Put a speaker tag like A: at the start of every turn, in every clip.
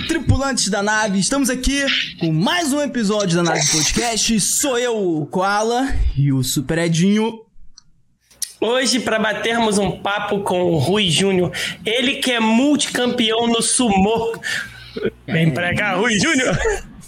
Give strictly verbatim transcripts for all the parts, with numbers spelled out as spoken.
A: tripulantes da nave, estamos aqui com mais um episódio da Nave Podcast. Sou eu, o Koala, e o Super Edinho.
B: Hoje, para batermos um papo com o Rui Júnior, ele que é multicampeão no sumô. Vem pra cá, Rui Júnior.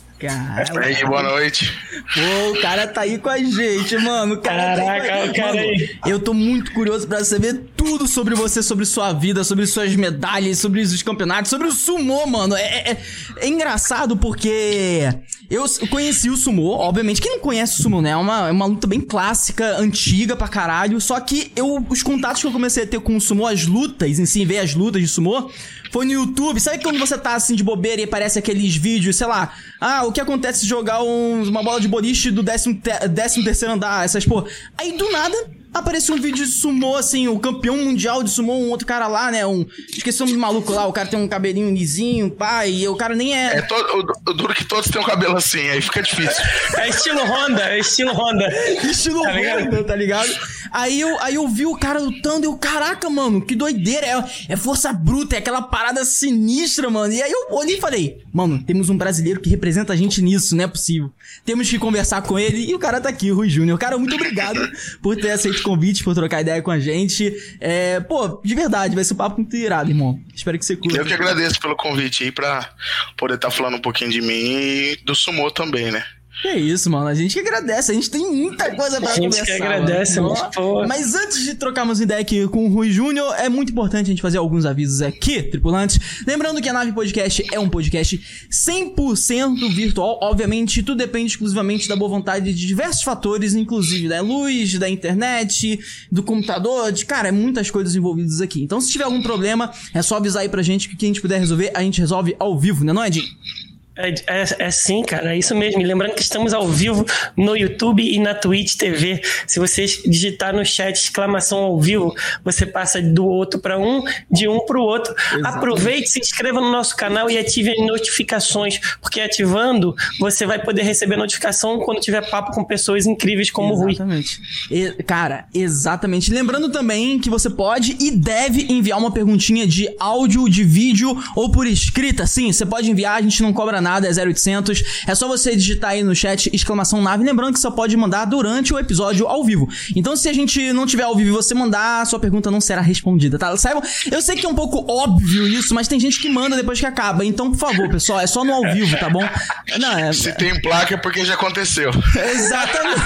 C: Cara, aí, boa noite.
A: Pô, o cara tá aí com a gente, mano. O cara
B: Caraca,
A: tá aí.
B: o cara
A: Mano,
B: aí.
A: Eu tô muito curioso pra saber tudo sobre você, sobre sua vida, sobre suas medalhas, sobre os campeonatos, sobre o sumô, mano. É, é, é engraçado porque eu conheci o sumô, obviamente. Quem não conhece o sumô, né? É uma, é uma luta bem clássica, antiga pra caralho. Só que eu, os contatos que eu comecei a ter com o sumô, as lutas em si, ver as lutas de sumô, foi no YouTube. Sabe quando você tá assim de bobeira e aparece aqueles vídeos, sei lá, ah, o que acontece se jogar um, uma bola de boliche do décimo, te, décimo terceiro andar, essas pô. Aí do nada apareceu um vídeo de sumô, assim, o campeão mundial de sumô, um outro cara lá, né, um... Esqueci o nome do maluco lá, o cara tem um cabelinho lisinho, pá, e o cara nem é...
C: É todo, o, o duro que todos têm um cabelo assim, aí fica difícil.
B: É estilo Honda, é estilo Honda.
A: Estilo
B: Tá
A: Honda,
B: ligado?
A: tá ligado? Aí eu, aí eu vi o cara lutando e eu, caraca, mano, que doideira, é, é força bruta, é aquela parada sinistra, mano. E aí eu olhei e falei, mano, temos um brasileiro que representa a gente nisso, não é possível. Temos que conversar com ele e o cara tá aqui, o Rui Júnior. Cara, muito obrigado por ter aceito o convite, por trocar ideia com a gente. É, pô, de verdade, vai ser um papo muito irado, irmão. Espero que você curta.
C: Eu que agradeço pelo convite aí pra poder estar tá falando um pouquinho de mim e do sumô também, né?
A: Que isso, mano, a gente que agradece, a gente tem muita coisa pra conversar.
B: A gente
A: conversar,
B: que agradece,
A: mano.
B: mas, pô.
A: Mas antes de trocarmos ideia aqui com o Rui Júnior, é muito importante a gente fazer alguns avisos aqui, tripulantes. Lembrando que a Nave Podcast é um podcast cem por cento virtual. Obviamente, tudo depende exclusivamente da boa vontade de diversos fatores, inclusive da luz, da internet, do computador, de, cara, é muitas coisas envolvidas aqui. Então, se tiver algum problema, é só avisar aí pra gente que o que a gente puder resolver, a gente resolve ao vivo, né, não é, Edinho?
B: É, é, é sim, cara, é isso mesmo. E lembrando que estamos ao vivo no YouTube e na Twitch T V. Se você digitar no chat exclamação ao vivo, você passa do outro para um, de um para o outro. Exatamente. Aproveite, se inscreva no nosso canal e ative as notificações, porque ativando você vai poder receber notificação quando tiver papo com pessoas incríveis como o Rui.
A: Exatamente. E, cara, exatamente. Lembrando também que você pode e deve enviar uma perguntinha de áudio, de vídeo ou por escrita. Sim, você pode enviar, a gente não cobra nada. É zero oitocentos, é só você digitar aí no chat exclamação nave, lembrando que você pode mandar durante o episódio ao vivo. Então se a gente não tiver ao vivo e você mandar, a sua pergunta não será respondida, tá? Saibam, eu sei que é um pouco óbvio isso, mas tem gente que manda depois que acaba, então por favor, pessoal, é só no ao vivo, tá bom? Não, é...
C: Se tem placa é porque já aconteceu.
A: Exatamente.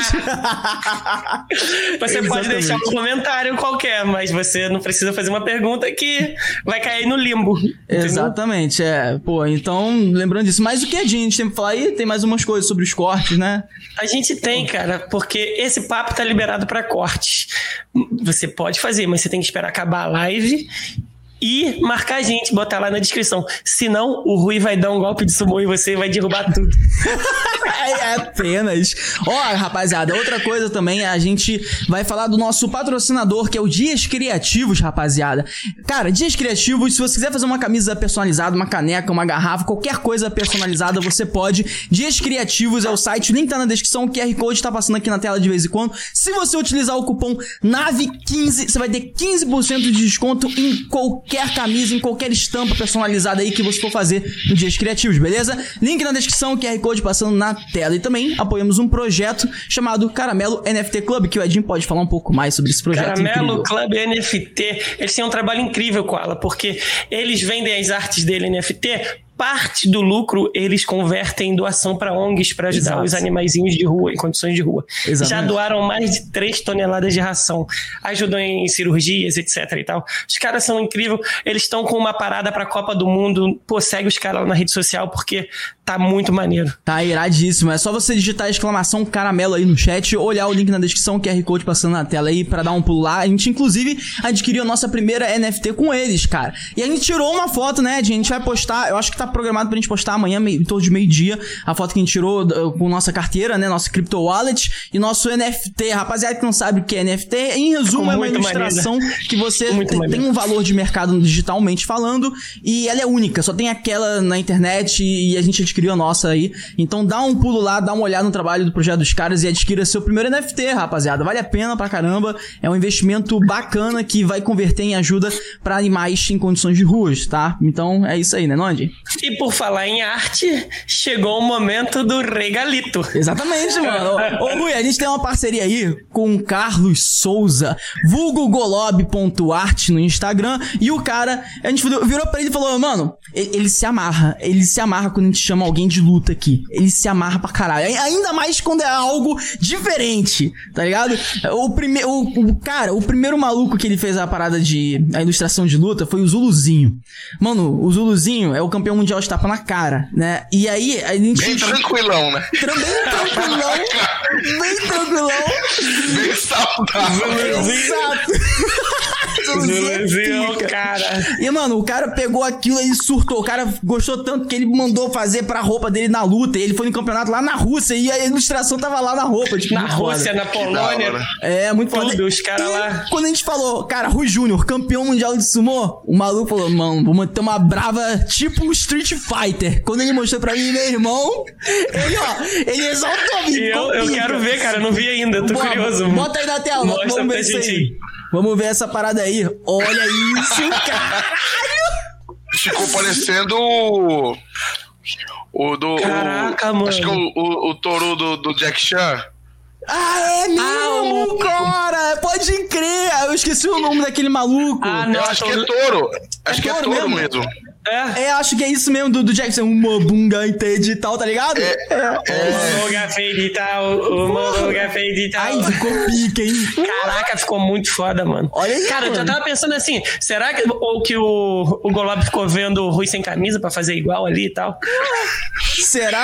B: Você Exatamente. Pode deixar um comentário qualquer, mas você não precisa fazer uma pergunta que vai cair no limbo. Entendeu?
A: Exatamente, é. Pô, então, lembrando disso. Mas o que a gente tem pra falar aí? Tem mais umas coisas sobre os cortes, né?
B: A gente tem, cara, porque esse papo tá liberado pra cortes. Você pode fazer, mas você tem que esperar acabar a live e marcar a gente, botar lá na descrição. Senão, o Rui vai dar um golpe de sumô e você vai derrubar tudo.
A: É apenas. Ó, oh, rapaziada, outra coisa também, a gente vai falar do nosso patrocinador, que é o Dias Criativos, rapaziada. Cara, Dias Criativos, se você quiser fazer uma camisa personalizada, uma caneca, uma garrafa, qualquer coisa personalizada, você pode. Dias Criativos é o site, o link tá na descrição, o Q R Code tá passando aqui na tela de vez em quando. Se você utilizar o cupom nave quinze, você vai ter quinze por cento de desconto em qualquer camisa, em qualquer estampa personalizada aí que você for fazer no Dias Criativos, beleza? Link na descrição, Q R Code passando na tela. E também apoiamos um projeto chamado Caramelo N F T Club, que o Edinho pode falar um pouco mais sobre esse projeto.
B: Caramelo
A: incrível.
B: Club N F T, eles têm um trabalho incrível, Koala, porque eles vendem as artes dele N F T, parte do lucro eles convertem em doação para O N Gs para ajudar Exato. Os animaizinhos de rua, em condições de rua. Exatamente. Já doaram mais de três toneladas de ração, ajudam em cirurgias, etc e tal. Os caras são incríveis, eles estão com uma parada para a Copa do Mundo. Pô, segue os caras lá na rede social porque tá muito maneiro.
A: Tá iradíssimo, é só você digitar a exclamação caramelo aí no chat, olhar o link na descrição, Q R Code passando na tela aí pra dar um pulo lá. A gente inclusive adquiriu a nossa primeira N F T com eles, cara. E a gente tirou uma foto, né, Ed? A gente vai postar, eu acho que tá programado pra gente postar amanhã, em torno de meio-dia, a foto que a gente tirou uh, com nossa carteira, né, nossa Crypto Wallet e nosso N F T. Rapaziada que não sabe o que é N F T, em resumo é uma ilustração maneira. Que você tem, tem um valor de mercado digitalmente falando e ela é única, só tem aquela na internet e a gente adquiriu cria nossa aí. Então dá um pulo lá, dá uma olhada no trabalho do projeto dos caras e adquira seu primeiro N F T, rapaziada. Vale a pena pra caramba. É um investimento bacana que vai converter em ajuda pra animais em condições de ruas, tá? Então é isso aí, né, Nondi?
B: E por falar em arte, chegou o momento do regalito.
A: Exatamente, mano. Ô, ô Rui, a gente tem uma parceria aí com o Carlos Souza, vulgo golob ponto art no Instagram, e o cara, a gente virou pra ele e falou, mano, ele, ele se amarra, ele se amarra quando a gente chama alguém de luta aqui. Ele se amarra pra caralho. Ainda mais quando é algo diferente, tá ligado? O primeiro, o, o cara, o primeiro maluco que ele fez a parada de, a ilustração de luta foi o Zuluzinho. Mano, o Zuluzinho é o campeão mundial de tapa na cara, né? E aí, a gente...
C: Bem tranquilão, né?
A: Bem tranquilão, bem tranquilão.
C: Bem saudável.
A: Exato.
B: Zuluzinho, cara.
A: E, mano, o cara pegou aquilo, ele surtou. O cara gostou tanto que ele mandou fazer pra roupa dele na luta. E ele foi no campeonato lá na Rússia e a ilustração tava lá na roupa. Tipo,
B: na Rússia, foda. Na Polônia.
A: É, muito foda.
B: Tudo, os caras lá.
A: Quando a gente falou, cara, Rui Júnior, campeão mundial de sumô, o maluco falou, mano, vou manter uma brava tipo um Street Fighter. Quando ele mostrou pra mim, meu irmão, ele, ó, ele exaltou.
B: E eu, eu quero ver, cara, eu não vi ainda, eu tô
A: Boa,
B: curioso.
A: Bota aí na tela,
B: mostra
A: vamos ver
B: pra gente aí.
A: Vamos ver essa parada aí. Olha isso, caralho!
C: Ficou parecendo o, o do...
B: Caraca,
C: o,
B: mano.
C: Acho que é o, o, o touro do, do Jack Chan.
A: Ah, é mesmo, ah, cara! Pode crer! Eu esqueci o nome daquele maluco.
C: Ah, não, eu acho que é touro. Acho é que é touro mesmo. mesmo.
A: É. é, acho que é isso mesmo do, do Jackson. Uma bunga inteira e tal, tá ligado?
C: É.
B: é. Uma bunga feita e tal. Uma bunga feita e tal.
A: Ai, ficou pica, hein?
B: Caraca, ficou muito foda, mano.
A: Olha aí,
B: cara, mano. Eu já tava pensando assim, será que, ou que o, o Golob ficou vendo o Rui sem camisa pra fazer igual ali e tal?
A: Será?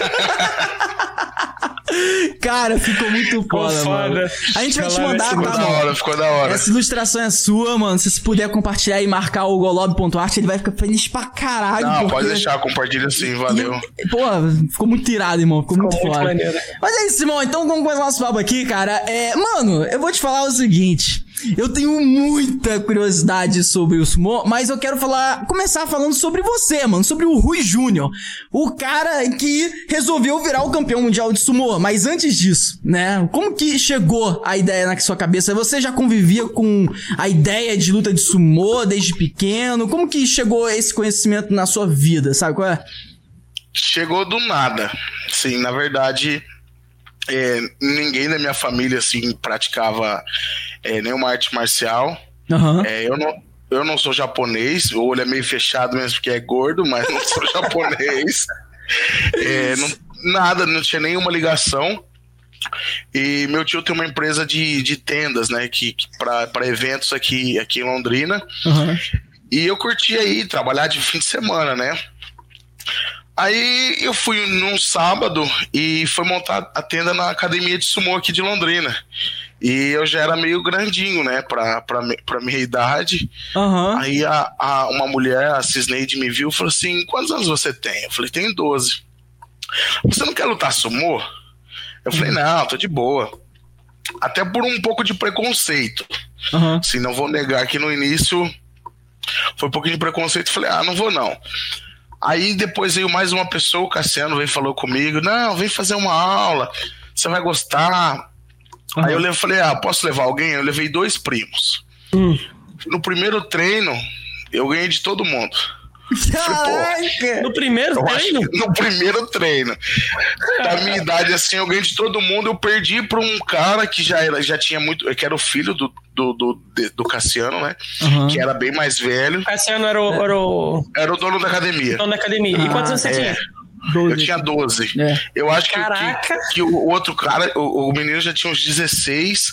A: Cara, ficou muito foda, ficou
B: foda.
A: Mano. A gente vai te mandar,
C: ficou
A: tá,
C: da
A: mano?
C: hora, ficou da hora.
A: Essa ilustração é sua, mano. Se você puder compartilhar e marcar o golob ponto art, ele vai ficar feliz pra caralho.
C: Não,
A: porque...
C: pode deixar, compartilha sim, valeu.
A: E, pô, ficou muito irado, irmão. Ficou, ficou muito, muito foda. Maneiro. Mas é isso, irmão. Então vamos começar nosso papo aqui, cara. É, mano, eu vou te falar o seguinte. Eu tenho muita curiosidade sobre o sumô, mas eu quero falar, começar falando sobre você, mano, sobre o Rui Júnior, o cara que resolveu virar o campeão mundial de sumô. Mas antes disso, né, como que chegou a ideia na sua cabeça? Você já convivia com a ideia de luta de sumô desde pequeno? Como que chegou esse conhecimento na sua vida, sabe qual é?
C: Chegou do nada. Sim, na verdade... É, ninguém da minha família assim praticava é, nenhuma arte marcial.
A: Uhum.
C: É, eu, não, eu não sou japonês, o olho é meio fechado mesmo porque é gordo, mas não sou japonês. É, não, nada, não tinha nenhuma ligação. E meu tio tem uma empresa de, de tendas, né, que, que para eventos aqui, aqui em Londrina.
A: Uhum.
C: E eu curtia aí trabalhar de fim de semana, né? Aí eu fui num sábado e foi montar a tenda na academia de sumô aqui de Londrina. E eu já era meio grandinho, né, pra, pra, pra minha idade.
A: Uhum.
C: Aí a, a, uma mulher, a Cisneide, me viu e falou assim, quantos anos você tem? Eu falei, tenho doze. Você não quer lutar sumô? Eu falei, não, tô de boa. Até por um pouco de preconceito.
A: Uhum.
C: Assim, não vou negar que no início foi um pouquinho de preconceito. Eu falei, ah, não vou não. Aí depois veio mais uma pessoa, o Cassiano veio e falou comigo, não, vem fazer uma aula, você vai gostar. Uhum. Aí eu le- falei, ah, posso levar alguém? Eu levei dois primos.
A: Uhum.
C: No primeiro treino, eu ganhei de todo mundo.
A: Caraca!
B: No primeiro treino?
C: No primeiro treino. Da minha idade, assim, eu ganhei de todo mundo. Eu perdi pra um cara que já, era, já tinha muito... Que era o filho do, do, do, do Cassiano, né? Uhum. Que era bem mais velho.
B: O Cassiano era o... Era o,
C: era o dono da academia.
B: Dono da academia. Ah, e quantos anos você
C: é.
B: tinha?
C: doze. Eu tinha doze. É. Eu acho que, que, que o outro cara, o, o menino já tinha uns dezesseis.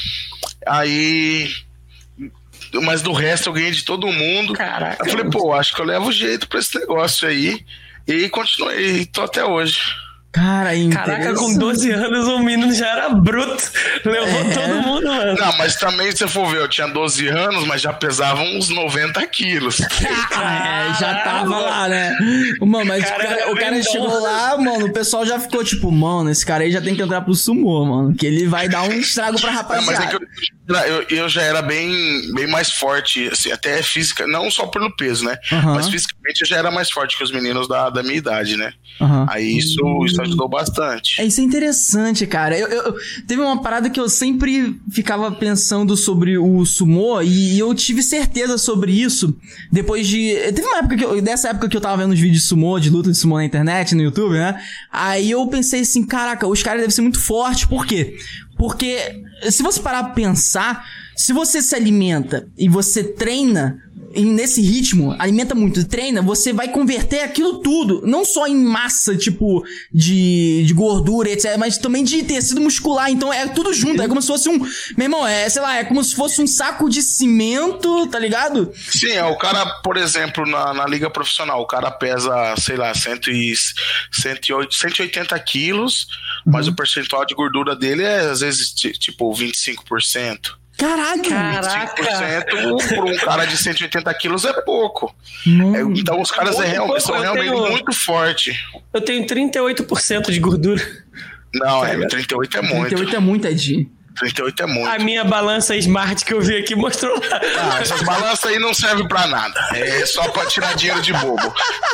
C: Aí... Mas do resto eu ganhei de todo mundo.
B: Caraca.
C: Eu falei, pô, acho que eu levo jeito pra esse negócio aí. E continuei, tô até hoje.
A: Cara,
B: Caraca, com doze anos o menino já era bruto. Levou é. todo mundo, mano.
C: Não, mas também, se você for ver, eu tinha doze anos, mas já pesava uns noventa quilos.
A: Ah, é, já tava lá, né? Mano, mas cara, o cara, o cara chegou lá, mano, o pessoal já ficou tipo, mano, esse cara aí já tem que entrar pro sumô, mano, que ele vai dar um estrago pra rapaziada.
C: Não, mas é que eu, eu, eu já era bem, bem mais forte, assim, até física, não só pelo peso, né? Uhum. Mas fisicamente eu já era mais forte que os meninos da, da minha idade, né? Uhum. Aí isso, isso ajudou bastante.
A: É, isso é interessante, cara. Eu, eu, teve uma parada que eu sempre ficava pensando sobre o sumô e eu tive certeza sobre isso depois de... Teve uma época que eu, dessa época que eu tava vendo os vídeos de sumô, de luta de sumô na internet, no YouTube, né? Aí eu pensei assim, caraca, os caras devem ser muito fortes. Por quê? Porque se você parar pra pensar, se você se alimenta e você treina e nesse ritmo, alimenta muito, treina, você vai converter aquilo tudo, não só em massa, tipo, de, de gordura, etcétera, mas também de tecido muscular. Então é tudo junto, é como se fosse um... Meu irmão, é, sei lá, é como se fosse um saco de cimento, tá ligado?
C: Sim, é, o cara, por exemplo, na, na liga profissional, o cara pesa, sei lá, cento e, cento e oitenta quilos, uhum. mas o percentual de gordura dele é, às vezes, tipo, vinte e cinco por cento.
A: Caraca!
C: Caraca. vinte e cinco por cento por um cara de cento e oitenta quilos é pouco. É, então os caras é real, são realmente tenho, muito fortes.
B: Eu tenho trinta e oito por cento de gordura.
C: Não, é, trinta e oito é muito.
A: trinta e oito é muito, Edinho.
C: trinta e oito é muito.
B: A minha balança Smart que eu vi aqui mostrou.
C: Ah, essas balanças aí não servem pra nada. É só pra tirar dinheiro de bobo.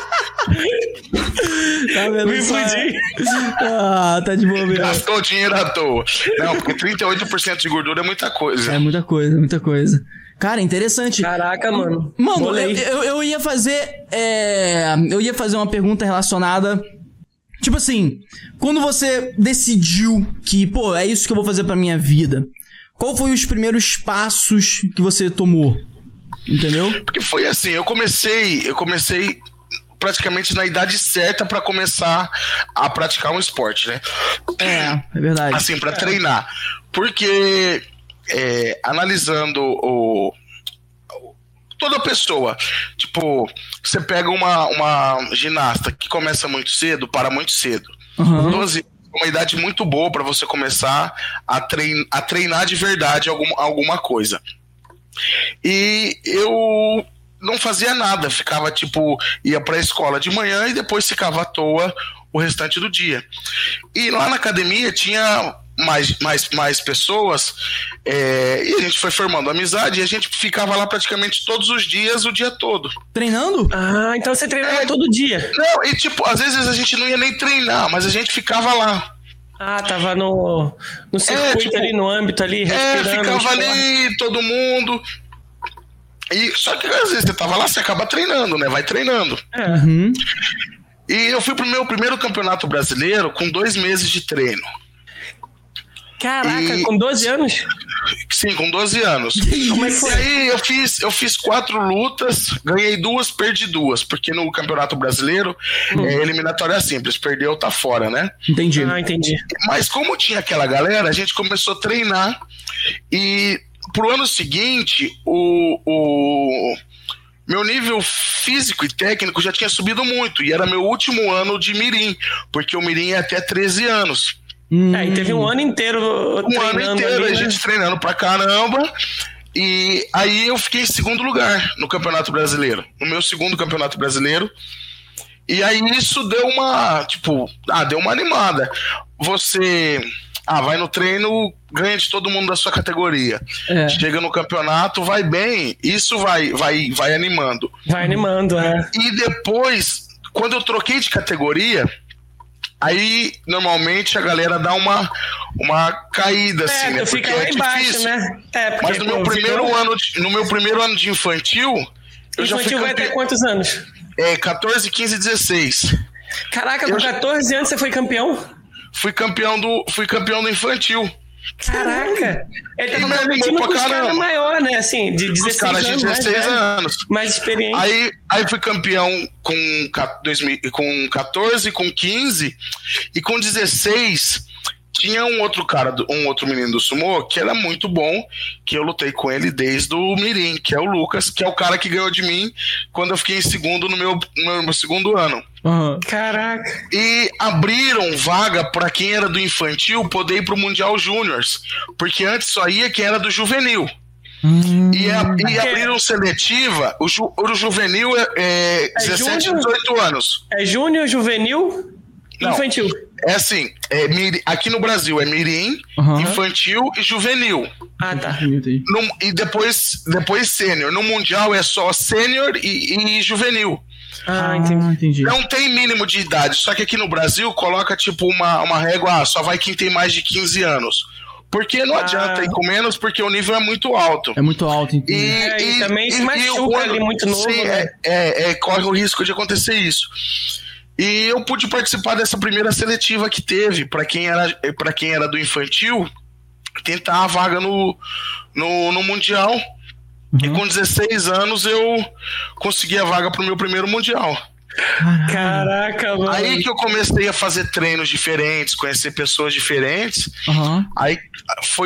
A: Tá vendo? Me fudi. Ah, tá de boa mesmo.
C: Gastou dinheiro à toa. Não, porque trinta e oito por cento de gordura é muita coisa.
A: É muita coisa, muita coisa. Cara, interessante.
B: Caraca, mano.
A: Mano, eu, eu, eu ia fazer... É, eu ia fazer uma pergunta relacionada... Tipo assim, quando você decidiu que, pô, é isso que eu vou fazer pra minha vida, qual foi os primeiros passos que você tomou? Entendeu?
C: Porque foi assim, eu comecei, eu comecei praticamente na idade certa pra começar a praticar um esporte, né?
A: É, é verdade.
C: Assim, pra é. treinar. Porque, é, analisando o... toda pessoa, tipo, você pega uma, uma ginasta que começa muito cedo, para muito cedo. Uhum. doze é uma idade muito boa para você começar a, trein, a treinar de verdade algum, alguma coisa. E eu não fazia nada, ficava tipo, ia pra escola de manhã e depois ficava à toa o restante do dia. E lá na academia tinha mais, mais, mais pessoas, é, e a gente foi formando amizade e a gente ficava lá praticamente todos os dias, o dia todo.
A: Treinando?
B: Ah, então você treinava é, todo dia.
C: Não, e tipo, às vezes a gente não ia nem treinar, mas a gente ficava lá.
B: Ah, tava no, no circuito é, tipo, ali, no âmbito ali, respirando.
C: É, ficava ali, todo mundo. E, só que às vezes você tava lá, você acaba treinando, né? Vai treinando.
B: É. Uhum.
C: E eu fui pro meu primeiro campeonato brasileiro com dois meses de treino.
B: Caraca, e... com doze anos?
C: Sim, com doze anos. Como é que foi? E aí eu fiz, eu fiz quatro lutas, ganhei duas, perdi duas, porque no Campeonato Brasileiro hum. é eliminatória simples, perdeu, tá fora, né?
A: Entendi.
B: Ah, entendi.
C: Mas como tinha aquela galera, a gente começou a treinar e pro ano seguinte, o, o meu nível físico e técnico já tinha subido muito e era meu último ano de mirim, porque o mirim é até treze anos.
B: Hum. É, e teve um ano inteiro
C: Um ano inteiro, ali, a gente né? treinando pra caramba. E aí eu fiquei em segundo lugar no Campeonato Brasileiro. No meu segundo Campeonato Brasileiro. E aí isso deu uma, tipo, ah, deu uma animada. Você, ah, vai no treino, ganha de todo mundo da sua categoria. É. Chega no campeonato, vai bem. Isso vai, vai, vai animando.
B: Vai animando, é.
C: E depois, quando eu troquei de categoria... Aí, normalmente, a galera dá uma, uma caída, assim,
B: é,
C: né?
B: Porque fica lá é embaixo, difícil. Né? É, porque,
C: mas no meu, primeiro fica... ano de, no meu primeiro ano de infantil...
B: Eu infantil já fui vai campe... até quantos anos?
C: É, catorze, quinze, dezesseis.
B: Caraca, com eu catorze anos você foi campeão?
C: Fui campeão do, fui campeão do infantil.
B: Caraca! Ele tava competindo com os caras maior, né? Assim, de dezesseis
C: caras
B: anos.
C: de dezesseis
B: mais,
C: anos.
B: Mais experiente.
C: Aí, aí fui campeão com, dois mil, com catorze, com quinze e com dezesseis tinha um outro cara, um outro menino do Sumo, que era muito bom, que eu lutei com ele desde o Mirim, que é o Lucas, que é o cara que ganhou de mim quando eu fiquei em segundo no meu, no meu segundo ano.
B: Uhum. Caraca.
C: E abriram vaga para quem era do infantil poder ir pro Mundial Júniors, porque antes só ia quem era do juvenil. Hum. E, a, e abriram seletiva, o, ju, o juvenil é, é, é dezessete, júnior, dezoito anos.
B: É júnior, juvenil, não, infantil.
C: É assim, é, aqui no Brasil é mirim, uhum. infantil e juvenil.
B: Ah, tá.
C: No, e depois, depois sênior. No Mundial é só sênior e, e juvenil.
B: Ah, entendi.
C: Não tem mínimo de idade, só que aqui no Brasil coloca tipo uma, uma régua, ah, só vai quem tem mais de quinze anos. Porque não ah. adianta ir com menos, porque o nível é muito alto.
A: É muito alto,
C: entendi. E,
B: é, e, e também se machuca ali muito novo. Sim, né?
C: é, é, é, corre o risco de acontecer isso. E eu pude participar dessa primeira seletiva que teve, para quem era, para quem era do infantil, tentar a vaga no, no, no Mundial. Uhum. E com dezesseis anos eu consegui a vaga pro meu primeiro Mundial.
B: Caraca, mano.
C: Aí que eu comecei a fazer treinos diferentes, conhecer pessoas diferentes. Uhum. Aí foi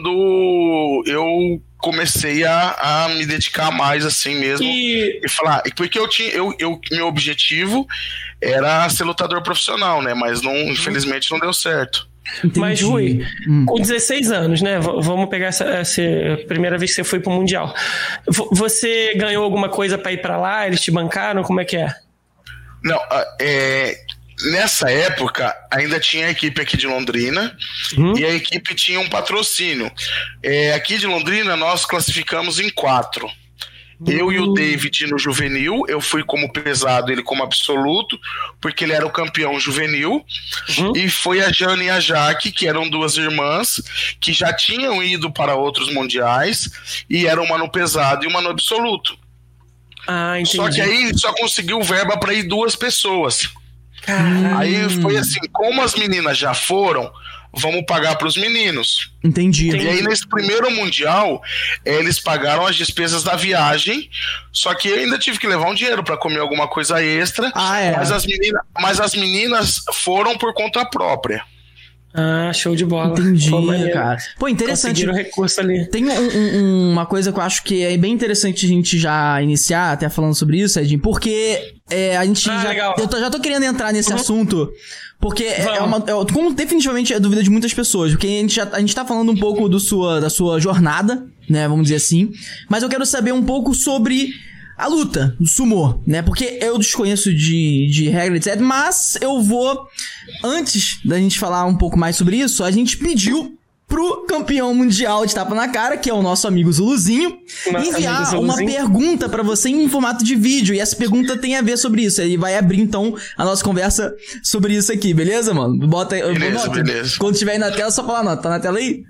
C: quando eu comecei a, a me dedicar mais assim mesmo. E, e falar, porque eu tinha, eu, eu, meu objetivo era ser lutador profissional, né? Mas não, infelizmente não deu certo.
B: Entendi. Mas, Rui, hum. com dezesseis anos, né? V- vamos pegar essa, essa primeira vez que você foi pro Mundial. V- você ganhou alguma coisa pra ir pra lá? Eles te bancaram? Como é que é?
C: Não, é, nessa época ainda tinha a equipe aqui de Londrina uhum. e a equipe tinha um patrocínio. É, aqui de Londrina nós classificamos em quatro. Uhum. Eu e o David no juvenil, eu fui como pesado, ele como absoluto, porque ele era o campeão juvenil. Uhum. E foi a Jane e a Jaque, que eram duas irmãs, que já tinham ido para outros mundiais, e eram uma no pesado e uma no absoluto.
B: Ah, entendi.
C: Só que aí só conseguiu verba para ir duas pessoas.
B: Caramba.
C: Aí foi assim, como as meninas já foram, vamos pagar para os meninos.
A: Entendi.
C: E aí nesse primeiro mundial, eles pagaram as despesas da viagem, só que eu ainda tive que levar um dinheiro para comer alguma coisa extra.
A: Ah, é.
C: Mas as meninas, mas as meninas foram por conta própria.
B: Ah, show de bola.
A: Entendi, Pô, cara. Pô, interessante.
B: Conseguiram recurso ali.
A: Tem um, um, uma coisa que eu acho que é bem interessante a gente já iniciar, até falando sobre isso, Edinho, porque é, a gente
B: ah,
A: já...
B: Legal.
A: Eu tô, já tô querendo entrar nesse uhum. assunto, porque é, é uma... É, como definitivamente é dúvida de muitas pessoas, porque a gente, já, a gente tá falando um pouco do sua, da sua jornada, né, vamos dizer assim, mas eu quero saber um pouco sobre... a luta do sumô, né? Porque eu desconheço de, de regra, etcétera. Mas eu vou... Antes da gente falar um pouco mais sobre isso, a gente pediu pro campeão mundial de tapa na cara, que é o nosso amigo Zuluzinho, nossa, enviar Zuluzinho. Uma pergunta pra você em formato de vídeo. E essa pergunta tem a ver sobre isso. Ele vai abrir, então, a nossa conversa sobre isso aqui, beleza, mano? Bota aí...
C: Beleza,
A: nota.
C: beleza.
A: Quando tiver aí na tela, só falar nota. Tá na tela aí?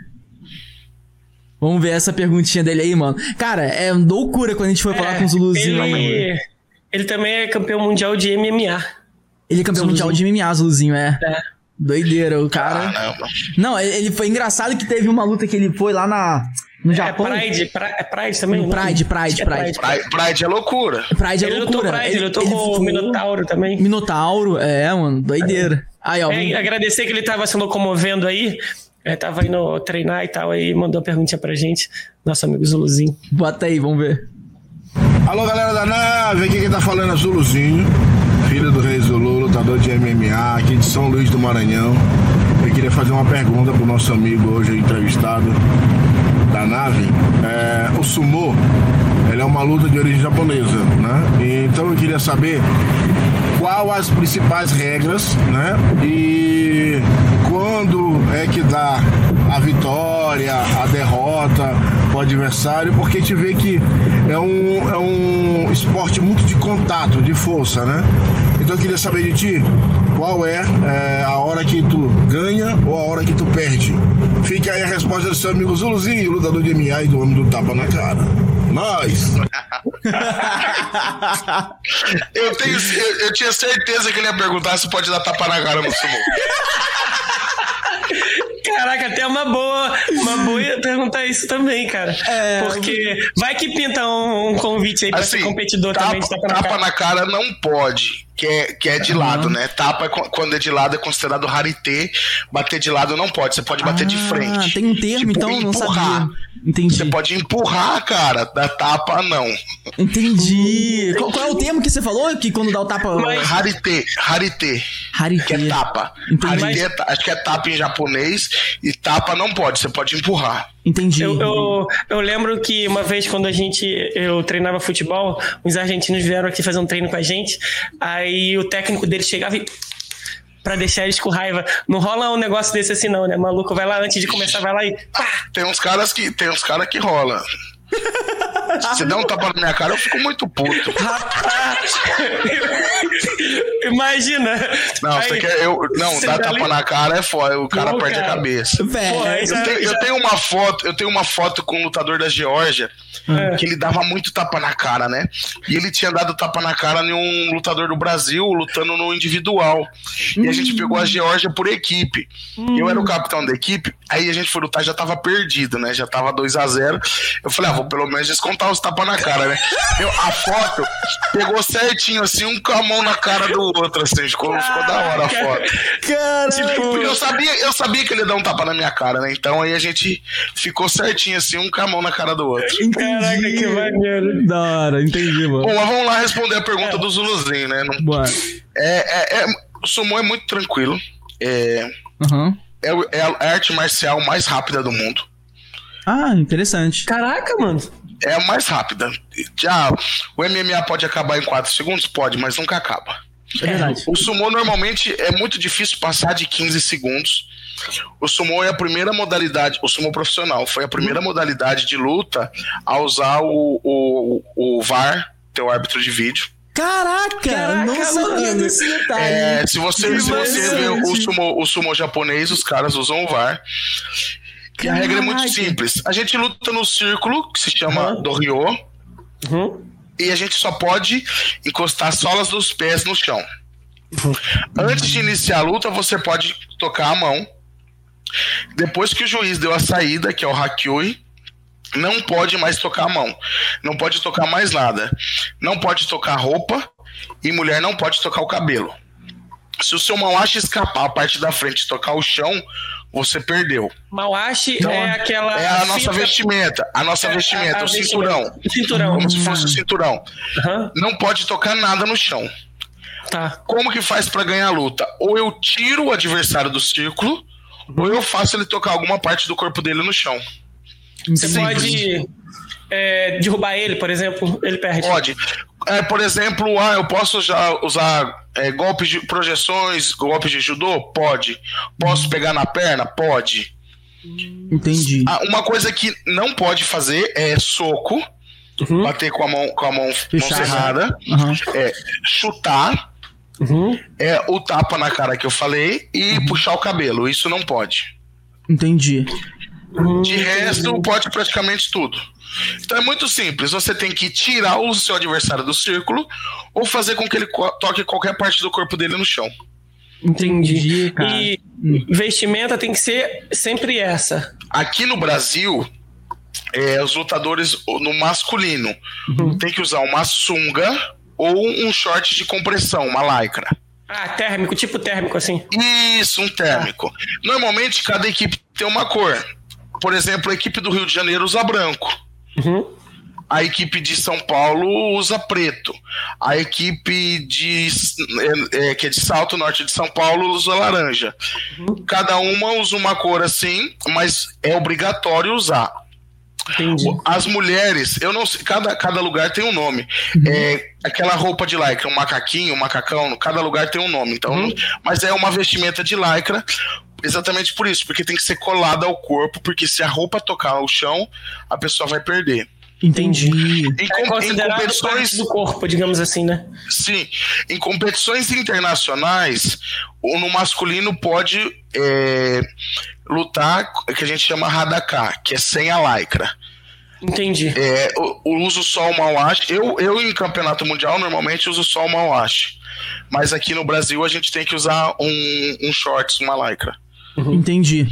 A: Vamos ver essa perguntinha dele aí, mano. Cara, é loucura quando a gente foi é, falar com o Zuluzinho.
B: Ele, ele também é campeão mundial de M M A.
A: Ele é campeão Zuluzinho. mundial de M M A, Zuluzinho, é. É. Doideira, o cara...
C: Caramba.
A: Não, ele foi engraçado que teve uma luta que ele foi lá na... No Japão.
B: É Pride, pra, é Pride também?
A: Pride, Pride, Pride.
C: Pride, Pride. Pride é loucura.
A: Pride é
B: ele
A: loucura.
B: Lutou Pride, ele lutou com o Minotauro também.
A: Minotauro, é, mano, doideira. Aí, ó.
B: É, vamos... Agradecer que ele tava se locomovendo aí. É, tava indo treinar e tal, aí mandou uma perguntinha pra gente, nosso amigo Zuluzinho.
A: Bota aí, vamos ver.
D: Alô, galera da nave, aqui quem tá falando é Zuluzinho, filho do Rei Zulu, lutador de M M A, aqui de São Luís do Maranhão. Eu queria fazer uma pergunta pro nosso amigo hoje entrevistado da nave. É, o sumô, ele é uma luta de origem japonesa, né? Então eu queria saber qual as principais regras, né? E quando é que dá a vitória, a derrota o adversário, porque a gente vê que é um, é um esporte muito de contato, de força, né? Então eu queria saber de ti, qual é, é a hora que tu ganha ou a hora que tu perde? Fica aí a resposta do seu amigo Zuluzinho, lutador de M M A e do homem do tapa na cara. Nós!
C: eu, tenho, eu, eu tinha certeza que ele ia perguntar se pode dar tapa na cara no sumô.
B: Caraca, até uma boa, Uma boa perguntar isso também, cara. É... Porque vai que pinta um, um convite aí pra
C: assim,
B: ser competidor
C: tapa,
B: também de tapa na cara.
C: Tapa na cara não pode, que é, que é de uhum. lado, né? Tapa, quando é de lado, é considerado rarité. Bater de lado não pode, você pode bater ah, de frente.
A: Tem um termo, tipo, então, empurrar. Não sabia. Entendi.
C: Você pode empurrar, cara, da tapa, não.
A: Entendi. Qual, qual é o termo que você falou? Que quando dá o tapa...
C: Mas... Rarité. Rarité.
A: Rarité.
C: Que é tapa. Rarité, mas... acho que é tapa em japonês. E tapa não pode, você pode empurrar.
A: Entendi.
B: Eu, eu, eu lembro que uma vez quando a gente eu treinava futebol, os argentinos vieram aqui fazer um treino com a gente. Aí o técnico deles chegava e... Pra deixar eles com raiva. Não rola um negócio desse assim não, né? Maluco, vai lá antes de começar, vai lá e... Pá!
C: Tem uns caras que, tem uns cara que rola. Se der um tapa na minha cara, eu fico muito puto.
B: Rapaz! Imagina!
C: Não, aí, você quer. Eu, não, dar tapa ali... na cara é foda, o cara não, perde cara. a cabeça.
A: Véio,
C: Pô, eu,
A: já,
C: tenho,
A: já...
C: eu tenho uma foto, eu tenho uma foto com um lutador da Geórgia é. que ele dava muito tapa na cara, né? E ele tinha dado tapa na cara em um lutador do Brasil lutando no individual. Hum. E a gente pegou a Geórgia por equipe. Hum. Eu era o capitão da equipe, aí a gente foi lutar, já tava perdido, né? Já tava dois a zero. Eu falei, ah, vou pelo menos descontar os tapas na cara, né? Eu, a foto pegou certinho, assim, um com a mão na cara do outro, assim, ficou, ficou da hora a foto.
A: Caralho!
C: Tipo, eu sabia, eu sabia que ele ia dar um tapa na minha cara, né? Então aí a gente ficou certinho, assim, um com a mão na cara do outro.
A: Entendi. Caraca, que maneiro. Da hora, entendi, mano.
C: Bom, mas vamos lá responder a pergunta é. do Zuluzinho, né? Não...
A: Boa.
C: É, é, é, o sumô é muito tranquilo. É,
A: uhum.
C: é, é a arte marcial mais rápida do mundo.
A: Ah, interessante.
B: Caraca, mano.
C: É a mais rápida. Já, o M M A pode acabar em quatro segundos? Pode, mas nunca acaba.
A: É verdade.
C: O sumô normalmente é muito difícil passar de quinze segundos. O sumô é a primeira modalidade, o sumô profissional foi a primeira hum. modalidade de luta a usar o, o, o V A R, teu árbitro de vídeo.
A: Caraca, Caraca não sabia desse detalhe.
C: É, se você, se você vê o sumô, o sumô japonês, os caras usam o V A R. E a regra é muito simples. A gente luta no círculo, que se chama uhum. do-ryo, uhum. e a gente só pode encostar as solas dos pés no chão. Uhum. Antes de iniciar a luta, você pode tocar a mão. Depois que o juiz deu a saída, que é o hakyui, não pode mais tocar a mão. Não pode tocar mais nada. Não pode tocar roupa e mulher não pode tocar o cabelo. Se o seu mawashi escapar a parte da frente e tocar o chão, você perdeu.
B: Mawashi então, é aquela...
C: É a nossa vestimenta. A nossa é, vestimenta, a, a o cinturão.
B: O cinturão.
C: Como se fosse o cinturão. Uhum. Não pode tocar nada no chão.
B: Tá.
C: Como que faz pra ganhar a luta? Ou eu tiro o adversário do círculo, uhum. ou eu faço ele tocar alguma parte do corpo dele no chão.
B: Você Simples. pode é, derrubar ele, por exemplo, ele perde.
C: Pode. É, por exemplo, ah, eu posso já usar é, golpes de projeções, golpes de judô? Pode. Posso pegar na perna? Pode.
A: Entendi.
C: Ah, uma coisa que não pode fazer é soco, uhum. bater com a mão, com a mão, mão cerrada, uhum. é, chutar, uhum. é, o tapa na cara que eu falei e uhum. puxar o cabelo. Isso não pode.
A: Entendi.
C: De resto, pode praticamente tudo. Então é muito simples, você tem que tirar o seu adversário do círculo ou fazer com que ele toque qualquer parte do corpo dele no chão.
B: Entendi, cara. E hum. vestimenta tem que ser sempre essa.
C: Aqui no Brasil, é, os lutadores no masculino uhum. tem que usar uma sunga ou um short de compressão, uma lycra.
B: Ah, térmico, tipo térmico assim.
C: Isso, um térmico. Ah. Normalmente cada equipe tem uma cor. Por exemplo, a equipe do Rio de Janeiro usa branco. Uhum. A equipe de São Paulo usa preto. A equipe de, é, que é de Salto, norte de São Paulo, usa laranja. Uhum. Cada uma usa uma cor assim, mas é obrigatório usar.
B: Entendi.
C: As mulheres, eu não sei, cada, cada lugar tem um nome. Uhum. É, aquela roupa de lycra, um macaquinho, um macacão, cada lugar tem um nome. Então, uhum. mas é uma vestimenta de lycra. Exatamente por isso, porque tem que ser colada ao corpo, porque se a roupa tocar ao chão, a pessoa vai perder.
A: Entendi.
C: Em, com,
B: é considerado em competições parte do corpo, digamos assim, né?
C: Sim. Em competições internacionais, no masculino pode é, lutar, que a gente chama Hadaka, que é sem a lycra.
B: Entendi.
C: É, o, o uso só o mawashi. Eu, eu, em campeonato mundial, normalmente uso só o mawashi. Mas aqui no Brasil, a gente tem que usar um, um shorts, uma lycra.
A: Uhum. Entendi.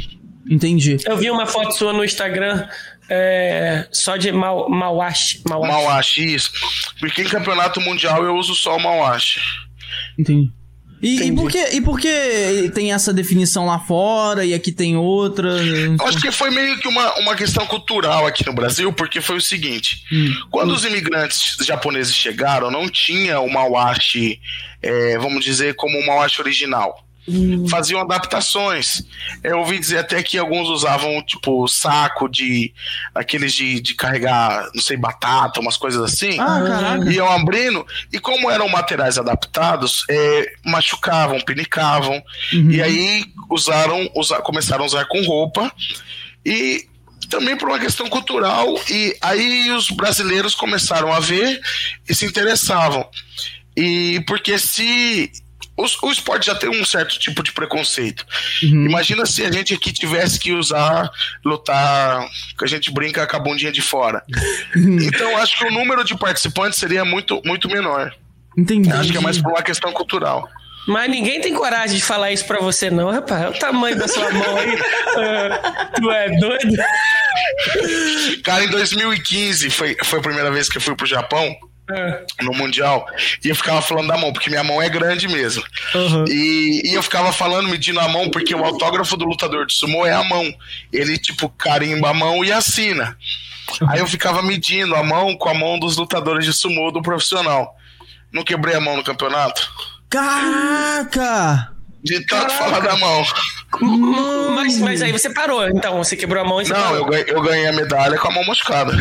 A: Entendi.
B: Eu vi uma foto sua no Instagram é, só de mau, Mauache.
C: Mauache. Mauache, isso. Porque em campeonato mundial eu uso só o Mauache.
A: Entendi. E, e, por que, e por que tem essa definição lá fora e aqui tem outra?
C: Eu acho que foi meio que uma, uma questão cultural aqui no Brasil, porque foi o seguinte, hum. quando hum. os imigrantes japoneses chegaram, não tinha o Mauache, é, vamos dizer, como o Mauache original. Hum. Faziam adaptações. Eu ouvi dizer até que alguns usavam tipo saco de aqueles de, de carregar, não sei, batata, umas coisas assim.
A: Ah, caraca.
C: Iam abrindo, e como eram materiais adaptados, é, machucavam, pinicavam. Uhum. E aí usaram, usa, começaram a usar com roupa. E também por uma questão cultural. E aí os brasileiros começaram a ver e se interessavam. E porque se O, o esporte já tem um certo tipo de preconceito. Uhum. Imagina se a gente aqui tivesse que usar, lutar, que a gente brinca com a bundinha de fora. Uhum. Então, acho que o número de participantes seria muito, muito menor.
A: Entendi.
C: Acho que é mais por uma questão cultural.
B: Mas ninguém tem coragem de falar isso pra você, não, rapaz. Olha o tamanho da sua mão aí. Uh, tu é doido?
C: Cara, em dois mil e quinze foi, foi a primeira vez que eu fui pro Japão. No Mundial, e eu ficava falando da mão, porque minha mão é grande mesmo. Uhum. E, e eu ficava falando, medindo a mão, porque o autógrafo do lutador de sumô é a mão. Ele, tipo, carimba a mão e assina. Uhum. Aí eu ficava medindo a mão com a mão dos lutadores de sumô do profissional. Não quebrei a mão no campeonato?
A: Caraca!
C: De tanto Caraca. falar da mão.
B: Hum, mas, mas aí você parou, então? Você quebrou a mão e você
C: Não,
B: parou.
C: eu ganhei, eu ganhei a medalha com a mão machucada.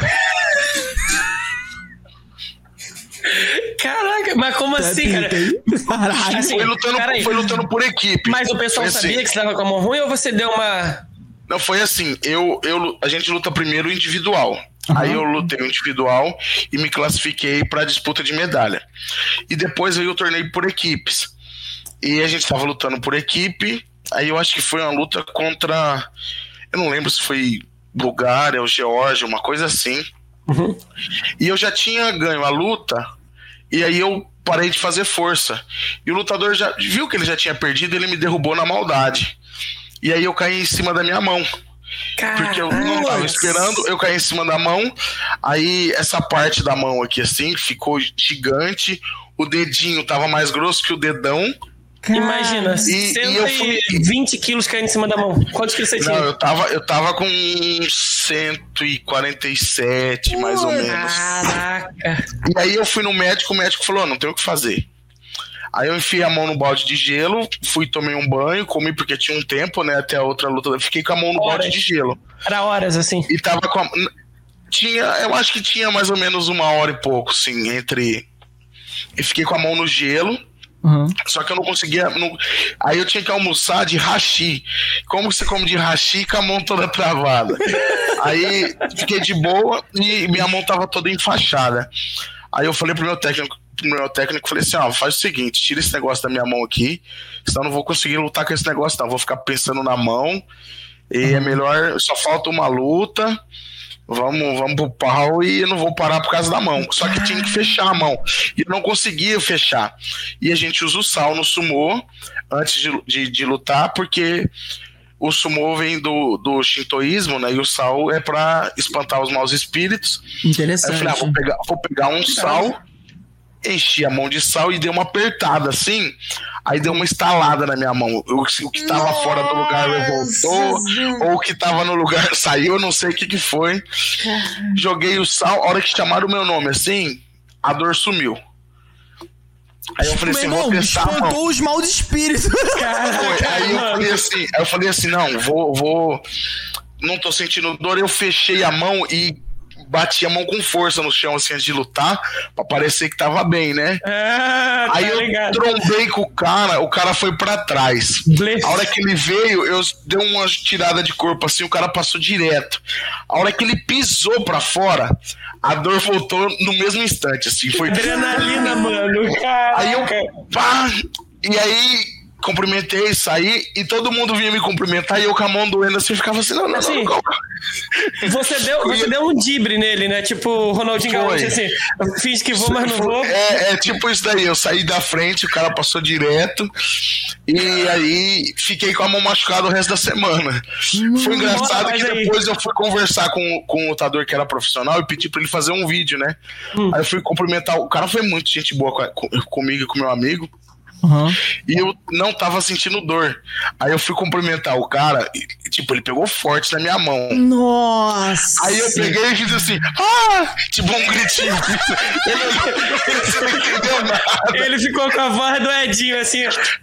B: Caraca, mas como assim, cara?
C: Assim, foi, lutando, foi lutando por equipe.
B: Mas o pessoal
C: foi
B: sabia
C: assim.
B: que você tava com a mão ruim ou você deu uma...
C: Não, foi assim, eu, eu, a gente luta primeiro individual. Uhum. Aí eu lutei o individual e me classifiquei pra disputa de medalha. E depois veio o torneio por equipes. E a gente tava lutando por equipe. Aí eu acho que foi uma luta contra... Eu não lembro se foi Bulgária ou Geórgia, uma coisa assim. Uhum. E eu já tinha ganho a luta, e aí eu parei de fazer força. E o lutador já viu que ele já tinha perdido, ele me derrubou na maldade. E aí eu caí em cima da minha mão. Caramba. Porque eu não tava esperando, eu caí em cima da mão. Aí essa parte da mão aqui assim ficou gigante. O dedinho tava mais grosso que o dedão.
B: Imagina,
C: e,
B: cento
C: e eu fui...
B: vinte quilos caindo em cima da mão. Quantos quilos você tinha?
C: Não, eu tava, eu tava com cento e quarenta e sete, uh, mais ou menos.
B: Caraca.
C: E aí eu fui no médico, o médico falou, não tem o que fazer. Aí eu enfiei a mão no balde de gelo, fui, tomei um banho, comi porque tinha um tempo, né, até a outra luta. Eu fiquei com a mão no
B: horas.
C: balde de gelo.
B: Era horas, assim?
C: E tava com a... Tinha, eu acho que tinha mais ou menos uma hora e pouco, assim, entre... E fiquei com a mão no gelo. Uhum. Só que eu não conseguia não... Aí eu tinha que almoçar de hashi. Como você come de hashi com a mão toda travada? Aí fiquei de boa e minha mão tava toda enfaixada. Aí eu falei pro meu técnico pro meu técnico, falei assim, ó, faz o seguinte, tira esse negócio da minha mão aqui, senão eu não vou conseguir lutar com esse negócio não, vou ficar pensando na mão e uhum. é melhor, só falta uma luta. Vamos, vamos pro pau e eu não vou parar por causa da mão. Só que tinha que fechar a mão. E eu não conseguia fechar. E a gente usa o sal no sumô antes de, de, de lutar, porque o sumô vem do, do shintoísmo, né? E o sal é pra espantar os maus espíritos.
A: Interessante.
C: Aí eu falei, ah, vou pegar, vou pegar um sal, enchi a mão de sal e dei uma apertada assim. Aí deu uma estalada na minha mão. O, o que tava Nossa, fora do lugar voltou, Deus. Ou o que tava no lugar saiu, eu não sei o que que foi. Caramba. Joguei o sal, a hora que chamaram o meu nome assim, a dor sumiu. Aí eu falei assim,
A: irmão,
C: vou testar.
A: Espantou os maus espíritos.
C: Foi. Aí eu falei assim, aí eu falei assim, não, vou, vou. Não tô sentindo dor, eu fechei a mão e bati a mão com força no chão, assim, antes de lutar, pra parecer que tava bem, né?
B: Ah, tá
C: aí eu
B: ligado.
C: trombei com o cara, o cara foi pra trás. Bless. A hora que ele veio, eu dei uma tirada de corpo, assim, o cara passou direto. A hora que ele pisou pra fora, a dor voltou no mesmo instante, assim. Foi
B: adrenalina, mano. Caraca.
C: Aí eu, pá, e aí cumprimentei, saí, e todo mundo vinha me cumprimentar, e eu com a mão doendo assim, eu ficava assim, não, não,
B: assim,
C: não, não.
B: Você deu, você deu um dibre nele, né? Tipo, Ronaldinho Gaúcho, assim, finge que vou, mas não vou.
C: É, é tipo isso daí, eu saí da frente, o cara passou direto, e aí fiquei com a mão machucada o resto da semana. Hum, Foi engraçado que depois eu fui conversar com, com o lutador que era profissional e pedi pra ele fazer um vídeo, né? Hum. Aí eu fui cumprimentar, o cara foi muito gente boa com, comigo e com meu amigo. Uhum. E eu não tava sentindo dor. Aí eu fui cumprimentar o cara e, tipo, ele pegou forte na minha mão.
A: Nossa!
C: Aí eu peguei e fiz assim, ah! Tipo um gritinho. ele, ele não entendeu nada.
B: Ele ficou com a voz do Edinho, assim.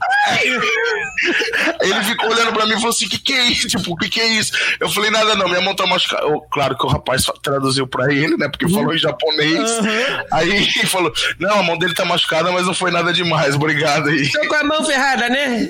C: Ele ficou olhando pra mim e falou assim, que que é isso? Tipo, o que que é isso? Eu falei, nada não, minha mão tá machucada. Eu, claro que o rapaz traduziu pra ele, né? Porque uhum. falou em japonês. Uhum. Aí ele falou, não, a mão dele tá machucada, mas não foi nada demais, obrigado.
B: Tô com a mão ferrada, né?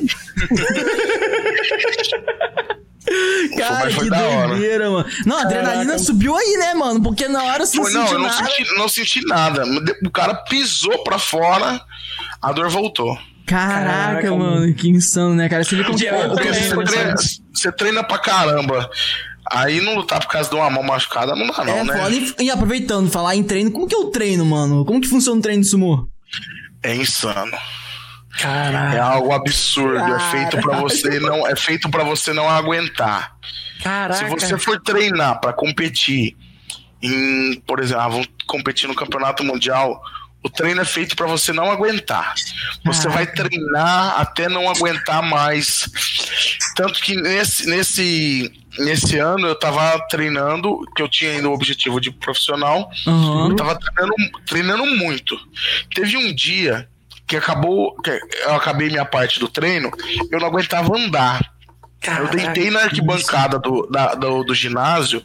A: Cara, que doideira, mano. Não, a adrenalina Caraca. subiu aí, né, mano? Porque na hora você não sentiu
C: Não, eu não
A: nada.
C: senti, não senti nada. O cara pisou pra fora, a dor voltou.
A: Caraca, Caraca mano, mano, que insano, né, cara? Você,
C: Porque você, treina, você treina pra caramba. Aí não lutar por causa de uma mão machucada não dá, não,
A: é,
C: né?
A: Foda. E, e aproveitando, falar em treino, como que é o treino, mano? Como que funciona o treino de sumô?
C: É insano.
B: Caraca.
C: É algo absurdo. Caraca. É feito para você não, é feito para você não aguentar.
B: Caraca.
C: Se você for treinar para competir em, por exemplo, ah, vamos competir no campeonato mundial, o treino é feito para você não aguentar. Você Caraca. vai treinar até não aguentar mais. Tanto que nesse nesse nesse ano eu tava treinando, que eu tinha ainda o objetivo de profissional, uhum. eu tava treinando, treinando muito. Teve um dia que acabou, que eu acabei minha parte do treino, eu não aguentava andar. Caraca, eu deitei na arquibancada do, da, do, do ginásio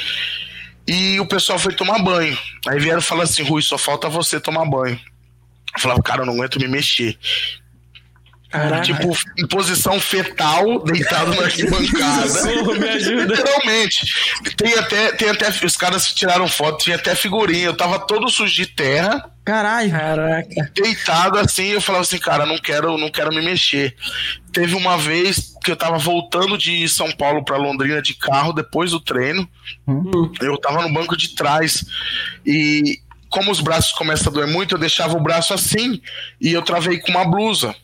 C: e o pessoal foi tomar banho. Aí vieram falar assim, Rui, só falta você tomar banho. Eu falava, cara, eu não aguento me mexer. Caraca. Tipo, em posição fetal, deitado na arquibancada.
B: Me ajuda.
C: Literalmente. Tem até, tem até, os caras tiraram foto, tinha até figurinha. Eu tava todo sujo de terra.
A: Caralho.
B: Caraca.
C: Deitado assim, eu falava assim, cara, não quero, não quero me mexer. Teve uma vez que eu tava voltando de São Paulo pra Londrina de carro, depois do treino. Hum. Eu tava no banco de trás. E como os braços começam a doer muito, eu deixava o braço assim e eu travei com uma blusa.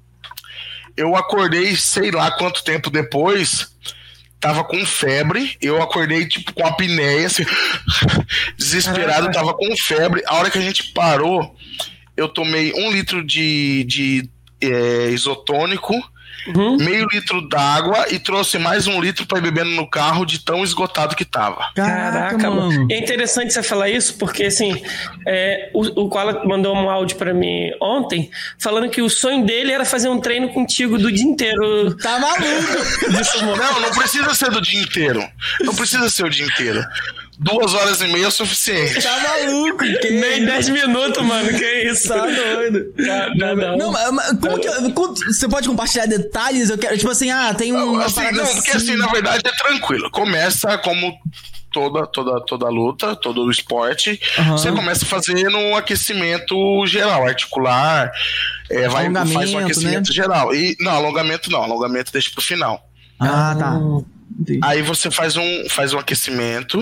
C: Eu acordei, sei lá quanto tempo depois, tava com febre, eu acordei tipo com apneia, assim, desesperado, tava com febre. A hora que a gente parou, eu tomei um litro de, de é, isotônico, uhum. meio litro d'água e trouxe mais um litro pra ir bebendo no carro de tão esgotado que tava.
B: Caraca, Caraca mano. É interessante você falar isso, porque assim, é, o, o Koala mandou um áudio pra mim ontem, falando que o sonho dele era fazer um treino contigo do dia inteiro.
A: Tá maluco?
C: Não, não precisa ser do dia inteiro. Não precisa ser o dia inteiro. Duas horas e meia é o suficiente.
A: Tá maluco? Que
B: nem dez minutos, mano. Que isso?
A: Tá doido.
B: Tá, não, não.
A: Não, mas como que... Como, você pode compartilhar detalhes? Eu quero... Tipo assim, ah, tem um...
C: Não, assim, não, porque assim, assim, na verdade, é tranquilo. Começa como toda, toda, toda luta, todo o esporte. Uhum. Você começa fazendo um aquecimento geral, articular. É, vai, faz um aquecimento, né? geral. E, não, alongamento não. Alongamento deixa pro final.
A: Ah, tá.
C: Entendi. Aí você faz um, faz um aquecimento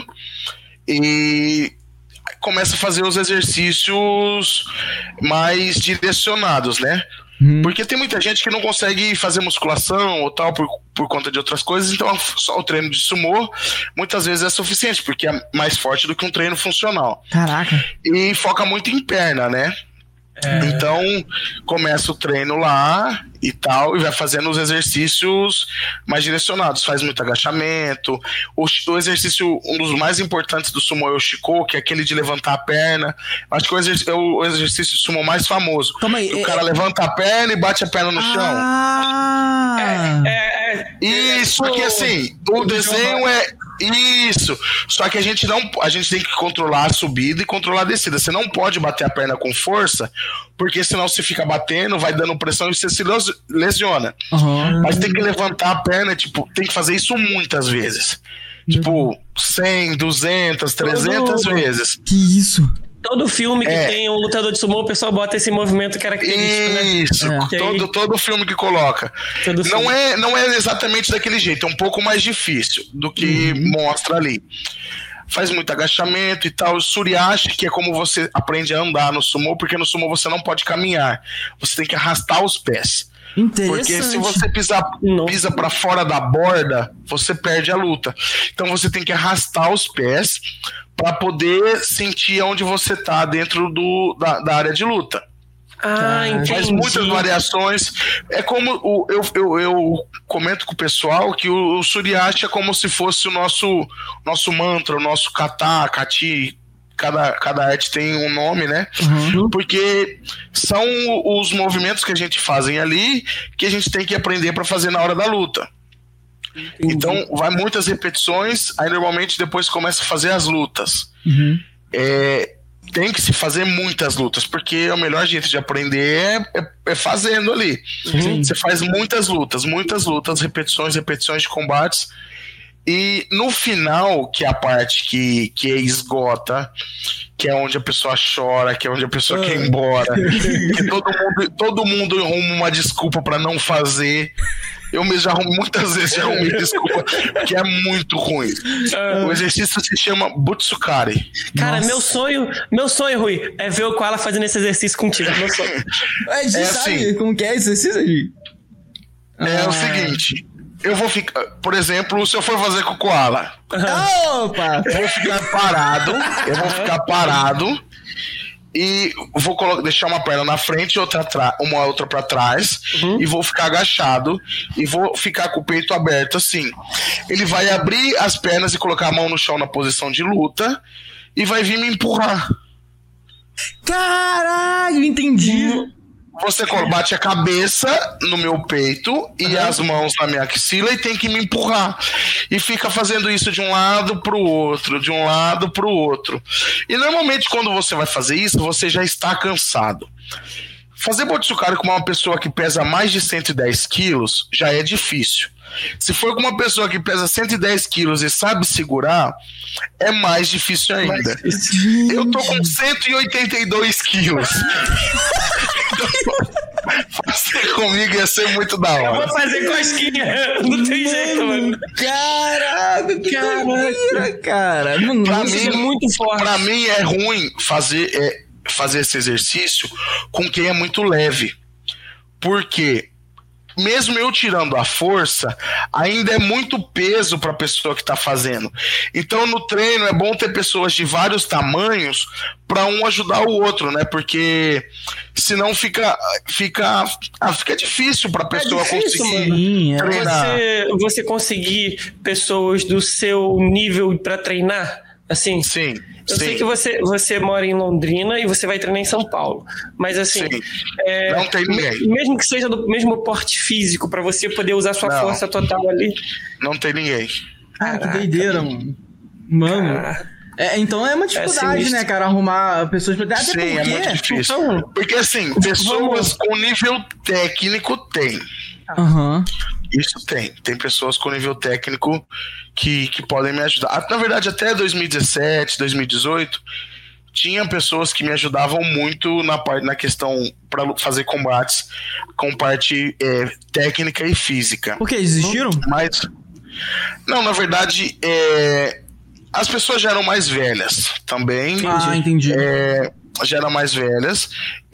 C: e começa a fazer os exercícios mais direcionados, né? Hum. Porque tem muita gente que não consegue fazer musculação ou tal por, por conta de outras coisas, então só o treino de sumô muitas vezes é suficiente, porque é mais forte do que um treino funcional.
A: Caraca.
C: E foca muito em perna, né? É. Então começa o treino lá e tal, e vai fazendo os exercícios mais direcionados, faz muito agachamento. O, o exercício, um dos mais importantes do sumô é o Shiko, que é aquele de levantar a perna. Acho que é o, exerc, é o exercício de sumô mais famoso.
A: Aí,
C: o
A: é,
C: cara é... levanta a perna e bate a perna no chão.
A: Ah.
B: É, é, é,
C: Isso, que assim, o desenho é isso, só que a gente não, a gente tem que controlar a subida e controlar a descida. Você não pode bater a perna com força, porque senão você fica batendo, vai dando pressão e você se lesiona. Uhum. Mas tem que levantar a perna, tipo, tem que fazer isso muitas vezes. Tipo, cem, duzentas, trezentas vezes.
A: Que isso?
B: Todo filme que
C: É.
B: tem um lutador de sumô, o pessoal bota esse movimento característico, né?
C: Isso,
A: É.
B: Que
C: todo,
B: aí-
C: todo filme que coloca.
B: Todo
C: Não
B: filme.
C: é, não é exatamente daquele jeito, é um pouco mais difícil do que mostra ali. Faz muito agachamento e tal. O Suriashi, que é como você aprende a andar no sumô, porque no sumô você não pode caminhar. Você tem que arrastar os pés.
A: Interessante.
C: Porque se você pisar,
B: Não.
C: pisa para fora da borda, você perde a luta. Então você tem que arrastar os pés para poder sentir onde você tá dentro do, da, da área de luta.
B: Ah, entendi.
C: Faz muitas variações. É como o, eu, eu, eu comento com o pessoal que o, o Suriashi é como se fosse o nosso, nosso mantra, o nosso kata, kati. Cada, cada arte tem um nome, né?
A: Uhum.
C: Porque são os movimentos que a gente fazem ali que a gente tem que aprender para fazer na hora da luta. Então, vai muitas repetições, aí normalmente depois começa a fazer as lutas.
A: Uhum.
C: É, tem que se fazer muitas lutas, porque o melhor jeito de aprender é, é, é fazendo ali. Você faz muitas lutas, muitas lutas, repetições, repetições de combates. E no final, que é a parte que, que esgota, que é onde a pessoa chora, que é onde a pessoa quer ir embora, que todo mundo, todo mundo arruma uma desculpa pra não fazer. Eu mesmo já arrumo, muitas vezes já arrumei desculpa, porque é muito ruim. O exercício se chama Butsukari.
B: Cara,
A: Nossa.
B: meu sonho, meu sonho, Rui, é ver o Koala fazendo esse exercício contigo. Meu sonho.
A: A gente
C: É
A: sabe
C: assim.
A: como que é esse exercício, Gi?
C: É
A: Ah.
C: o seguinte, eu vou ficar, por exemplo, se eu for fazer com o Koala,
A: Opa!
C: eu vou ficar parado, eu vou ficar parado e vou colo- deixar uma perna na frente e outra atra- uma outra pra trás e vou ficar agachado e vou ficar com o peito aberto assim. Ele vai abrir as pernas e colocar a mão no chão na posição de luta e vai vir me empurrar.
A: Caralho, entendi.
C: Você colo- bate a cabeça no meu peito e as mãos na minha axila e tem que me empurrar. E fica fazendo isso de um lado pro outro, de um lado pro outro. E normalmente quando você vai fazer isso, você já está cansado. Fazer Butsukari com uma pessoa que pesa mais de cento e dez quilos já é difícil. Se for com uma pessoa que pesa cento e dez quilos e sabe segurar, é mais difícil ainda. Eu tô com cento e oitenta e dois quilos. Fazer comigo ia ser muito da
B: Eu
C: hora.
B: vou fazer cosquinha. Não tem jeito, mano.
A: Caraca, que doideira, cara. Mano,
C: Pra
B: Isso é
C: mim,
B: muito forte.
C: pra mim é ruim fazer, é, fazer esse exercício com quem é muito leve. Porque mesmo eu tirando a força, ainda é muito peso para a pessoa que está fazendo. Então, no treino é bom ter pessoas de vários tamanhos para um ajudar o outro, né? Porque senão fica fica ah, fica difícil para a pessoa
B: difícil,
C: conseguir
A: Sim, é.
C: treinar.
B: Você, você conseguir pessoas do seu nível pra treinar, assim.
C: Sim,
B: Eu
C: sim.
B: sei que você, você mora em Londrina e você vai treinar em São Paulo. Mas assim,
C: Sim.
B: é,
C: Não tem ninguém.
B: me- mesmo que seja do mesmo porte físico, pra você poder usar sua
C: Não.
B: força total ali.
C: Não tem ninguém.
A: Ah, que doideira, mano. Mano.
B: Cara,
A: É, então é uma dificuldade,
B: sinistro.
A: né, cara? Arrumar pessoas pra. Até
C: Sim,
A: porque...
C: é muito difícil.
B: Então,
C: Porque assim, pessoas com nível técnico tem.
A: Aham.
C: Isso tem. Tem pessoas com nível técnico que, que podem me ajudar. Ah, na verdade, até dois mil e dezessete, dois mil e dezoito, tinha pessoas que me ajudavam muito na, parte, na questão para fazer combates com parte é, técnica e física.
A: Por que? Desistiram?
C: Mas, não, na verdade, é, as pessoas já eram mais velhas também.
A: Ah, entendi.
C: É, já eram mais velhas.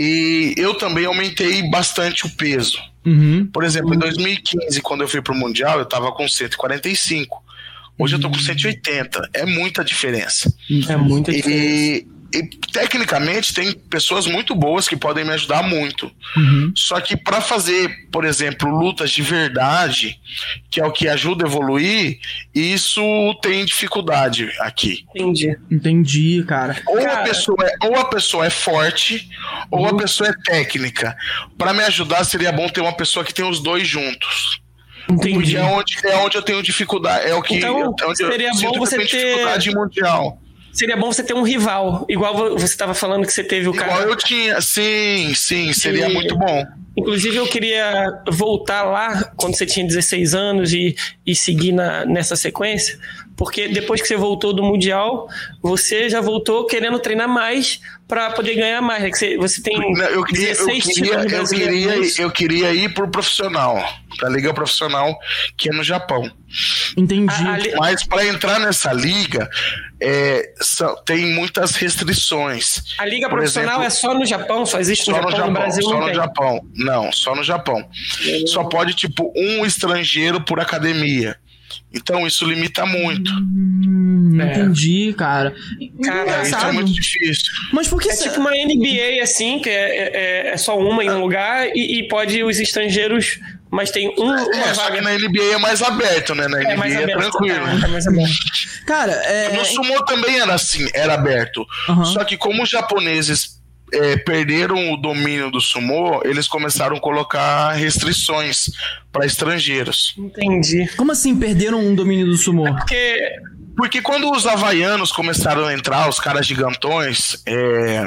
C: E eu também aumentei bastante o peso.
A: Uhum.
C: Por exemplo, em dois mil e quinze, quando eu fui pro Mundial, eu tava com cento e quarenta e cinco. Hoje eu tô com cento e oitenta. É muita diferença.
B: é muito difícil.
C: E, e tecnicamente tem pessoas muito boas que podem me ajudar muito.
A: Uhum.
C: Só que para fazer, por exemplo, lutas de verdade, que é o que ajuda a evoluir, isso tem dificuldade aqui.
B: Entendi.
A: Entendi, cara.
C: Ou a,
B: Cara.
C: pessoa é, ou a pessoa é forte, ou a pessoa é técnica. Para me ajudar, seria bom ter uma pessoa que tem os dois juntos.
B: Entendi.
C: Porque é onde, é onde eu tenho dificuldade. É o que
B: Então,
C: é onde
B: seria
C: eu
B: bom
C: sinto que
B: você
C: eu tenho
B: ter-
C: dificuldade mundial.
B: Seria bom você ter um rival. Igual você estava falando que você teve o
C: Igual
B: cara.
C: eu tinha. Sim, sim, seria
B: E-
C: muito bom.
B: Inclusive, eu queria voltar lá, quando você tinha dezesseis anos, e, e seguir na, nessa sequência, porque depois que você voltou do Mundial, você já voltou querendo treinar mais para poder ganhar mais, né? Que você, você tem
C: eu queria, dezesseis eu queria, eu queria, eu queria ir pro profissional, pra liga profissional, que é no Japão.
A: Entendi.
B: A, a,
C: Mas para entrar nessa liga, é, só, tem muitas restrições.
B: A liga
C: Por
B: profissional
C: exemplo,
B: é só no Japão? Só existe no
C: só
B: Japão,
C: no, Japão,
B: no Brasil
C: só
B: não
C: no
B: tem?
C: Japão. Não, só no Japão.
B: É.
C: Só pode, tipo, um estrangeiro por academia. Então isso limita muito.
A: Hum,
B: É.
A: Entendi, cara.
B: Cara,
C: Isso é muito difícil.
A: Mas por que
B: É
A: cê-
B: tipo uma N B A, assim, que é, é, é só uma em um lugar e, e pode os estrangeiros, mas tem um, uma
C: É, só
B: vaga.
C: que na N B A é mais aberto, né? Na
B: É
C: N B A
B: mais
C: é
B: aberto.
C: tranquilo.
B: É, é mais aberto.
A: Cara, é.
C: No sumo também era assim, era aberto.
A: Aham.
C: Só que como os japoneses é, perderam o domínio do sumo, eles começaram a colocar restrições para estrangeiros.
B: Entendi.
A: Como assim perderam um domínio do sumo?
B: Porque
C: Porque quando os havaianos começaram a entrar, os caras gigantões, é,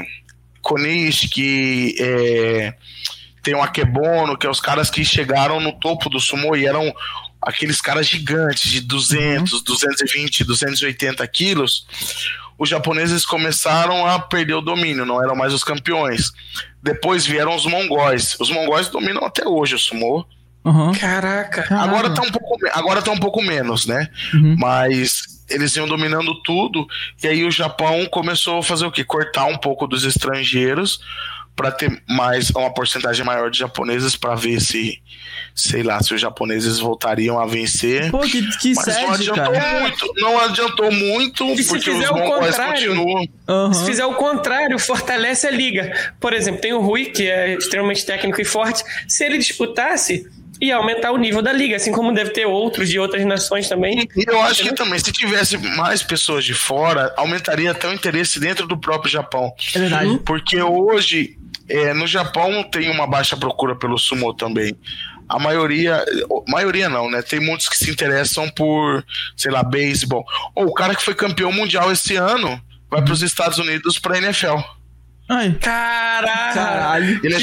C: Konishiki, é, tem o Akebono, que é os caras que chegaram no topo do sumo e eram aqueles caras gigantes de duzentos, duzentos e vinte, duzentos e oitenta quilos. Os japoneses começaram a perder o domínio, não eram mais os campeões. Depois vieram os mongóis. Os mongóis dominam até hoje o sumo.
A: Aham.
B: Caraca.
A: Caraca.
C: Agora tá um pouco, me- agora tá um pouco menos, né?
A: Uhum.
C: Mas eles iam dominando tudo, e aí o Japão começou a fazer o quê? Cortar um pouco dos estrangeiros para ter mais uma porcentagem maior de japoneses para ver se, sei lá, se os japoneses voltariam a vencer.
A: Pô, que, que
C: Mas não
A: sede,
C: adiantou
A: cara.
C: muito, não adiantou muito,
B: E se
C: porque os
B: fizer o
C: mongóis
B: contrário?
C: continuam.
A: Aham.
B: Se fizer o contrário, fortalece a liga. Por exemplo, tem o Rui, que é extremamente técnico e forte. Se ele disputasse, ia aumentar o nível da liga, assim como deve ter outros de outras nações também.
C: E eu acho que também, se tivesse mais pessoas de fora, aumentaria até o interesse dentro do próprio Japão.
A: É verdade.
C: Porque hoje, é, no Japão, tem uma baixa procura pelo sumo também. A maioria, maioria não, né? Tem muitos que se interessam por, sei lá, beisebol. Ou o cara que foi campeão mundial esse ano vai para os Estados Unidos para a N F L.
A: Ai.
B: Caraca!
A: Caralho.
C: Ele é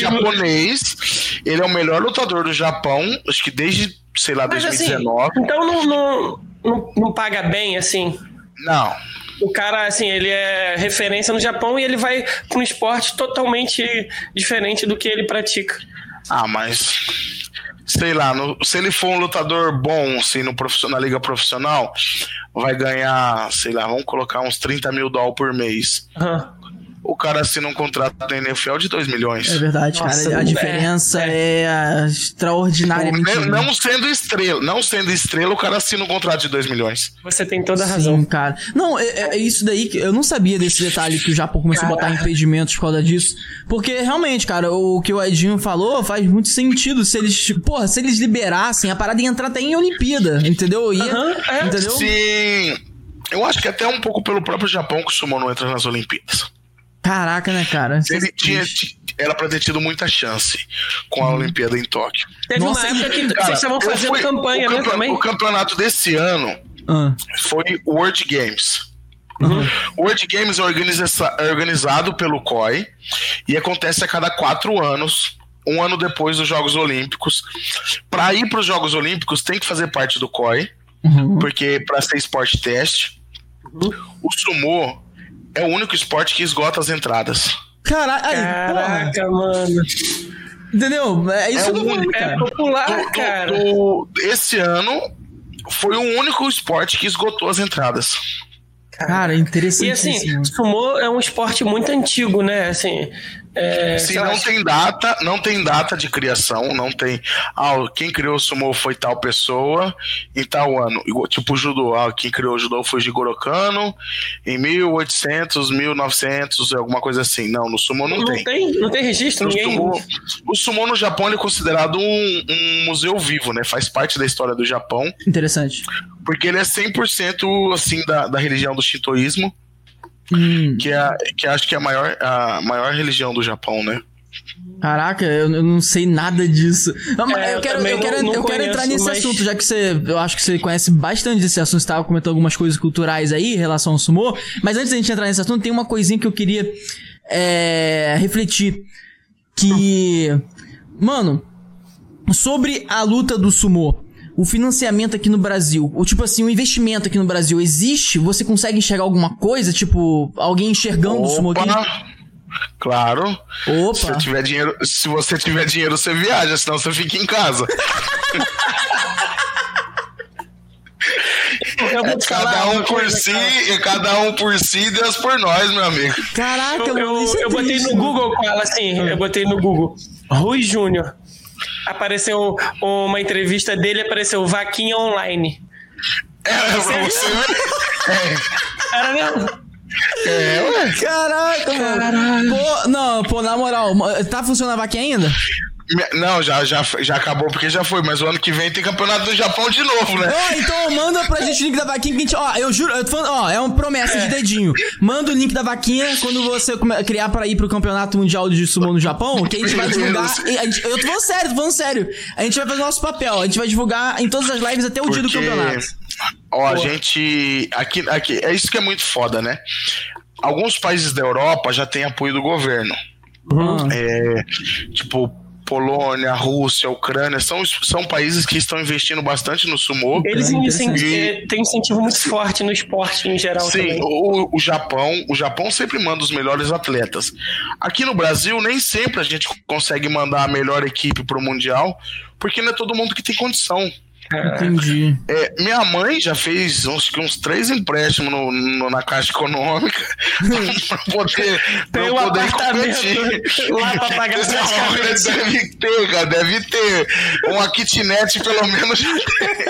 C: japonês, ele é o melhor lutador do Japão, acho que desde, sei lá,
B: Mas
C: dois mil e
B: assim,
C: dezenove.
B: então não, não, não, não paga bem, assim.
C: Não.
B: O cara, assim, ele é referência no Japão e ele vai para um esporte totalmente diferente do que ele pratica.
C: Ah, mas sei lá, no, se ele for um lutador bom, assim, no profissional, na liga profissional, vai ganhar, sei lá, vamos colocar uns trinta mil dólares por mês.
B: Aham.
C: O cara assina um contrato da N F L de dois milhões.
A: É verdade,
B: Nossa,
A: cara. A
B: é,
A: diferença é,
B: é.
A: extraordinariamente
C: Não,
A: grande.
C: não sendo estrela, não sendo estrela, o cara assina um contrato de dois milhões.
B: Você tem toda a razão.
A: Sim, cara. Não, é, é isso daí que eu não sabia desse detalhe que o Japão começou a botar impedimentos por causa disso. Porque realmente, cara, o que o Edinho falou faz muito sentido. Se eles, porra, se eles liberassem, a parada ia entrar até em Olimpíada, entendeu? Ia,
B: Aham, é.
A: entendeu?
C: Sim, eu acho que até um pouco pelo próprio Japão que o sumo não entra nas Olimpíadas.
A: Caraca, né, cara?
C: Ele tinha, era pra ter tido muita chance com a Olimpíada em Tóquio.
B: Teve
A: Nossa,
B: uma época que
C: Cara,
B: vocês estavam
C: eu
B: fazendo
C: fui-
B: campanha,
C: o
B: né,
C: campe-
B: também?
C: O campeonato desse ano
A: Ah,
C: foi o World Games.
A: uhum.
C: O World Games é, organiza- é organizado pelo C O I e acontece a cada quatro anos, um ano depois dos Jogos Olímpicos. Para ir para os Jogos Olímpicos tem que fazer parte do C O I,
A: Uhum.
C: porque para ser esporte teste, o sumo é o único esporte que esgota as entradas.
A: Caralho, aí, porra.
B: Caraca, mano.
A: Entendeu? É isso
C: É
A: que eu
C: o
A: falei,
C: único.
B: É
A: cara.
B: popular,
C: Do- do-
B: cara.
C: do- esse ano foi o único esporte que esgotou as entradas.
A: Cara,
B: E
A: interessantíssimo.
B: assim, sumô é um esporte muito antigo, né? Assim, é,
C: Se
B: sei lá,
C: não tem data, não tem data de criação, não tem. Ah, quem criou o sumo foi tal pessoa em tal ano. Igual, tipo o judô, ah, quem criou o judô foi Jigoro Kano em mil e oitocentos, mil e novecentos, alguma coisa assim. Não, no sumo não,
B: não
C: tem.
B: tem, não tem registro,
C: No
B: ninguém.
C: sumo- o sumo no Japão ele é considerado um, um museu vivo, né? Faz parte da história do Japão,
A: Interessante.
C: porque ele é cem por cento assim da, da religião do shintoísmo,
A: Hum,
C: que é que acho que é a maior, a maior religião do Japão, né?
A: caraca, eu, eu não sei nada disso. Não, mas
B: É,
A: eu
B: eu
A: quero,
B: também
A: eu quero,
B: não- não
A: eu quero entrar
B: conheço,
A: nesse
B: mas-
A: assunto, já que você. Eu acho que você conhece bastante desse assunto. Você tava comentando algumas coisas culturais aí em relação ao sumô. Mas antes da gente entrar nesse assunto, tem uma coisinha que eu queria é, refletir. Que. mano, sobre a luta do sumô, o financiamento aqui no Brasil, ou tipo assim, o investimento aqui no Brasil existe? Você consegue enxergar alguma coisa? Tipo, alguém enxergando o sumô aqui?
C: Claro.
A: Opa.
C: Se, tiver dinheiro, se você tiver dinheiro, você viaja, senão você fica em casa. É cada um por si, é cada um por si, Deus por nós, meu amigo.
A: Caraca,
B: eu, eu,
A: isso é
B: eu botei no Google com ela assim, eu botei no Google Rui Júnior. Apareceu uma entrevista dele, apareceu Vaquinha Online.
C: Era pra você ver? É.
B: Era mesmo?
C: É, ué.
A: Caraca, mano. Pô, não, pô, na moral, tá funcionando a vaquinha ainda?
C: Não, já, já, já acabou porque já foi, mas o ano que vem tem campeonato do Japão de novo, né?
A: Ó, então manda pra gente o link da vaquinha que a gente, ó, eu juro, eu tô falando, ó, é uma promessa é. de dedinho. Manda o link da vaquinha quando você criar pra ir pro campeonato mundial de sumo no Japão, que a gente vai divulgar. E a gente, eu tô falando sério, tô falando sério. A gente vai fazer o nosso papel, a gente vai divulgar em todas as lives até o porque, dia do campeonato.
C: Ó, a gente. Aqui, aqui, é isso que é muito foda, né? Alguns países da Europa já tem apoio do governo.
A: Uhum.
C: É, tipo. Polônia, Rússia, Ucrânia, são, são países que estão investindo bastante no sumô.
B: Eles e... têm um incentivo muito forte no esporte em geral.
C: Sim,
B: também.
C: O, o Japão, o Japão sempre manda os melhores atletas. Aqui no Brasil, nem sempre a gente consegue mandar a melhor equipe pro Mundial, porque não é todo mundo que tem condição.
A: Entendi.
C: É, minha mãe já fez uns, uns três empréstimos no, no, na Caixa Econômica pra poder, pra
B: tem um
C: poder
B: competir lá pra pagar as casas.
C: Deve ter, cara, deve ter. Uma kitnet pelo menos já tem.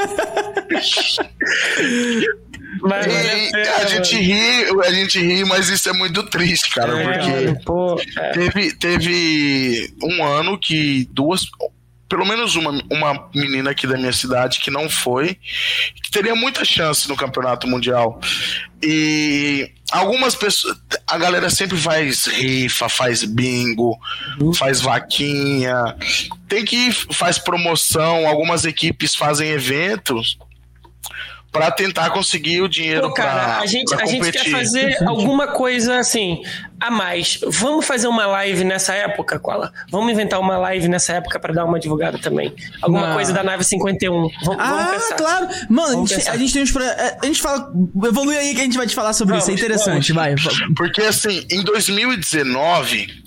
B: Mas,
C: e
B: é,
C: a gente ri, a gente ri, mas isso é muito triste, cara,
B: é,
C: porque
B: pô, é.
C: teve, teve um ano que duas... Pelo menos uma, uma menina aqui da minha cidade que não foi, que teria muita chance no campeonato mundial. E algumas pessoas, a galera sempre faz rifa, faz bingo, uhum. faz vaquinha, tem que faz promoção, algumas equipes fazem eventos para tentar conseguir o dinheiro.
B: Pô, cara,
C: pra,
B: a gente,
C: pra
B: a gente quer fazer alguma coisa assim a mais. Vamos fazer uma live nessa época, Koala? Vamos inventar uma live nessa época para dar uma divulgada também. Alguma Não. coisa da nave cinquenta e um. Vamos,
A: ah,
B: vamos pensar.
A: Claro. Mano, a gente,
B: a
A: gente tem uns projetos. A gente fala. Evolui aí que a gente vai te falar sobre vamos, isso. É interessante, vamos. vai.
C: Porque assim, em dois mil e dezenove.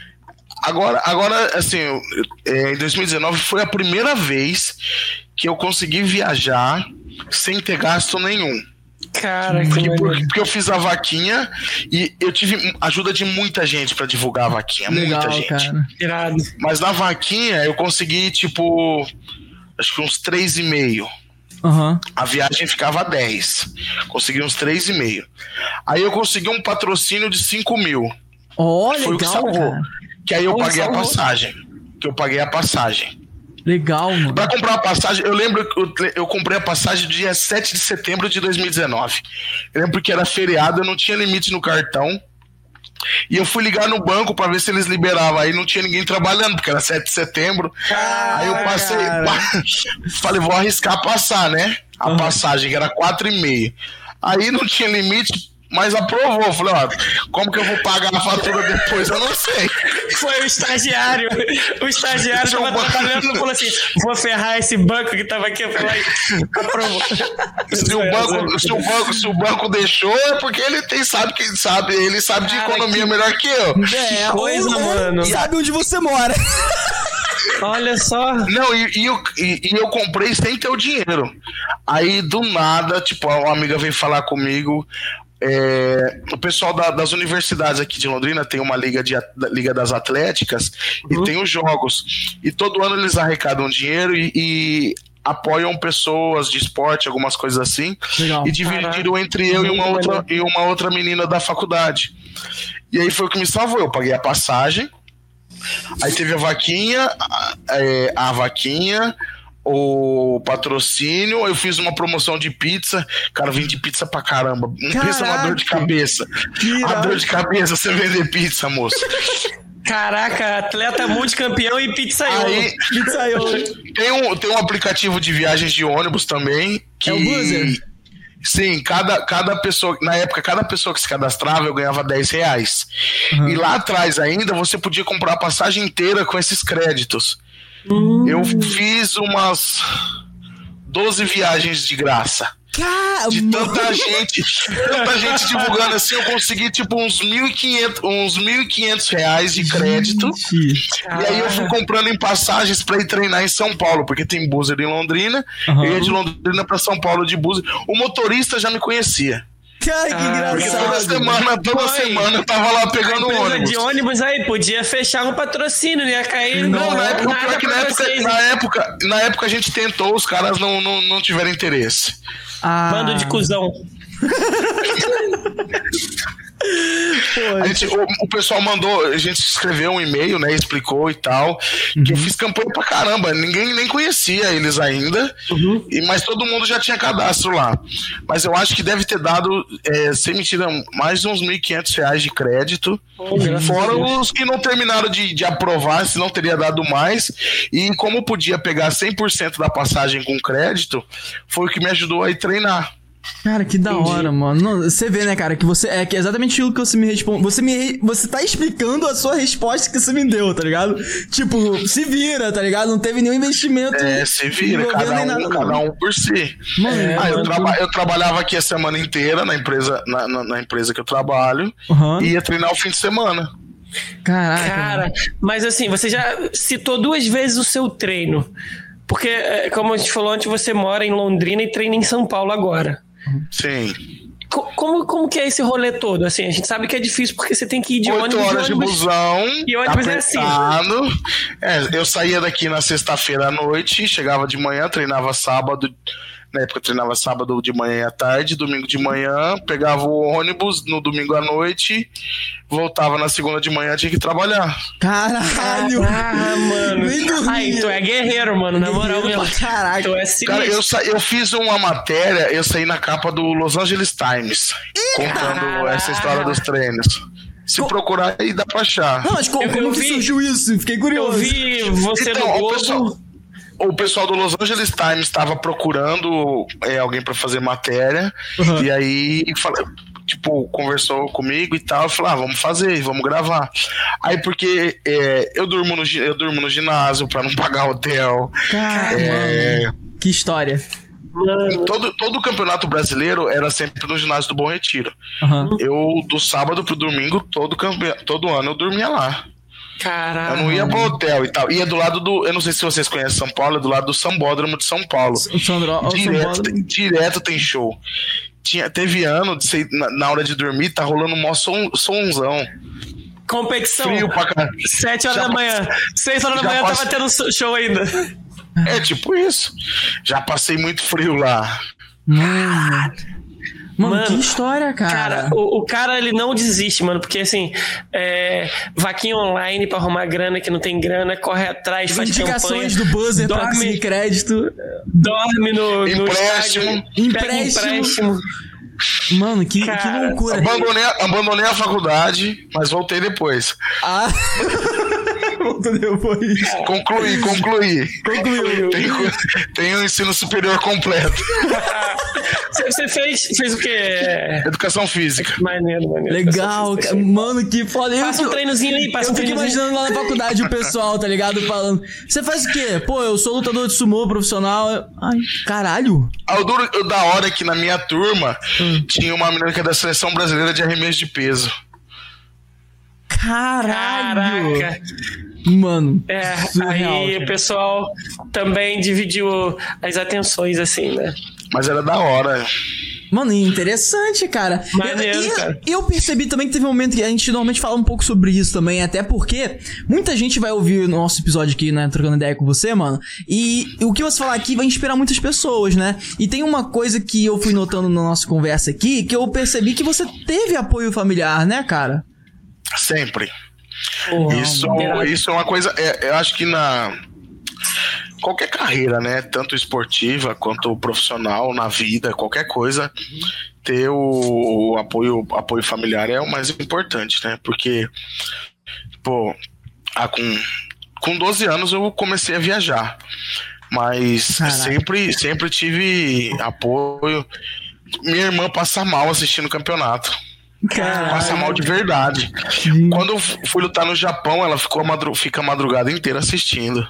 C: Agora, agora assim, em dois mil e dezenove foi a primeira vez que eu consegui viajar sem ter gasto nenhum.
B: Cara,
C: porque,
B: que
C: porque, porque eu fiz a vaquinha e eu tive ajuda de muita gente pra divulgar a vaquinha.
A: Legal,
C: muita gente.
A: Cara.
B: Irado.
C: Mas na vaquinha eu consegui, tipo, acho que uns três e meio.
A: Uhum.
C: A viagem ficava dez. Consegui uns três e meio. Aí eu consegui um patrocínio de cinco mil.
A: Olha,
C: foi
A: legal,
C: o que salvou.
A: cara.
C: Que aí eu
B: Olha,
C: paguei
B: salvou.
C: a passagem. Que eu paguei a passagem.
A: Legal, mano. Pra
C: comprar a passagem, eu lembro que eu, eu comprei a passagem dia sete de setembro de dois mil e dezenove. Eu lembro que era feriado, eu não tinha limite no cartão. E eu fui ligar no banco pra ver se eles liberavam. Aí não tinha ninguém trabalhando, porque era sete de setembro.
A: Ah,
C: aí eu passei. Pa... Falei, vou arriscar passar, né? A uhum. passagem, que era quatro e meio. Aí não tinha limite. Mas aprovou, falei, ó, como que eu vou pagar a fatura depois? Eu não sei.
B: Foi o estagiário. O estagiário tava banco... trabalhando e falou assim: vou ferrar esse banco que tava aqui. Eu falei, aprovou.
C: Se o, banco, se, o banco, se o banco deixou, é porque ele tem, sabe que sabe, ele sabe de Cara, economia que... melhor que eu.
B: É, que coisa, ou, mano.
A: Sabe onde você mora.
B: Olha só.
C: Não, e, e, eu, e, e eu comprei sem ter o dinheiro. Aí, do nada, tipo, uma amiga veio falar comigo. É, o pessoal da, das universidades aqui de Londrina tem uma liga, de, liga das atléticas uhum. e tem os jogos. E todo ano eles arrecadam dinheiro e, e apoiam pessoas de esporte, algumas coisas assim. Legal. E dividiram Caraca. entre eu e uma, outra, e uma outra menina da faculdade. E aí foi o que me salvou. Eu paguei a passagem. Aí teve a vaquinha, a, a vaquinha, o patrocínio, eu fiz uma promoção de pizza, cara, vendi pizza pra caramba. Não Caraca. pensa numa dor de cabeça. A dor de cabeça você vender pizza, moço.
B: Caraca, atleta multicampeão e pizzaiolo.
C: Aí, pizzaiolo. Tem um, tem um aplicativo de viagens de ônibus também. Que...
A: É o Buzzer?
C: Sim, cada, cada pessoa, na época, cada pessoa que se cadastrava, eu ganhava dez reais. Uhum. E lá atrás ainda, você podia comprar a passagem inteira com esses créditos. Hum. Eu fiz umas doze viagens de graça.
A: Caramba.
C: De tanta gente, tanta gente divulgando assim, eu consegui tipo uns mil e quinhentos, uns mil e quinhentos reais de crédito. Gente. E aí eu fui comprando em passagens pra ir treinar em São Paulo, porque tem buzzer em Londrina. Uhum. Eu ia de Londrina pra São Paulo de buzzer. O motorista já me conhecia.
A: Cara, que
C: ah,
A: engraçado.
C: Toda semana, toda Foi. semana eu tava lá pegando
B: o
C: ônibus.
B: de ônibus aí, podia fechar um patrocínio, ia cair.
C: Não,
B: não
C: na época,
B: nada
C: que na, época, na, época, na época a gente tentou, os caras não, não, não tiveram interesse.
B: Ah. Bando de cuzão.
C: A gente, o, o pessoal mandou, a gente escreveu um e-mail, né, explicou e tal, uhum. que eu fiz campanha pra caramba, ninguém nem conhecia eles ainda, uhum. e, mas todo mundo já tinha cadastro lá. Mas eu acho que deve ter dado, é, sem mentira, mais uns mil e quinhentos reais de crédito, uhum. fora os que não terminaram de, de aprovar, senão teria dado mais, e como podia pegar cem por cento da passagem com crédito, foi o que me ajudou a ir treinar.
A: Cara, que da
B: Entendi.
A: hora, mano. Não, você vê, né, cara, que você é que é exatamente aquilo que você me responde. Você me você tá explicando a sua resposta que você me deu, tá ligado? Tipo, se vira, tá ligado? Não teve nenhum investimento.
C: É, se vira, cada um, nada, cada um por si.
A: Mano,
C: é, ah,
A: mano,
C: eu, traba, eu trabalhava aqui a semana inteira na empresa, na, na, na empresa que eu trabalho, uhum. e ia treinar o fim de semana.
A: Caraca.
B: Cara, mas assim, você já citou duas vezes o seu treino. Porque, como a gente falou antes, você mora em Londrina e treina em São Paulo agora.
C: Sim.
B: Como, como que é esse rolê todo? Assim, a gente sabe que é difícil porque você tem que ir de
C: ônibus. Oito horas de, ônibus, de busão.
B: E ônibus apertado. É assim.
C: É, eu saía daqui na sexta-feira à noite, chegava de manhã, treinava sábado. Na época eu treinava sábado de manhã e à tarde, domingo de manhã, pegava o ônibus no domingo à noite, voltava na segunda de manhã, tinha que trabalhar.
A: Caralho!
B: Ah, mano. Aí, tu é guerreiro, mano, na moral mesmo.
A: Caraca.
B: Tu é
C: Cara, eu, sa- eu fiz uma matéria, eu saí na capa do Los Angeles Times, Ih, contando cara. essa história dos treinos. Se Co- procurar aí, dá pra achar.
A: Não, mas como, eu, como eu que vi, surgiu isso? Fiquei curioso.
B: Eu vi você então, no Globo.
C: Pessoal, o pessoal do Los Angeles Times estava procurando é, alguém para fazer matéria, uhum. e aí falei, tipo, conversou comigo e tal, eu falei, ah, vamos fazer, vamos gravar. Aí porque é, eu, durmo no, eu durmo no ginásio para não pagar hotel.
A: Caramba, é, que história.
C: Todo, todo o campeonato brasileiro era sempre no ginásio do Bom Retiro. Uhum. Eu, do sábado pro domingo, todo, campe... todo ano eu dormia lá.
B: Caralho.
C: Eu não ia pro hotel e tal. Ia do lado do. Eu não sei se vocês conhecem São Paulo, é do lado do Sambódromo de São Paulo.
A: Sandro...
C: Direto, tem, direto tem show. Tinha, teve ano de ser, na, na hora de dormir, tá rolando um mó som, sonzão.
B: Competição.
C: Frio pra caralho.
B: Sete horas já da manhã. Seis horas da manhã passe... tava tendo show ainda.
C: É tipo isso. Já passei muito frio lá.
A: Mano. Mano, mano, que história, cara.
B: Cara, o, o cara, ele não desiste, mano, porque assim, é, vaquinha online pra arrumar grana que não tem grana, corre atrás, faz
A: indicações do buzzer dorme, pra conseguir crédito.
B: Dorme no,
C: empréstimo,
B: no estádio,
A: empréstimo. empréstimo. Mano, que, que loucura.
C: Abandonei, abandonei a faculdade, mas voltei depois. Ah...
A: depois.
C: Concluí, concluí.
A: Concluiu.
C: Tem, tem um ensino superior completo.
B: Você fez, fez o quê?
C: Educação física.
B: Maneiro, maneiro.
A: Legal, cara. Mano, que foda.
B: Passa um treinozinho aí, passa
A: eu
B: um
A: treinozinho. Eu fico imaginando lá na faculdade o pessoal, tá ligado? Falando, você faz o quê? Pô, eu sou lutador de sumô profissional. Ai, caralho.
C: O duro, o da hora é que na minha turma hum. tinha uma menina que é da seleção brasileira de arremesso de peso.
A: Caralho.
B: Caraca.
A: Mano,
B: é,
A: surreal,
B: aí
A: cara.
B: O pessoal também dividiu as atenções, assim, né?
C: Mas era da hora.
A: Mano, interessante, cara.
B: Maneiro,
A: eu,
B: cara.
A: Eu percebi também que teve um momento que a gente normalmente fala um pouco sobre isso também, até porque muita gente vai ouvir o nosso episódio aqui, né, trocando ideia com você, mano, e o que você falar aqui vai inspirar muitas pessoas, né? E tem uma coisa que eu fui notando na nossa conversa aqui, que eu percebi que você teve apoio familiar, né, cara?
C: Sempre. Oh, isso, isso é uma coisa, é, eu acho que na qualquer carreira, né, tanto esportiva quanto profissional, na vida, qualquer coisa, ter o, o apoio, apoio familiar é o mais importante, né, porque pô, ah, com, com doze anos eu comecei a viajar, mas sempre, sempre tive apoio. Minha irmã passa mal assistindo o campeonato.
A: Caralho.
C: Passa mal de verdade. Sim. Quando eu fui lutar no Japão, ela ficou a madru- fica a madrugada inteira assistindo.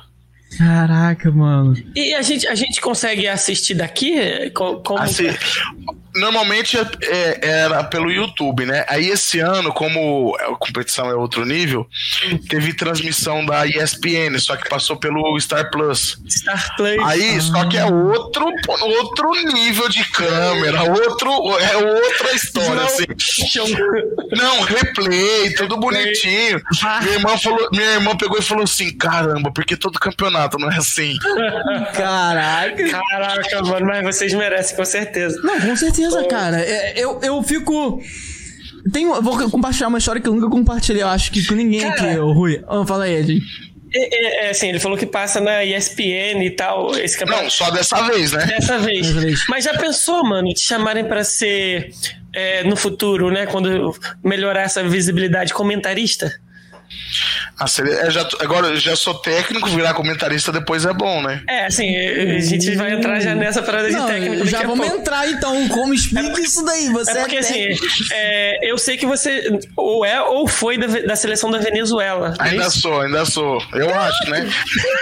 A: Caraca, mano.
B: E a gente, a gente consegue assistir daqui? Como...
C: Assim, normalmente é, era pelo YouTube, né? Aí esse ano, como a competição é outro nível, teve transmissão da E S P N, só que passou pelo Star Plus.
B: Star Plus.
C: Aí, ah. só que é outro, outro nível de câmera, outro, é outra história, não, assim. Não, replay, tudo bonitinho. Ah. Minha irmã falou, minha irmã pegou e falou assim: caramba, porque todo campeonato não é assim.
A: Caraca.
B: Caraca, mano, mas vocês merecem, com certeza.
A: Não, com certeza, cara. Eu, eu fico... Tenho, eu vou compartilhar uma história que eu nunca compartilhei, eu acho que com ninguém cara, aqui, ô Rui. Oh, fala aí, Ed.
B: É, é, assim, ele falou que passa na E S P N e tal, esse campeonato.
C: Não, só dessa vez, né?
B: Dessa vez. Dessa vez. Mas já pensou, mano, te chamarem pra ser, é, no futuro, né, quando melhorar essa visibilidade, comentarista?
C: Ah, eu já, agora eu já sou técnico, virar comentarista depois é bom, né?
B: É, assim, a gente vai entrar já nessa parada de não, técnico.
A: Já vamos entrar então, como explica é, isso daí? Você
B: é porque é assim, é, eu sei que você ou é ou foi da, da seleção da Venezuela.
C: Ainda é sou, ainda sou. Eu acho, né?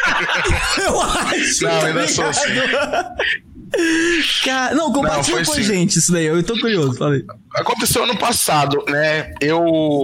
A: eu acho.
C: Não, ainda ligado. Sou sim.
A: Cara, não, compartilha com a gente isso daí, eu tô curioso, falei.
C: Aconteceu ano passado, né? Eu...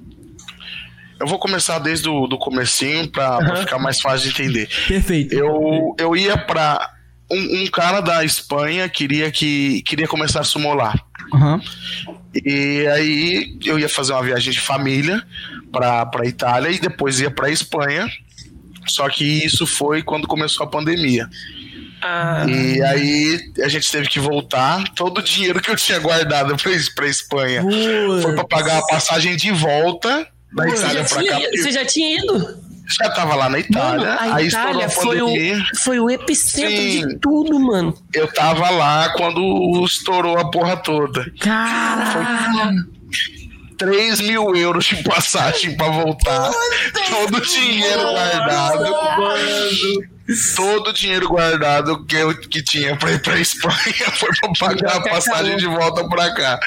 C: Eu vou começar desde o do comecinho pra, uhum. pra ficar mais fácil de entender.
A: Perfeito.
C: Eu, eu ia pra... Um, um cara da Espanha queria, que, queria começar a sumo lá.
A: Uhum.
C: E aí eu ia fazer uma viagem de família pra, pra Itália e depois ia pra Espanha. Só que isso foi quando começou a pandemia.
B: Ah.
C: E aí a gente teve que voltar. Todo o dinheiro que eu tinha guardado pra, pra Espanha uh. foi pra pagar a passagem de volta... Da Itália
B: você,
C: pra
B: tinha,
C: cá, porque...
B: você já tinha ido?
C: Já tava lá na Itália.
B: Mano, a
C: aí
B: Itália foi o, foi o epicentro Sim, de tudo, mano.
C: Eu tava lá quando estourou a porra toda.
B: Caralho.
C: três mil euros de passagem pra voltar. Todo o dinheiro guardado. Mano. Todo o dinheiro guardado que eu que tinha pra ir pra Espanha foi pra pagar a passagem de volta pra cá.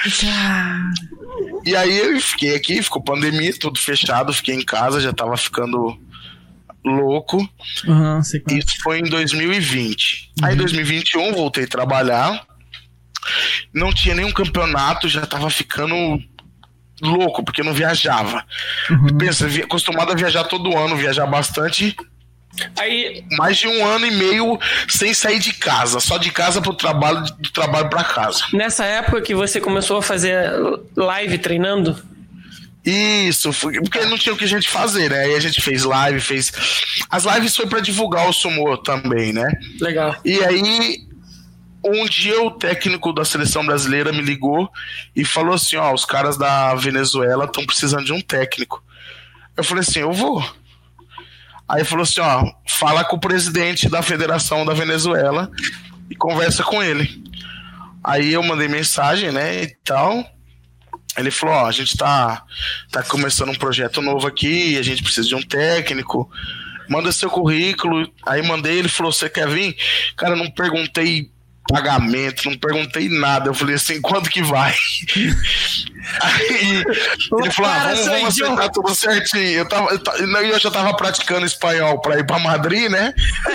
C: E aí eu fiquei aqui, ficou pandemia, tudo fechado, fiquei em casa, já tava ficando louco.
A: Uhum,
C: Isso foi em dois mil e vinte. Uhum. Aí em dois mil e vinte e um voltei a trabalhar, não tinha nenhum campeonato, já tava ficando louco, porque não viajava. Uhum. Pensa, acostumado a viajar todo ano, viajar bastante...
B: Aí,
C: mais de um ano e meio sem sair de casa, só de casa pro trabalho, do trabalho pra casa.
B: Nessa época que você começou a fazer live treinando?
C: Isso, porque não tinha o que a gente fazer, né? Aí a gente fez live, fez... As lives foi pra divulgar o sumo também, né?
B: Legal.
C: E aí, um dia o técnico da seleção brasileira me ligou e falou assim, ó, os caras da Venezuela estão precisando de um técnico. Eu falei assim, eu vou. Aí falou assim, ó, fala com o presidente da Federação da Venezuela e conversa com ele. Aí eu mandei mensagem, né, e tal. Ele falou, ó, a gente tá, tá começando um projeto novo aqui, a gente precisa de um técnico, manda seu currículo. Aí mandei, ele falou, você quer vir? Cara, eu não perguntei pagamento, não perguntei nada. Eu falei assim, quanto que vai? Aí ele falou, ah, vamos, vamos acertar tudo certinho. Eu, tava, eu, eu já tava praticando espanhol pra ir pra Madrid, né?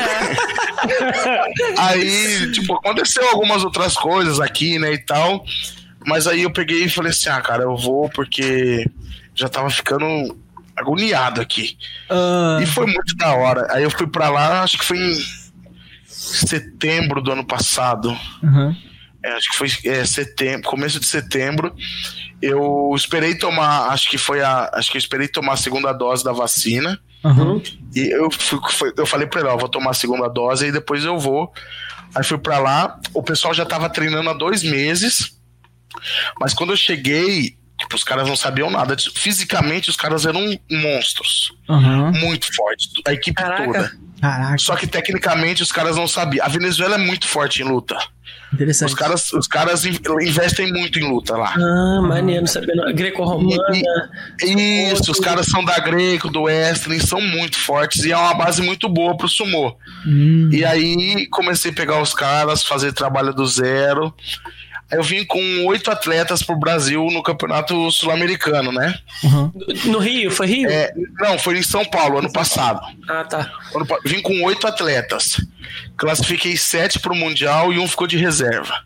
C: É. Aí, tipo, aconteceu algumas outras coisas aqui, né, e tal. Mas aí eu peguei e falei assim, ah, cara, eu vou porque já tava ficando agoniado aqui. Uh... E foi muito da hora. Aí eu fui pra lá, acho que foi em setembro do ano passado.
A: Uhum.
C: É, acho que foi é, setembro, começo de setembro. Eu esperei tomar, acho que foi a, acho que eu esperei tomar a segunda dose da vacina.
A: Uhum.
C: E eu fui, foi, eu falei pra ele, ó, vou tomar a segunda dose e depois eu vou. Aí fui pra lá, o pessoal já tava treinando há dois meses, mas quando eu cheguei, tipo, os caras não sabiam nada. Fisicamente, os caras eram monstros.
A: Uhum.
C: Muito fortes, a equipe
B: Caraca.
C: toda.
A: Caraca.
C: Só que tecnicamente os caras não sabiam. A Venezuela é muito forte em luta.
A: Interessante.
C: Os caras, os caras investem muito em luta lá.
B: Ah, maneiro, não sabia. Greco-romana.
C: E, isso, os caras são da Greco, do Wrestling, são muito fortes e é uma base muito boa pro sumô.
A: Hum.
C: E aí comecei a pegar os caras, fazer trabalho do zero. Aí eu vim com oito atletas pro Brasil no Campeonato Sul-Americano, né?
A: Uhum.
B: No Rio? Foi Rio?
C: É, não, foi em São Paulo, ano passado.
B: Ah, tá.
C: Vim com oito atletas. Classifiquei sete pro Mundial e um ficou de reserva.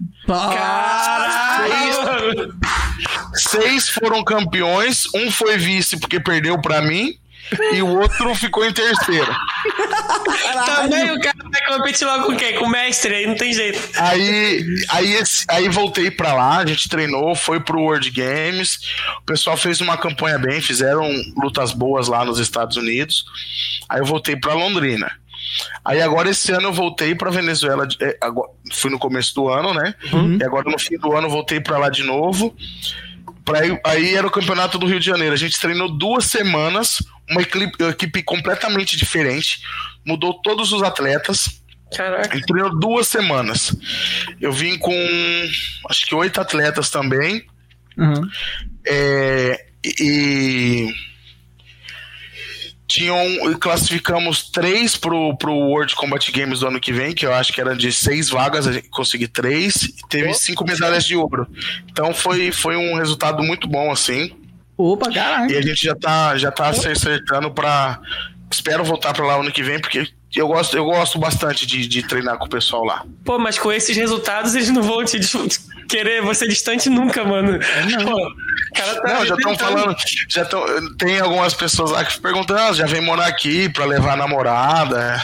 B: Caralho!
C: Seis, seis foram campeões, um foi vice porque perdeu pra mim. E o outro ficou em terceiro.
B: Também o cara vai competir logo com quem? Com o mestre, aí não tem jeito.
C: Aí, aí, esse, aí voltei pra lá, a gente treinou, foi pro World Games. O pessoal fez uma campanha bem, fizeram lutas boas lá nos Estados Unidos. Aí eu voltei pra Londrina. Aí agora esse ano eu voltei pra Venezuela, agora, fui no começo do ano, né? Uhum. E agora no fim do ano eu voltei pra lá de novo. Pra aí, aí era o campeonato do Rio de Janeiro. A gente treinou duas semanas, uma equipe, uma equipe completamente diferente, mudou todos os atletas.
B: Caraca.
C: A gente treinou duas semanas. Eu vim com acho que oito atletas também.
A: Uhum.
C: É, e tinham, classificamos três pro, pro World Combat Games do ano que vem, que eu acho que era de seis vagas, a gente consegui três, e teve cinco medalhas de ouro. Então foi, foi um resultado muito bom, assim.
A: Opa, caralho.
C: E a gente já tá, já tá se acertando pra... Espero voltar pra lá ano que vem, porque eu gosto, eu gosto bastante de, de treinar com o pessoal lá.
B: Pô, mas com esses resultados eles não vão te querer você distante nunca, mano.
A: Não,
B: Pô, cara tá
C: não já estão falando, já tão, tem algumas pessoas lá que perguntam, ah, já vem morar aqui pra levar a namorada.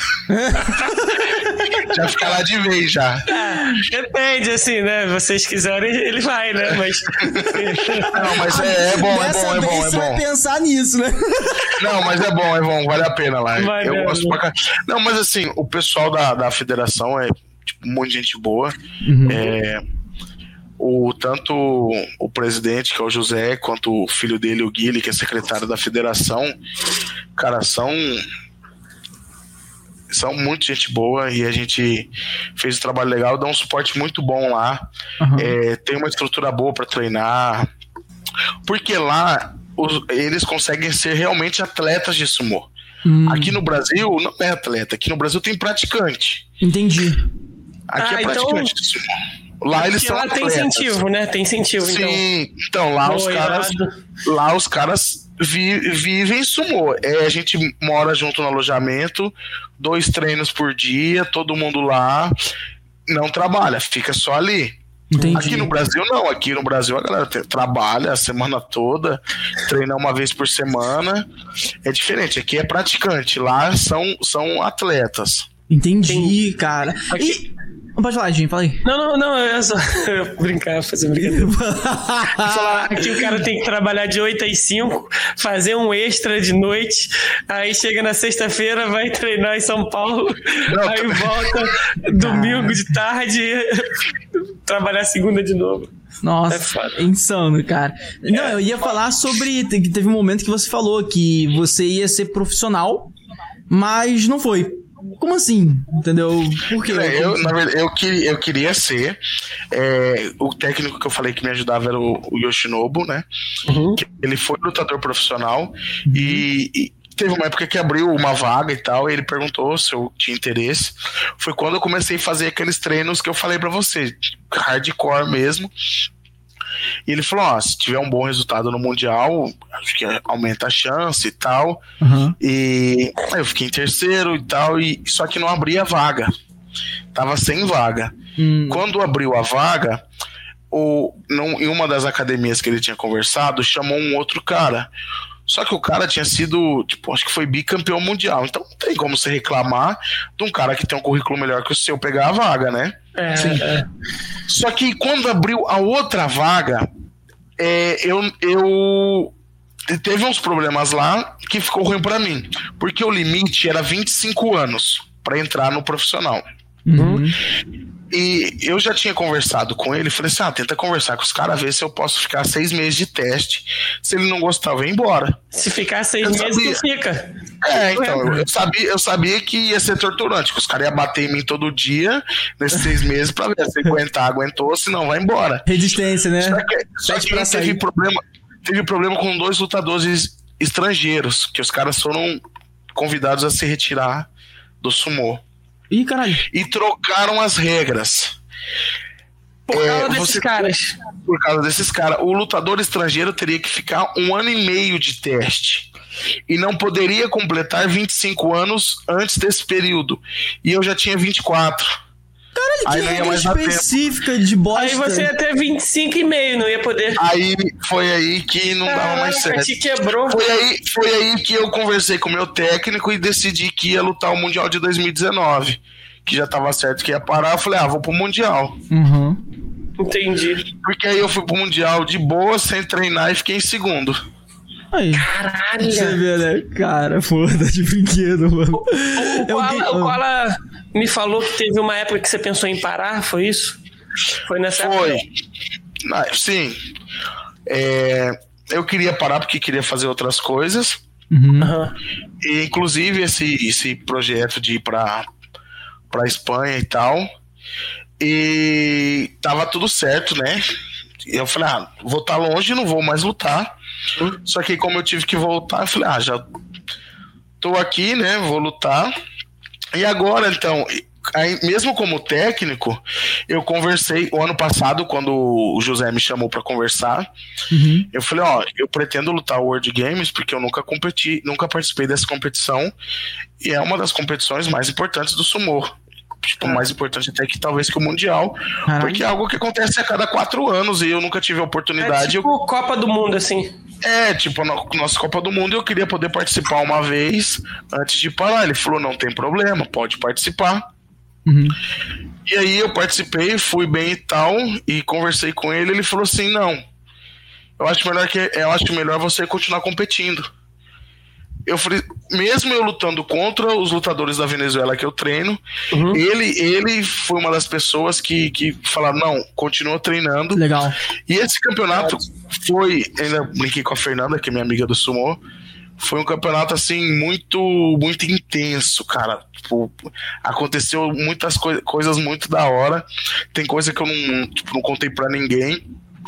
C: Já fica lá de vez já.
B: Ah, depende, assim, né? Vocês quiserem, ele vai, né? Mas.
C: Não, mas é, é bom, é
A: Dessa
C: bom, é
A: vez
C: bom, é
A: você vai
C: bom.
A: pensar nisso, né?
C: Não, mas é bom, é bom, vale a pena lá.
B: Vai
C: eu
B: mesmo.
C: gosto pra cá. Não, mas assim, o pessoal da, da federação é tipo, um monte de gente boa.
A: Uhum.
C: É, o, tanto o presidente, que é o José, quanto o filho dele, o Guilherme, que é secretário da federação, cara, são. São muito gente boa e a gente fez um trabalho legal, dá um suporte muito bom lá.
A: Uhum.
C: É, tem uma estrutura boa para treinar, porque lá os, eles conseguem ser realmente atletas de sumô.
A: Hum.
C: Aqui no Brasil não é atleta, aqui no Brasil tem praticante.
A: Entendi.
C: Aqui
B: Ah,
C: é praticante
B: então...
C: de sumô. Lá eles
B: Porque
C: são
B: lá
C: atletas.
B: tem incentivo, né? Tem incentivo, então.
C: Sim, então lá
B: Pô,
C: os caras,
B: irado.
C: lá os caras vi, vivem sumô. É, a gente mora junto no alojamento, dois treinos por dia, todo mundo lá, não trabalha, fica só ali.
A: Entendi.
C: Aqui no Brasil não, aqui no Brasil a galera te- trabalha a semana toda, treina uma vez por semana, é diferente, aqui é praticante, lá são, são atletas.
A: Entendi, cara.
B: Aqui-
A: E... Pode falar, Jim, fala aí.
B: Não, não, não, é só brincar, fazer brincadeira. Falar, aqui o cara tem que trabalhar de oito às cinco, fazer um extra de noite, aí chega na sexta-feira, vai treinar em São Paulo,
C: Não,
B: aí
C: tá-
B: volta domingo de tarde, trabalhar segunda de novo.
A: Nossa,
B: É foda.
A: é insano, cara. Não, eu ia falar sobre... te- Teve um momento que você falou que você ia ser profissional, mas não foi. Como assim? Entendeu? Por quê?
C: É, eu, na verdade, eu, queria, eu queria ser. É, o técnico que eu falei que me ajudava era o, o Yoshinobu, né?
B: Uhum.
C: Que ele foi lutador profissional e, e teve uma época que abriu uma vaga e tal, e ele perguntou se eu tinha interesse. Foi quando eu comecei a fazer aqueles treinos que eu falei pra você, hardcore mesmo. E ele falou, ó, se tiver um bom resultado no Mundial, acho que aumenta a chance e tal.
A: Uhum.
C: E aí eu fiquei em terceiro e tal, e só que não abria vaga. Tava sem vaga.
A: Hum.
C: Quando abriu a vaga, o, num, em uma das academias que ele tinha conversado, chamou um outro cara. Só que o cara tinha sido, tipo, acho que foi bicampeão mundial. Então não tem como você reclamar de um cara que tem um currículo melhor que o seu pegar a vaga, né?
B: É, é.
C: Só que quando abriu a outra vaga, é, eu, eu teve uns problemas lá que ficou ruim pra mim, porque o limite era vinte e cinco anos pra entrar no profissional.
A: Uhum.
C: E eu já tinha conversado com ele, falei assim, ah, tenta conversar com os caras, ver se eu posso ficar seis meses de teste. Se ele não gostar, eu vou embora.
B: Se ficar seis
C: Eu
B: meses,
C: sabia.
B: tu fica.
C: É, então, eu sabia, eu sabia que ia ser torturante, que os caras iam bater em mim todo dia, nesses seis meses, pra ver se aguentar, aguentou, se não, vai embora.
A: Resistência, né?
C: Só que, só
A: Pede
C: que
A: pra
C: aí teve
A: sair.
C: problema, teve problema com dois lutadores estrangeiros, que os caras foram convidados a se retirar do sumô.
A: Ih, caralho.
C: E trocaram as regras.
B: Por
C: é,
B: causa desses
C: você,
B: caras.
C: Por causa desses caras. O lutador estrangeiro teria que ficar um ano e meio de teste. E não poderia completar vinte e cinco anos antes desse período. E eu já tinha vinte e quatro.
A: Caralho, que
C: Aí não ia
A: regra
C: mais dar
A: específica de bosta.
B: Aí você ia ter vinte e cinco e meio, não ia poder.
C: Aí foi aí que não dava mais
B: Caraca,
C: certo.
B: te quebrou.
C: Foi aí, foi aí que eu conversei com o meu técnico e decidi que ia lutar o Mundial de dois mil e dezenove. Que já tava certo que ia parar. Eu falei, ah, vou pro Mundial.
A: Uhum.
B: Entendi.
C: Porque aí eu fui pro Mundial de boa, sem treinar e fiquei em segundo.
A: Aí.
B: Caralho.
A: Você vê, né? Cara, foda de brinquedo, mano.
B: O, o, Koala, o Koala me falou que teve uma época que você pensou em parar, foi isso? Foi nessa
C: Foi.
B: época?
C: Ah, sim. É, eu queria parar porque queria fazer outras coisas.
A: Uhum.
B: Uhum.
C: E, inclusive, esse, esse projeto de ir pra, pra Espanha e tal. E tava tudo certo, né? E eu falei, ah, vou estar longe e não vou mais lutar. Uhum. Só que como eu tive que voltar, eu falei, ah, já tô aqui, né? Vou lutar. E agora, então, aí, mesmo como técnico, eu conversei o ano passado, quando o José me chamou para conversar.
A: Uhum.
C: Eu falei, ó, eu pretendo lutar o World Games porque eu nunca competi, nunca participei dessa competição e é uma das competições mais importantes do sumô. Tipo, mais importante até que talvez que o Mundial. Caralho. Porque é algo que acontece a cada quatro anos e eu nunca tive a oportunidade.
B: É tipo
C: eu...
B: Copa do Mundo, assim.
C: É, tipo, a nossa Copa do Mundo eu queria poder participar uma vez antes de parar. Ele falou, não tem problema, pode participar.
A: Uhum.
C: E aí eu participei, fui bem e tal, e conversei com ele, ele falou assim, não, eu acho melhor, que, eu acho melhor você continuar competindo. Eu falei, mesmo eu lutando contra os lutadores da Venezuela que eu treino, uhum. ele, ele foi uma das pessoas que, que falaram, não, continua treinando.
A: Legal.
C: E esse campeonato foi, ainda brinquei com a Fernanda, que é minha amiga do Sumo, foi um campeonato, assim, muito, muito intenso, cara. Tipo, aconteceu muitas coi- coisas muito da hora. Tem coisa que eu não, tipo, não contei pra ninguém.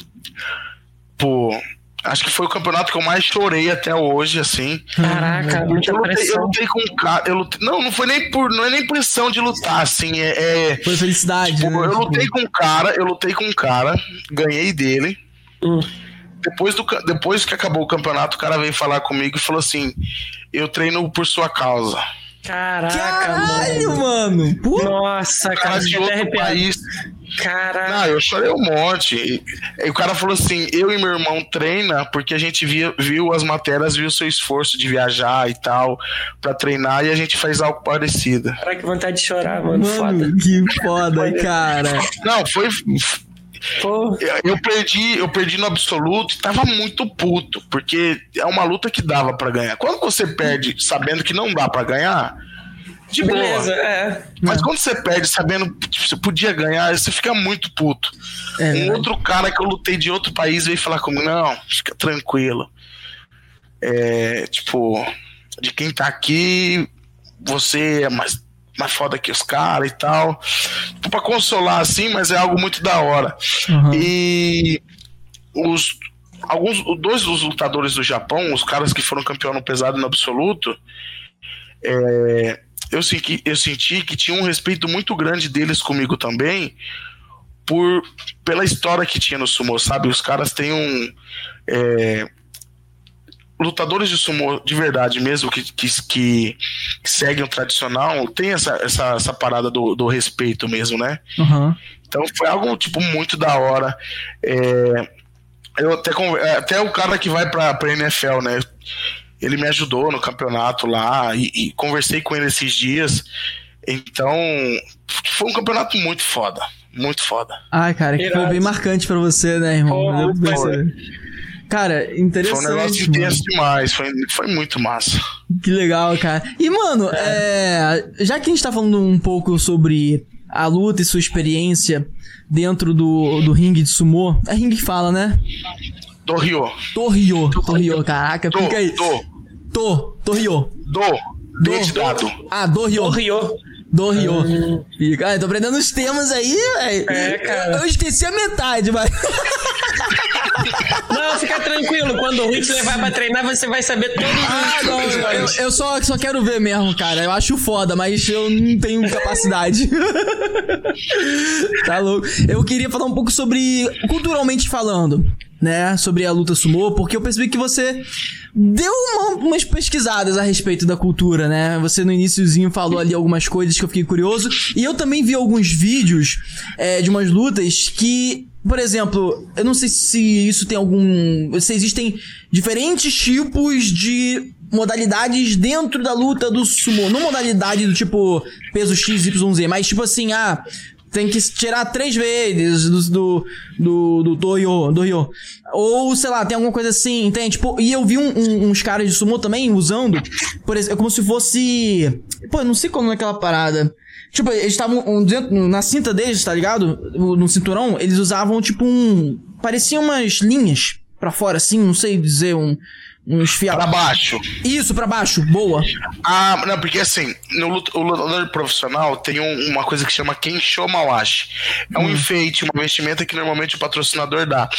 C: Pô... Acho que foi o campeonato que eu mais chorei até hoje, assim.
B: Caraca, muita
C: eu lutei,
B: pressão.
C: eu lutei com um cara. Eu lutei, não, não foi nem por. Não é nem pressão de lutar, assim. É, é,
A: foi felicidade.
C: Tipo,
A: né?
C: Eu lutei com um cara, eu lutei com um cara, ganhei dele.
B: Hum.
C: Depois, do, depois que acabou o campeonato, o cara veio falar comigo e falou assim: eu treino por sua causa.
B: Caraca,
A: Caralho, mano.
B: mano. Nossa, cara,
C: cara de outro país.
B: Caraca.
C: Não, eu chorei um monte. E, e o cara falou assim: eu e meu irmão treina porque a gente via, viu as matérias, viu o seu esforço de viajar e tal, pra treinar, e a gente faz algo parecido.
B: Caraca, que vontade de chorar, mano.
A: Mano,
B: foda.
A: Que foda, cara.
C: Não, foi.
B: Pô.
C: Eu perdi, eu perdi no absoluto e tava muito puto, porque é uma luta que dava pra ganhar. Quando você perde sabendo que não dá pra ganhar, de
B: Beleza,
C: boa.
B: é.
C: Mas
B: não.
C: quando você perde sabendo que você podia ganhar, você fica muito puto.
A: É,
C: um
A: né?
C: outro cara que eu lutei de outro país veio falar comigo, não, fica tranquilo. É, tipo, de quem tá aqui, você é mais, mais foda que os caras e tal. Tipo, pra consolar assim, mas é algo muito da hora.
A: Uhum.
C: E os alguns, dois dos lutadores do Japão, os caras que foram campeão no pesado e no absoluto, é, eu, senti, eu senti que tinha um respeito muito grande deles comigo também, por, pela história que tinha no sumo, sabe? Os caras têm um... É, lutadores de sumo de verdade mesmo, que, que, que seguem o tradicional, tem essa, essa, essa parada do, do respeito mesmo, né?
A: Uhum.
C: Então foi algo, tipo, muito da hora. É, eu até, até o cara que vai pra, pra N F L, né? Ele me ajudou no campeonato lá e, e conversei com ele esses dias. Então, foi um campeonato muito foda. Muito foda.
A: Ai, cara, que
B: Irado.
A: foi bem marcante pra você, né, irmão?
B: Oh,
A: Foi. Cara, interessante.
C: Foi um negócio intenso demais. Foi, foi muito massa.
A: Que legal, cara. E, mano, é, já que a gente tá falando um pouco sobre a luta e sua experiência dentro do, do ringue de sumô, é ringue que fala, né?
C: Torrio.
A: Torrio. Torrio, caraca,
C: Do,
A: fica aí.
C: do,
A: To, Torrio.
C: do. Do. dado.
A: Ah, Dorrio.
B: O Rio.
A: Dorrio. Fica. Ah, tô aprendendo os temas aí, velho.
B: É, cara.
A: Eu, eu esqueci a metade, mas...
B: Não, fica tranquilo. Quando o Hitler vai pra treinar, você vai saber todos os
A: Ah, não, eu, eu só, só quero ver mesmo, cara. Eu acho foda, mas eu não tenho capacidade. Tá louco. Eu queria falar um pouco sobre, culturalmente falando, né? Sobre a luta sumô, porque eu percebi que você deu uma, umas pesquisadas a respeito da cultura, né? Você no iniciozinho falou ali algumas coisas que eu fiquei curioso. E eu também vi alguns vídeos é, de umas lutas que... Por exemplo, eu não sei se isso tem algum... Se existem diferentes tipos de modalidades dentro da luta do sumô. Não modalidade do tipo peso X, Y, Z, mas tipo assim, ah... Tem que tirar três vezes do do do, do, do, Ryo, do Ryo. Ou, sei lá, tem alguma coisa assim, entende? Tipo, e eu vi um, um, uns caras de sumô também usando, por exemplo, como se fosse... Pô, eu não sei como é aquela parada. Tipo, eles estavam um, dentro, na cinta deles, tá ligado? No cinturão, eles usavam tipo um... Pareciam umas linhas pra fora, assim, não sei dizer, um... Uns fiados.
C: Pra baixo.
A: Isso, pra baixo. Boa.
C: Ah, não, porque assim, no lut- o lutador profissional tem um- uma coisa que chama Kensho Mawashi. É um
A: Hum.
C: enfeite, uma vestimenta que normalmente o patrocinador dá.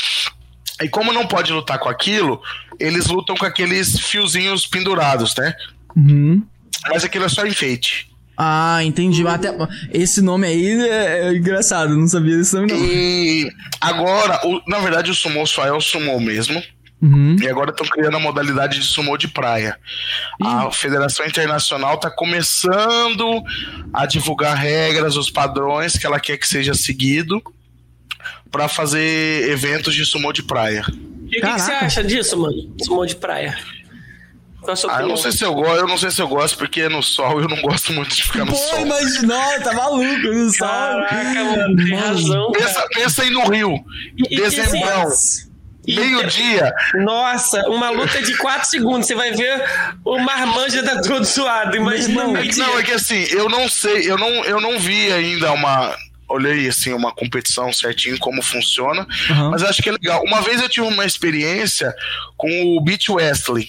C: E como não pode lutar com aquilo, eles lutam com aqueles fiozinhos pendurados, né?
A: Uhum.
C: Mas aquilo é só enfeite.
A: Ah, entendi. Até esse nome aí é, é engraçado, não sabia desse nome não.
C: E agora, o- na verdade, o sumô só é o sumô mesmo.
A: Uhum.
C: E agora estão criando a modalidade de sumô de praia. A Federação Internacional está começando a divulgar regras, os padrões que ela quer que seja seguido para fazer eventos de sumô de praia.
B: E o que, que você acha disso, mano? Sumô de praia. Qual a sua
C: Ah, eu
B: opinião?
C: não sei se eu gosto, eu não sei se eu gosto, porque no sol eu não gosto muito de ficar no
A: Pô,
C: sol.
A: imaginou, tá maluco, não sabe?
B: Caraca, mano, tem razão, cara.
C: Pensa, pensa aí no Rio,
B: E- e-
C: dezembrão,
B: assim, e-
C: meio-dia.
B: Nossa, uma luta de quatro segundos. Você vai ver o Marmanja tá todo suado. Imagina
A: Meu
B: o
A: irmão,
B: meio-dia.
C: Não, é que assim, eu não sei, eu não, eu não vi ainda uma. Olhei assim, uma competição certinho como funciona,
A: Uhum.
C: mas acho que é legal. Uma vez eu tive uma experiência com o beach wrestling.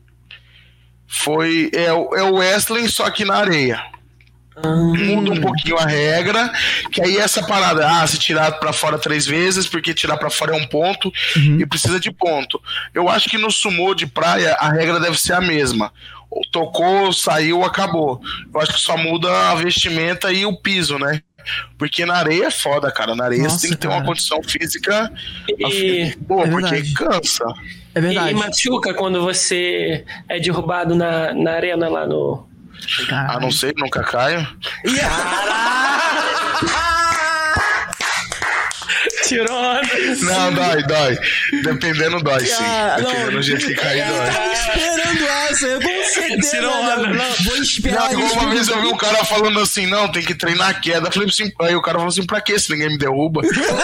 C: Foi. É, o- é o wrestling, só que na areia. Muda um pouquinho a regra, que aí essa parada, ah, se tirar pra fora três vezes, porque tirar pra fora é um ponto e precisa de ponto. Eu acho que no sumô de praia a regra deve ser a mesma. Tocou, saiu, acabou. Eu acho que só muda a vestimenta e o piso, né? Porque na areia é foda, cara. Na areia
A: Nossa,
C: você tem que ter
A: cara.
C: uma condição física
B: E-
C: boa,
A: É
C: porque
A: verdade.
C: cansa.
A: É verdade.
B: E machuca quando você é derrubado na, na arena lá no...
C: A não ser, nunca caio.
B: Tirou onda.
C: Não, dói, dói. Dependendo, dói sim.
A: Ah, não.
C: Dependendo do jeito que cair,
A: Eu
C: dói.
A: tava esperando essa, eu com certeza.
B: Tirou onda.
A: Não, não, vou esperar.
C: Não,
A: eles
C: uma vez eu vi
A: perguntarem.
C: um cara falando assim, não, tem que treinar a queda. Eu falei assim, aí o cara falou assim, pra que se ninguém me derruba?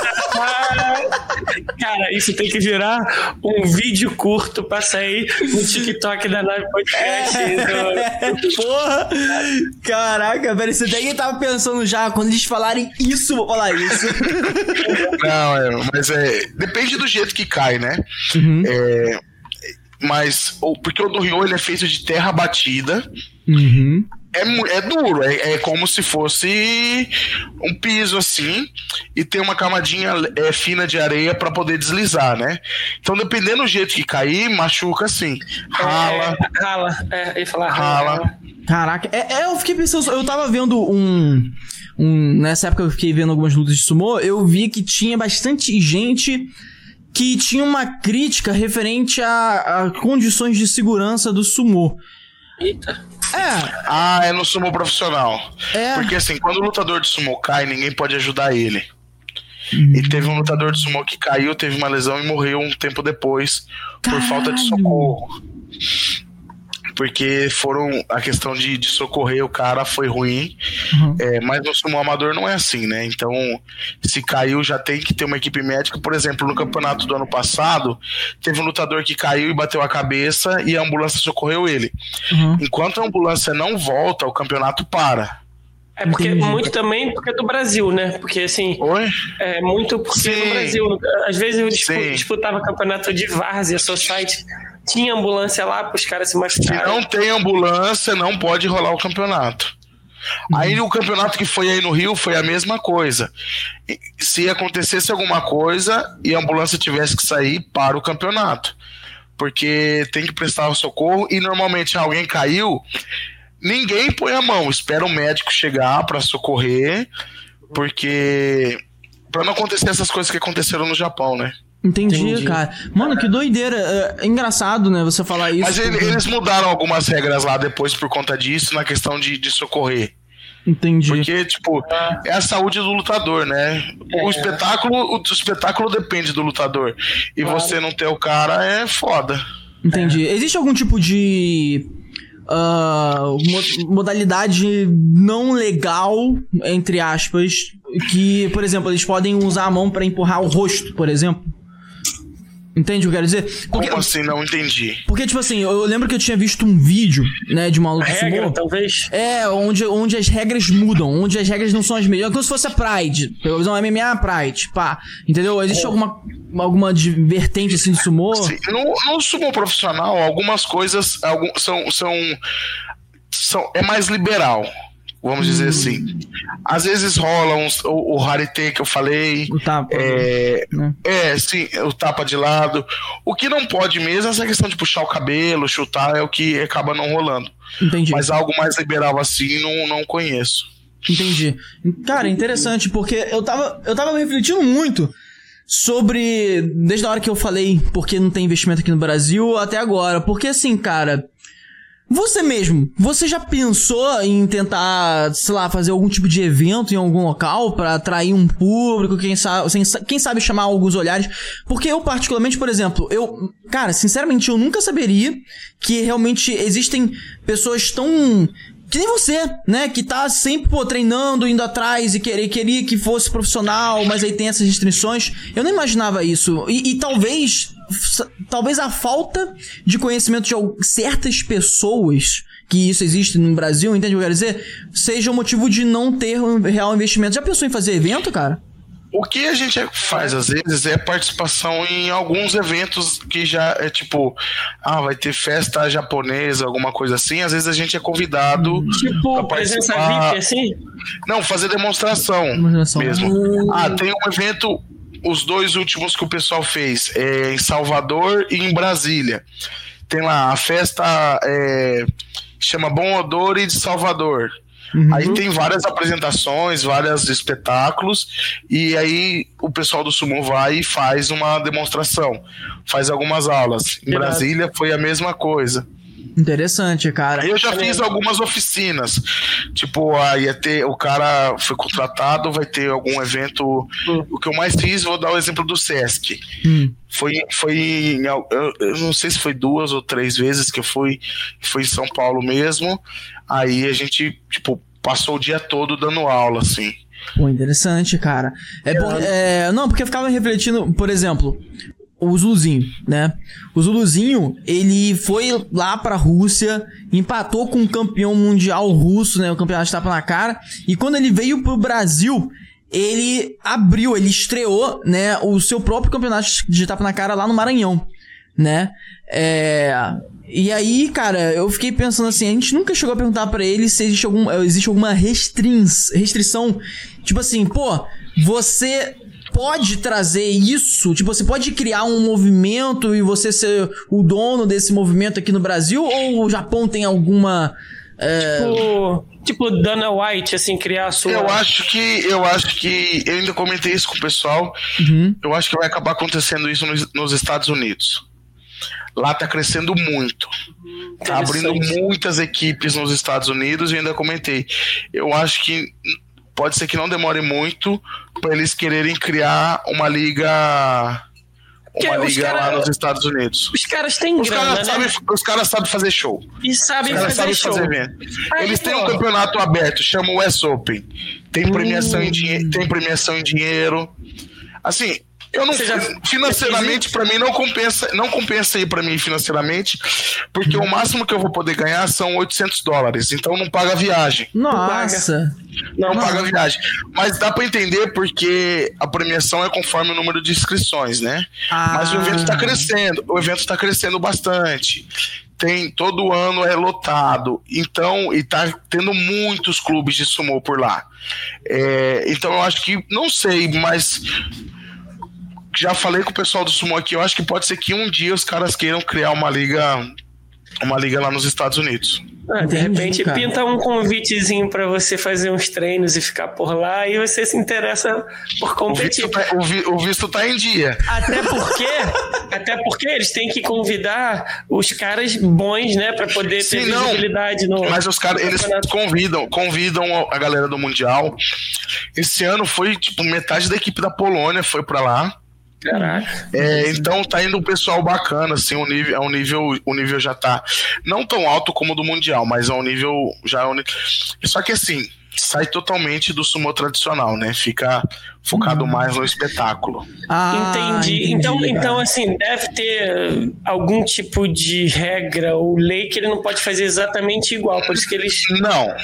B: Cara, isso tem que virar um vídeo curto pra sair no TikTok da Nave Podcast. do-
A: Porra! Caraca, velho, você daí tava pensando já, quando eles falarem isso, eu vou falar isso.
C: Não, é, mas é. Depende do jeito que cai, né?
A: Uhum.
C: É, mas. o- Porque o do Rio ele é feito de terra batida.
A: Uhum.
C: É, mu- é duro, é, é como se fosse um piso assim, e tem uma camadinha é, fina de areia pra poder deslizar, né? Então, dependendo do jeito que cair, machuca assim. Rala,
B: É, rala. É, eu ia falar
C: rala.
B: rala.
A: Caraca, é, é, eu fiquei pensando, eu tava vendo um, um. Nessa época eu fiquei vendo algumas lutas de sumô, eu vi que tinha bastante gente que tinha uma crítica referente a, a condições de segurança do sumô.
B: Eita.
A: É,
C: Ah, é no sumo profissional.
A: É.
C: Porque assim, quando o lutador de sumo cai, ninguém pode ajudar ele. E teve um lutador de sumo que caiu, teve uma lesão e morreu um tempo depois por
A: Caralho.
C: falta de socorro. Porque foram. A questão de, de socorrer o cara foi ruim.
A: Uhum.
C: É, mas no sumo amador não é assim, né? Então, se caiu, já tem que ter uma equipe médica. Por exemplo, no campeonato do ano passado, teve um lutador que caiu e bateu a cabeça e a ambulância socorreu ele.
A: Uhum.
C: Enquanto a ambulância não volta, o campeonato para.
B: É porque
A: Entendi.
B: muito também porque é do Brasil, né? Porque assim,
C: Oi?
B: é muito porque
C: Sim.
B: no Brasil. Às vezes eu dispu-
C: Sim.
B: disputava campeonato de várzea, society. Tinha ambulância lá pros caras se
C: Se
B: machucarem.
C: não tem ambulância, não pode rolar o campeonato. Uhum. Aí o campeonato que foi aí no Rio foi a mesma coisa. E, se acontecesse alguma coisa e a ambulância tivesse que sair para o campeonato. Porque tem que prestar o socorro e normalmente alguém caiu, ninguém põe a mão, espera o médico chegar para socorrer, porque para não acontecer essas coisas que aconteceram no Japão, né?
A: Entendi, Entendi, cara. Mano, que doideira. É engraçado, né, você falar isso.
C: Mas
A: porque...
C: eles mudaram algumas regras lá depois por conta disso, na questão de, de socorrer.
A: Entendi.
C: Porque, tipo, é a saúde do lutador, né? O, é. espetáculo, o, o espetáculo depende do lutador. E claro. Você não ter o cara é foda.
A: Entendi. É. Existe algum tipo de... Uh, modalidade não legal, entre aspas, que, por exemplo, eles podem usar a mão pra empurrar o rosto, por exemplo? Entende o que eu quero dizer?
C: Porque, como assim? Não entendi.
A: Porque, tipo assim, eu lembro que eu tinha visto um vídeo, né, de uma luta de
B: sumô. Talvez.
A: É, onde, onde as regras mudam, onde as regras não são as mesmas. É como se fosse a Pride. Uma M M A Pride, pá. Entendeu? Existe é. alguma, alguma vertente, assim, de sumô?
C: Sim, no, no sumô profissional, algumas coisas algum, são, são, são... É mais liberal. Vamos dizer hum. assim. Às vezes rola uns, o, o harité que eu falei.
A: O tapa.
C: É,
A: né?
C: é, sim, o tapa de lado. O que não pode mesmo é essa questão de puxar o cabelo, chutar, é o que acaba não rolando.
A: Entendi.
C: Mas algo mais liberal assim, não, não conheço.
A: Entendi. Cara, interessante, porque eu tava, eu tava refletindo muito sobre... Desde a hora que eu falei porque não tem investimento aqui no Brasil até agora. Porque assim, cara... Você mesmo, você já pensou em tentar, sei lá, fazer algum tipo de evento em algum local pra atrair um público, quem sabe, quem sabe chamar alguns olhares? Porque eu particularmente, por exemplo, eu, cara, sinceramente, eu nunca saberia que realmente existem pessoas tão... Que nem você, né? Que tá sempre, pô, treinando, indo atrás e querer, queria que fosse profissional, mas aí tem essas restrições. Eu não imaginava isso. E, e talvez... Talvez a falta de conhecimento de certas pessoas, que isso existe no Brasil, entende o que eu quero dizer? Seja o motivo de não ter um real investimento. Já pensou em fazer evento, cara?
C: O que a gente faz às vezes é participação em alguns eventos que já é tipo, ah, vai ter festa japonesa, alguma coisa assim. Às vezes a gente é convidado.
B: Tipo, presença V I P, assim?
C: Não, fazer demonstração, demonstração. mesmo. Hum. Ah, tem um evento. Os dois últimos que o pessoal fez é em Salvador e em Brasília. Tem lá a festa é, chama Bom Odor de Salvador. Uhum. Aí tem várias apresentações, vários espetáculos, e aí o pessoal do Sumo vai e faz uma demonstração, faz algumas aulas. Em Brasília foi a mesma coisa.
A: Interessante, cara.
C: Eu já fiz algumas oficinas. Tipo, aí ia ter, o cara foi contratado, vai ter algum evento. Hum. O que eu mais fiz, vou dar o exemplo do Sesc. Hum. Foi, foi eu, eu não sei se foi duas ou três vezes que eu fui, foi em São Paulo mesmo. Aí a gente, tipo, passou o dia todo dando aula, assim.
A: Pô, interessante, cara. É, por, é, não, porque eu ficava refletindo, por exemplo, o Zuluzinho, né? O Zuluzinho, ele foi lá pra Rússia, empatou com um campeão mundial russo, né? O campeonato de tapa na cara. E quando ele veio pro Brasil, ele abriu, ele estreou, né? O seu próprio campeonato de tapa na cara lá no Maranhão, né? É... E aí, cara, eu fiquei pensando assim, a gente nunca chegou a perguntar pra ele se existe, algum, existe alguma restrin... restrição. Tipo assim, pô, você... pode trazer isso? Tipo, você pode criar um movimento e você ser o dono desse movimento aqui no Brasil? Ou o Japão tem alguma... É...
B: Tipo, tipo Dana White, assim, criar a sua...
C: Eu acho que... Eu acho que... Eu ainda comentei isso com o pessoal. Uhum. Eu acho que vai acabar acontecendo isso nos, nos Estados Unidos. Lá tá crescendo muito. Tá abrindo muitas equipes nos Estados Unidos e ainda comentei. Eu acho que... Pode ser que não demore muito para eles quererem criar uma liga, uma liga cara, lá nos Estados Unidos.
B: Os caras têm
C: os
B: grana,
C: caras
B: né?
C: sabem, os caras sabem fazer show.
B: E sabem
C: os caras
B: fazer
C: sabem
B: show.
C: Fazer Aí, eles têm pô. um campeonato aberto, chama o U S Open. Tem premiação, hum. em, dinhe- tem premiação em dinheiro. Assim... Eu não, já, financeiramente, para mim, não compensa, não compensa ir para mim financeiramente, porque hum. o máximo que eu vou poder ganhar são oitocentos dólares, então não paga viagem.
A: Nossa!
C: Não, não paga viagem. Mas dá para entender porque a premiação é conforme o número de inscrições, né? Ah. Mas o evento tá crescendo, o evento tá crescendo bastante. tem todo ano é lotado, então, e tá tendo muitos clubes de sumô por lá. É, então eu acho que, não sei, mas já falei com o pessoal do sumô aqui, eu acho que pode ser que um dia os caras queiram criar uma liga, uma liga lá nos Estados Unidos.
B: Ah, de repente cara. pinta um convitezinho pra você fazer uns treinos e ficar por lá e você se interessa por competir.
C: O visto tá, o vi, o visto tá em dia.
B: Até porque, até porque eles têm que convidar os caras bons, né, pra poder ter Sim, visibilidade
C: não,
B: no.
C: Mas os caras, eles convidam, convidam a galera do Mundial. Esse ano foi tipo metade da equipe da Polônia foi pra lá.
B: Caraca.
C: É, então tá indo um pessoal bacana, assim, o nível, é um nível, o nível já tá não tão alto como o do Mundial, mas é um nível já é um nível, só que assim, sai totalmente do sumô tradicional, né? Fica focado hum. mais no espetáculo.
B: Ah, entendi. entendi. Então, então, assim, deve ter algum tipo de regra ou lei que ele não pode fazer exatamente igual, por isso que eles...
C: Não,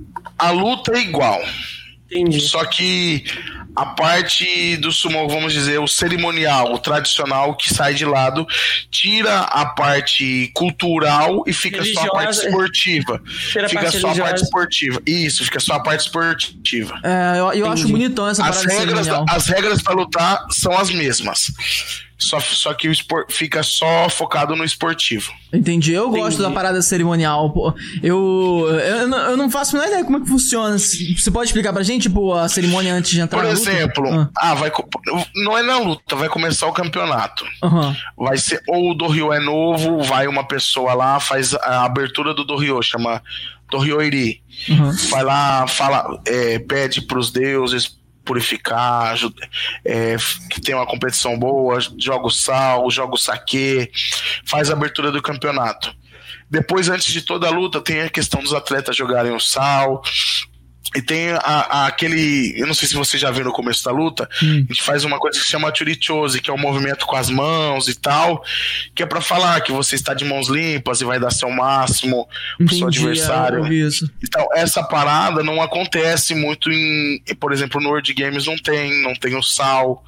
C: a luta é igual.
B: Entendi.
C: Só que a parte do sumo, vamos dizer, o cerimonial, o tradicional, que sai de lado, tira a parte cultural e fica religiosa, só a parte esportiva. Fica parte só religiosa. a parte esportiva. Isso, fica só a parte esportiva.
A: É, eu, eu acho bonitão essa
C: as
A: parada
C: regras,
A: cerimonial.
C: As regras para lutar são as mesmas. Só, só que o espor, fica só focado no esportivo.
A: Entendi. Eu Entendi. gosto da parada cerimonial. Pô. Eu, eu, eu não faço a menor ideia como é que funciona. Você pode explicar pra gente, tipo, a cerimônia antes de entrar
C: Por
A: na
C: exemplo,
A: luta? Ah.
C: ah, vai, não é na luta, vai começar o campeonato.
A: Uhum.
C: Vai ser, ou o Doryo é novo, vai uma pessoa lá, faz a abertura do Doryo, chama Doryoiri. Uhum. Vai lá, fala, é, pede pros deuses purificar, é, que tem uma competição boa, joga o sal, joga o saquê, faz a abertura do campeonato. Depois, antes de toda a luta, tem a questão dos atletas jogarem o sal. E tem a, a, aquele... Eu não sei se você já viu no começo da luta. Hum. A gente faz uma coisa que se chama churichose, que é o um movimento com as mãos e tal, que é pra falar que você está de mãos limpas e vai dar seu máximo pro seu adversário.
A: É, isso.
C: Então, essa parada não acontece muito em... Por exemplo, no World Games não tem, não tem o sal.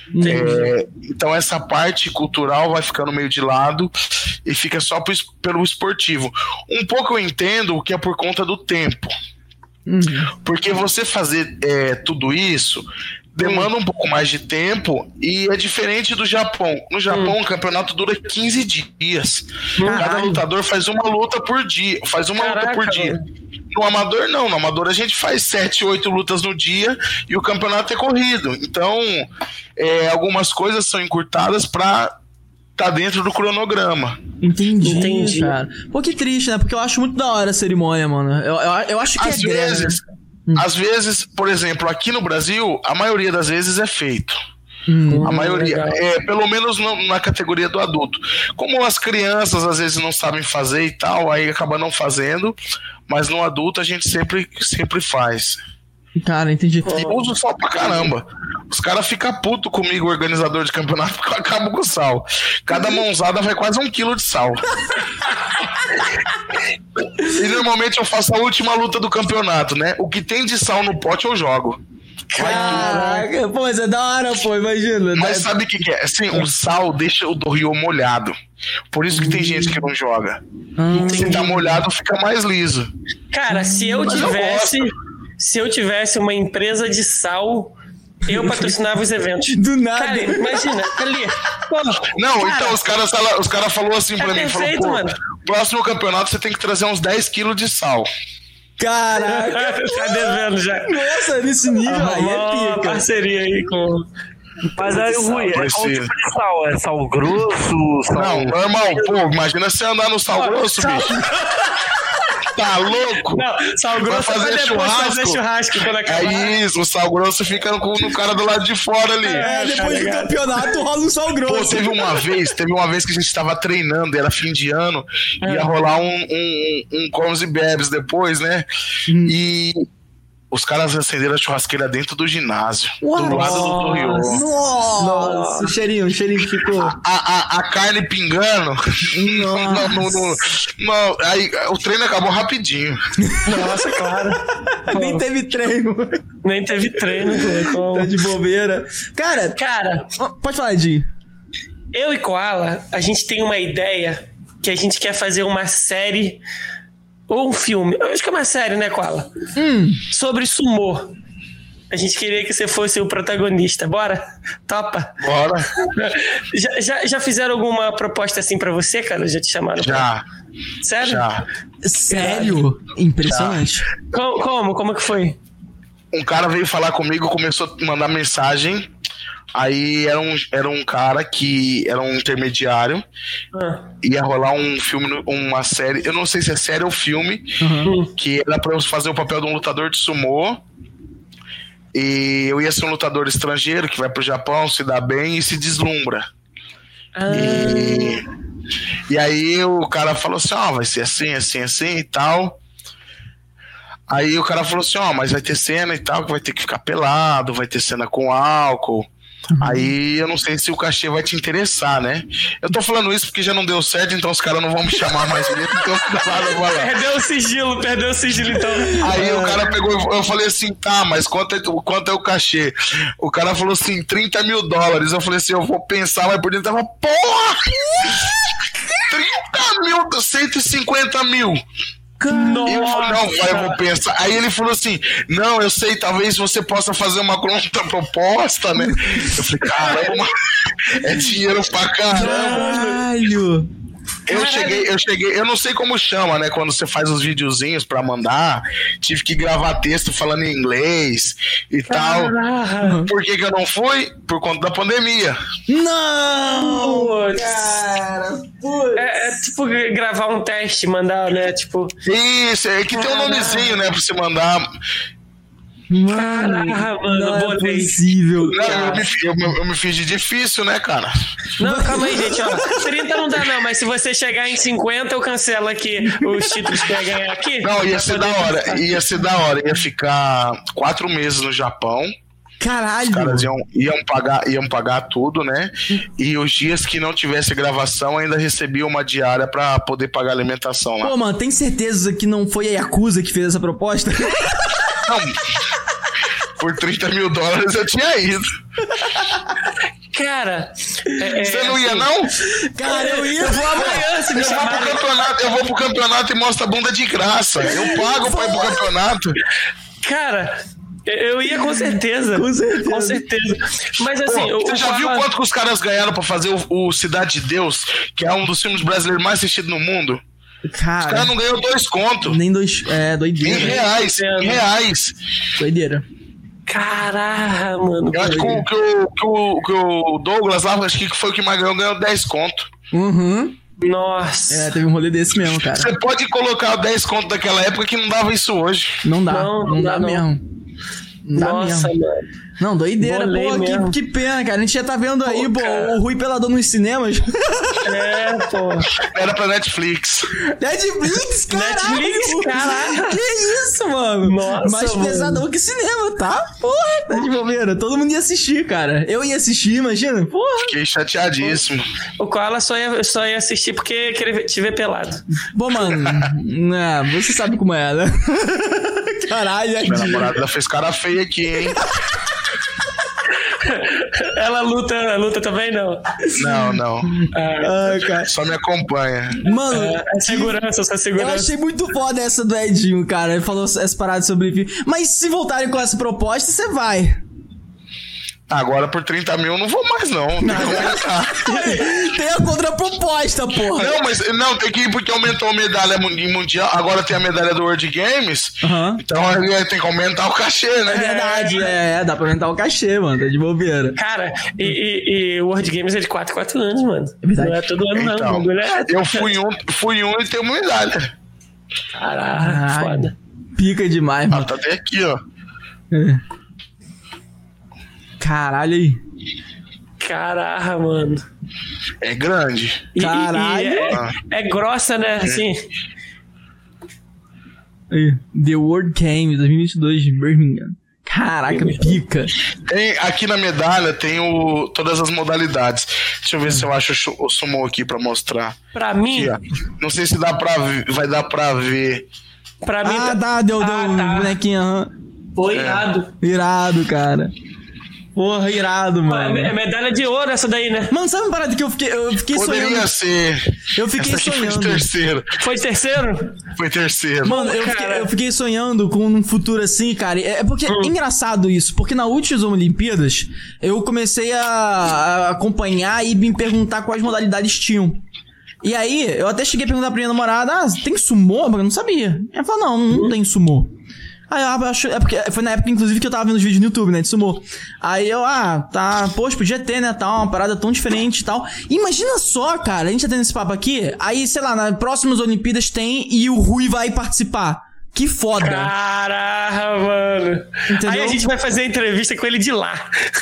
C: É, então essa parte cultural vai ficando meio de lado e fica só pro, pelo esportivo. Um pouco eu entendo o que é por conta do tempo. Uhum. Porque você fazer é, tudo isso demanda um pouco mais de tempo e é diferente do Japão. No Japão, uhum. o campeonato dura quinze dias. Caralho. Cada lutador faz uma luta por dia. Faz uma Caraca, luta por dia. Mano. No amador, não. No amador, a gente faz sete, oito lutas no dia e o campeonato é corrido. Então, é, algumas coisas são encurtadas para tá dentro do cronograma.
A: Entendi, Entendi, cara. Pô, que triste, né? Porque eu acho muito da hora a cerimônia, mano. Eu, eu, eu acho que
C: às
A: é
C: vezes,
A: greve.
C: Hum. Às vezes, por exemplo, aqui no Brasil, a maioria das vezes é feito. Hum, a maioria, legal. é pelo menos no, na categoria do adulto. Como as crianças às vezes não sabem fazer e tal, aí acaba não fazendo, mas no adulto a gente sempre, sempre faz.
A: Cara, entendi.
C: E uso sal pra caramba. Os caras ficam putos comigo, o organizador de campeonato, porque eu acabo com o sal. Cada mãozada vai quase um quilo de sal. E normalmente eu faço a última luta do campeonato, né? O que tem de sal no pote eu jogo.
A: Caraca, pô, mas é da hora, pô, imagina.
C: Mas sabe o que, que é? Assim, o sal deixa o Doryo molhado. Por isso que tem gente que não joga. Hum. Se tá molhado, fica mais liso.
B: Cara, se eu mas tivesse... Eu se eu tivesse uma empresa de sal, eu patrocinava os eventos.
A: Do nada.
B: Cara, imagina, ali. Pô,
C: não, cara, então os caras os cara falaram assim pra é mim: perfeito, falou, pô, próximo campeonato você tem que trazer uns dez quilos de sal.
A: Caraca,
B: tá devendo já.
A: Nossa, nesse nível ah, aí é pica.
B: Parceria aí com.
E: Mas aí, Rui, é qual tipo de sal? É sal grosso? Sal...
C: Não, normal, pô, imagina você andar no sal pô, grosso, sal... bicho. Tá louco?
B: Não, sal grosso
C: vai fazer churrasco.
B: fazer churrasco quando acabar.
C: É isso, o sal grosso fica no, no cara do lado de fora ali.
A: É, depois do campeonato rola um sal grosso.
C: Pô, teve uma vez, teve uma vez que a gente tava treinando, era fim de ano, é. ia rolar um, um, um comes e bebes depois, né? Hum. E os caras acenderam a churrasqueira dentro do ginásio.
A: Uau,
C: do lado do Doryo.
A: Nossa, nossa, o cheirinho, o cheirinho que ficou.
C: A, a, a carne pingando. Nossa. no, no, no, aí, o treino acabou rapidinho.
B: Nossa, claro.
A: Nem teve treino.
B: Nem teve treino. Como...
A: Tá de bobeira. Cara,
B: cara,
A: pode falar, Edinho.
B: Eu e Koala, a gente tem uma ideia que a gente quer fazer uma série ou um filme. Eu acho que é uma série, né, Koala?
A: Hum.
B: Sobre sumô. A gente queria que você fosse o protagonista. Bora? Topa?
C: Bora.
B: Já, já, já fizeram alguma proposta assim pra você, cara? Já te chamaram?
C: Já.
B: Pra... Sério?
C: Já.
A: Sério? Impressionante.
C: Já.
B: Como, como? Como que foi?
C: Um cara veio falar comigo, começou a mandar mensagem. Aí era um, era um cara que era um intermediário. Ah. Ia rolar um filme, uma série. Eu não sei se é série ou filme. Uhum. Que era pra eu fazer o papel de um lutador de sumô. E eu ia ser um lutador estrangeiro que vai pro Japão, se dá bem e se deslumbra. Ah. E, e aí o cara falou assim, ó, oh, vai ser assim, assim, assim e tal. Aí o cara falou assim, ó, oh, mas vai ter cena e tal, que vai ter que ficar pelado, vai ter cena com álcool. Uhum. Aí eu não sei se o cachê vai te interessar, né? Eu tô falando isso porque já não deu certo, então os caras não vão me chamar mais mesmo, então
B: perdeu o sigilo, perdeu o sigilo então.
C: Aí é. o cara pegou, eu falei assim, tá, mas quanto é, quanto é o cachê? O cara falou assim, trinta mil dólares. Eu falei assim, eu vou pensar, mas por dentro tava, porra! trinta mil, cento e cinquenta mil.
B: Nossa.
C: Eu falei, não, vai, eu vou pensar. Aí ele falou assim, não, eu sei, talvez você possa fazer uma contraproposta, né? Eu falei, caramba, é dinheiro pra caramba.
A: Caralho.
C: Eu cheguei, eu cheguei, eu não sei como chama, né? Quando você faz os videozinhos pra mandar, tive que gravar texto falando em inglês e Caraca. tal. Por que que eu não fui? Por conta da pandemia.
A: Não!
B: Putz.
A: Cara, putz.
B: É, é tipo gravar um teste, mandar, né? Tipo.
C: Isso, é que tem um nomezinho, né? Pra você mandar.
A: Mano,
B: Caraca, mano,
A: não
B: é
A: possível.
C: Não, eu, me, eu, eu me fiz de difícil, né, cara?
B: Não, calma aí, gente, ó. trinta não dá, não, mas se você chegar em cinquenta, eu cancelo aqui os títulos que eu ia ganhar aqui.
C: Não, ia ser da hora, pensar. ia ser da hora. Ia ficar quatro meses no Japão.
A: Caralho!
C: Os caras iam, iam, pagar, iam pagar tudo, né? E os dias que não tivesse gravação, ainda recebia uma diária pra poder pagar a alimentação lá.
A: Pô, mano, tem certeza que não foi a Yakuza que fez essa proposta?
C: Não. Por trinta mil dólares eu tinha ido.
B: Cara,
C: é, você não ia, assim, não?
A: Cara, eu ia.
B: Eu vou amanhã, se me
C: eu, vou pro campeonato, eu vou pro campeonato e mostro a bunda de graça. Eu pago pra ir pro campeonato.
B: Cara, eu ia com certeza.
A: Com certeza.
B: Com certeza. Mas assim,
C: Pô, você
B: eu,
C: já
B: eu
C: viu
B: falo...
C: quanto que os caras ganharam pra fazer o, o Cidade de Deus, que é um dos filmes brasileiros mais assistidos no mundo?
A: Cara,
C: os caras não ganham dois contos.
A: Nem dois. É, doideira.
C: Em reais. Em reais.
A: Doideira.
B: Caraca, mano.
C: Eu acho que o, que, o, que, o, que o Douglas lá, acho que foi o que mais ganhou, ganhou dez conto.
A: Uhum.
B: Nossa.
A: É, teve um rolê desse mesmo, cara.
C: Você pode colocar dez conto daquela época que não dava isso hoje.
A: Não dá,
B: não,
A: não, não dá, dá mesmo. Não dá
B: Nossa,
A: mesmo.
B: mano.
A: Não, doideira, pô, que, que pena, cara. A gente já tá vendo aí, pô, o Rui Pelador nos cinemas.
B: É, pô.
C: Era pra Netflix.
A: Netflix, caralho.
B: Netflix, caralho.
A: Que isso, mano?
B: Nossa,
A: mais
B: mano.
A: pesadão que cinema, tá? Porra, tá de bobeira. Todo mundo ia assistir, cara. Eu ia assistir, imagina. Porra.
C: Fiquei chateadíssimo.
B: O Koala só ia, só ia assistir porque queria te ver pelado.
A: Bom, mano, né, você sabe como é, né? Caralho,
C: minha namorada fez cara feia aqui, hein?
B: Ela luta, luta também, não?
C: Não, não.
A: Ah, cara.
C: Só me acompanha.
A: Mano,
B: é, é segurança, essa segurança.
A: Eu achei muito foda essa do Edinho, cara. Ele falou essas paradas sobre... Mas se voltarem com essa proposta, você vai.
C: Agora por trinta mil eu não vou mais, não. Tem que aumentar.
A: Tem a contraproposta, porra.
C: Não, mas não, tem que ir porque aumentou a medalha mundial. Agora tem a medalha do World Games.
A: Uhum.
C: Então tem que aumentar o cachê, né?
A: É verdade, é, é. Dá pra aumentar o cachê, mano. Tá de bobeira.
B: Cara, e, e, e o World Games é de quatro, quatro anos, mano. É verdade. Não é todo ano,
C: então,
B: não. É...
C: Eu fui um, fui um e tenho uma medalha.
B: Caraca, foda.
A: Pica demais, mano.
C: Ah, tá até aqui, ó.
A: É. Caralho aí.
B: Caraca, mano.
C: É grande.
B: E,
A: Caralho.
B: E é, é grossa, né? Assim.
A: The World Games dois mil e vinte e dois de Birmingham. Caraca, pica.
C: Tem, aqui na medalha tem o, todas as modalidades. Deixa eu ver hum. se eu acho o sumo aqui pra mostrar.
B: Pra mim?
C: Aqui, não sei se dá pra ver, vai dar pra ver.
B: Pra mim.
A: Ah, tá, deu, deu
B: ah,
A: um
B: tá.
A: bonequinho. Uhum.
B: Foi irado.
A: Irado, cara. Porra, irado, mano.
B: É medalha de ouro essa daí, né?
A: Mano, sabe uma parada que eu fiquei, eu fiquei
C: Poderia
A: sonhando?
C: ser.
A: Eu fiquei
C: Essa aqui
A: sonhando.
C: foi de terceiro.
B: Foi terceiro?
C: Foi terceiro.
A: Mano, eu fiquei, eu fiquei sonhando com um futuro assim, cara. É porque
B: Hum.
A: é engraçado isso, porque na últimas Olimpíadas eu comecei a, a acompanhar e me perguntar quais modalidades tinham. E aí, eu até cheguei a perguntar pra minha namorada: ah, tem sumô? Eu não sabia. Ela falou: não, não tem sumô. Aí eu acho, é porque foi na época, inclusive, que eu tava vendo os vídeos no YouTube, né, de sumô. Aí eu, ah, tá, poxa, podia ter, né, tal, uma parada tão diferente e tal. Imagina só, cara, a gente tá tendo esse papo aqui, aí, sei lá, nas próximas Olimpíadas tem e o Rui vai participar. Que foda.
B: Caraca, mano.
A: Entendeu?
B: Aí a gente vai fazer a entrevista com ele de lá.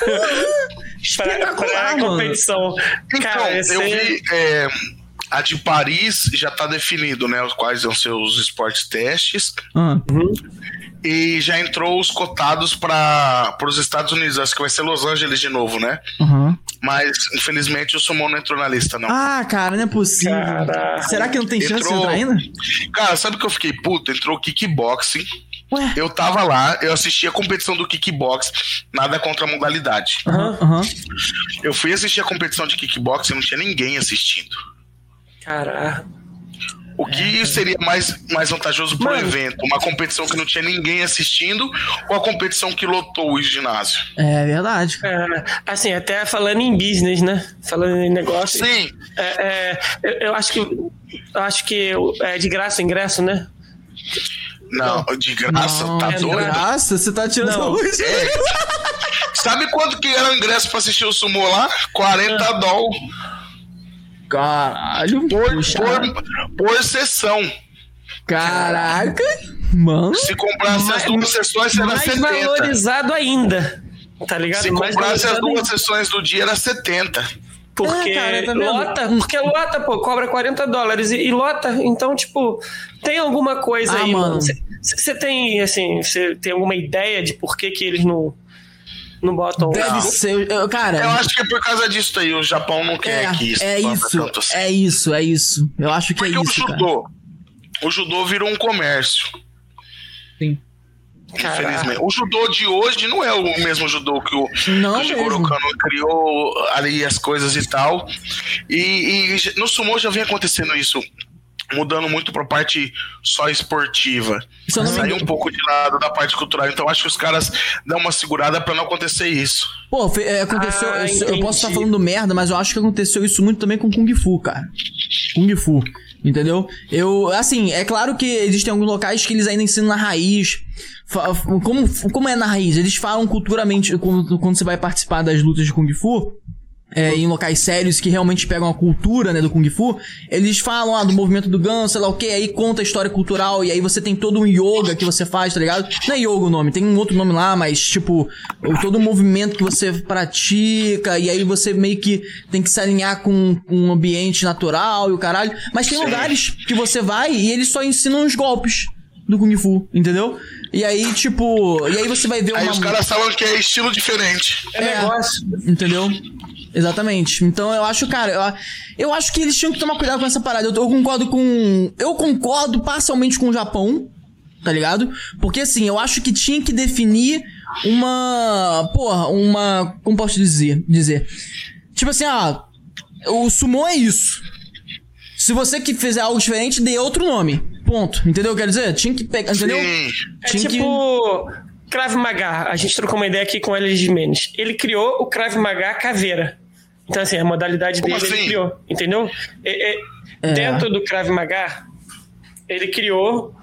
B: pra, pra a competição.
C: Então,
B: Cara,
C: eu
B: esse...
C: vi... É, a de Paris já tá definido, né? Quais vão ser os esportes testes.
A: Ah.
B: Uhum.
C: E já entrou os cotados para os Estados Unidos. Acho que vai ser Los Angeles de novo, né?
A: Uhum.
C: Mas, infelizmente, o sumô não entrou na lista, não.
A: Ah, cara, não é possível.
B: Caraca.
A: Será que não tem chance
C: Entrou-
A: de entrar ainda?
C: Cara, sabe que eu fiquei puto? Entrou kickboxing.
A: Ué.
C: Eu tava lá, eu assisti a competição do kickboxing, nada contra a modalidade.
A: Aham, aham.
C: Eu fui assistir a competição de kickboxing e não tinha ninguém assistindo.
B: Caraca.
C: O que seria mais, mais vantajoso pro
B: Mano.
C: evento? Uma competição que não tinha ninguém assistindo ou a competição que lotou o ginásio?
A: É verdade.
B: É, assim, até falando em business, né? Falando em negócio.
C: Sim,
B: É, é, eu, eu acho que eu acho que é de graça o ingresso, né?
C: não, de graça,
A: Não,
C: tá
A: de
C: doido?
A: graça, você tá tirando
B: Não.
A: hoje.
C: Sabe quanto que era o ingresso pra assistir o sumô lá? quarenta dólares
A: Caralho,
C: por,
A: puxa.
C: por, por sessão.
A: Caraca, mano.
C: Se comprasse as duas sessões, era
B: Mais
C: setenta.
B: valorizado ainda. Tá ligado?
C: Se
B: Mais
C: comprasse as
B: valorizado
C: duas
B: ainda.
C: sessões do dia, era setenta.
B: Porque
A: É, cara, tá vendo?
B: lota, porque lota, pô, cobra quarenta dólares e, e lota, então, tipo, tem alguma coisa
A: Ah,
B: aí,
A: mano.
B: mano. Você tem, assim, você tem alguma ideia de por que que eles não, não botam...
A: Deve
B: Não.
A: ser, eu- cara.
C: Eu acho que é por causa disso aí, o Japão não quer
A: é,
C: que isso
A: é
C: vá
A: isso,
C: tanto assim.
A: é isso, é isso. Eu acho que
C: Porque
A: é
C: o
A: isso, cara.
C: judô, o judô virou um comércio.
A: Sim.
C: Infelizmente. O judô de hoje não é o mesmo judô que o,
A: Não
C: que o Jigoro
A: mesmo.
C: Kano criou ali as coisas e tal. E, e no sumo já vem acontecendo isso, mudando muito pra parte só esportiva.
A: Se eu não me
C: Sair
A: engano-
C: um pouco de lado da parte cultural. Então acho que os caras dão uma segurada pra não acontecer isso.
A: Pô, fe- é, aconteceu.
B: Ah,
A: isso- eu
B: entendi.
A: posso estar falando merda, mas eu acho que aconteceu isso muito também com Kung Fu, cara. Kung Fu. Entendeu? Eu, assim, é claro que existem alguns locais que eles ainda ensinam na raiz. Fa- Como, como é na raiz? Eles falam culturalmente, quando, quando você vai participar das lutas de Kung Fu, é, em locais sérios que realmente pegam a cultura, né, do Kung Fu, eles falam, ah, do movimento do ganso, sei lá o que, aí conta a história cultural, e aí você tem todo um yoga que você faz, tá ligado? Não é yoga o nome, tem um outro nome lá, mas, tipo, o- todo o movimento que você pratica, e aí você meio que tem que se alinhar com um ambiente natural e o caralho. Mas tem
C: Sim.
A: lugares que você vai e eles só ensinam os golpes do Kung Fu, entendeu? E aí, tipo, e aí você vai ver
C: Aí
A: uma...
C: os caras falam que é estilo diferente.
B: É negócio.
A: Entendeu? Exatamente. Então eu acho, cara, eu, eu acho que eles tinham que tomar cuidado com essa parada. Eu, eu concordo com. Eu concordo parcialmente com o Japão, tá ligado? Porque assim, eu acho que tinha que definir uma. Porra, uma. Como posso dizer? dizer? Tipo assim, ah, o sumo é isso. Se você que fizer algo diferente, dê outro nome. Ponto. Entendeu o que eu quero dizer? Tinha que pegar. Entendeu?
C: Sim.
B: É
A: Tinha que-
B: tipo Krav Maga. A gente trocou uma ideia aqui com o L G Mendes. Ele criou o Krav Maga caveira. Então, assim, a modalidade
C: Como
B: dele
C: assim?
B: ele criou. Entendeu? É, é,
A: É.
B: Dentro do Krav Maga, ele criou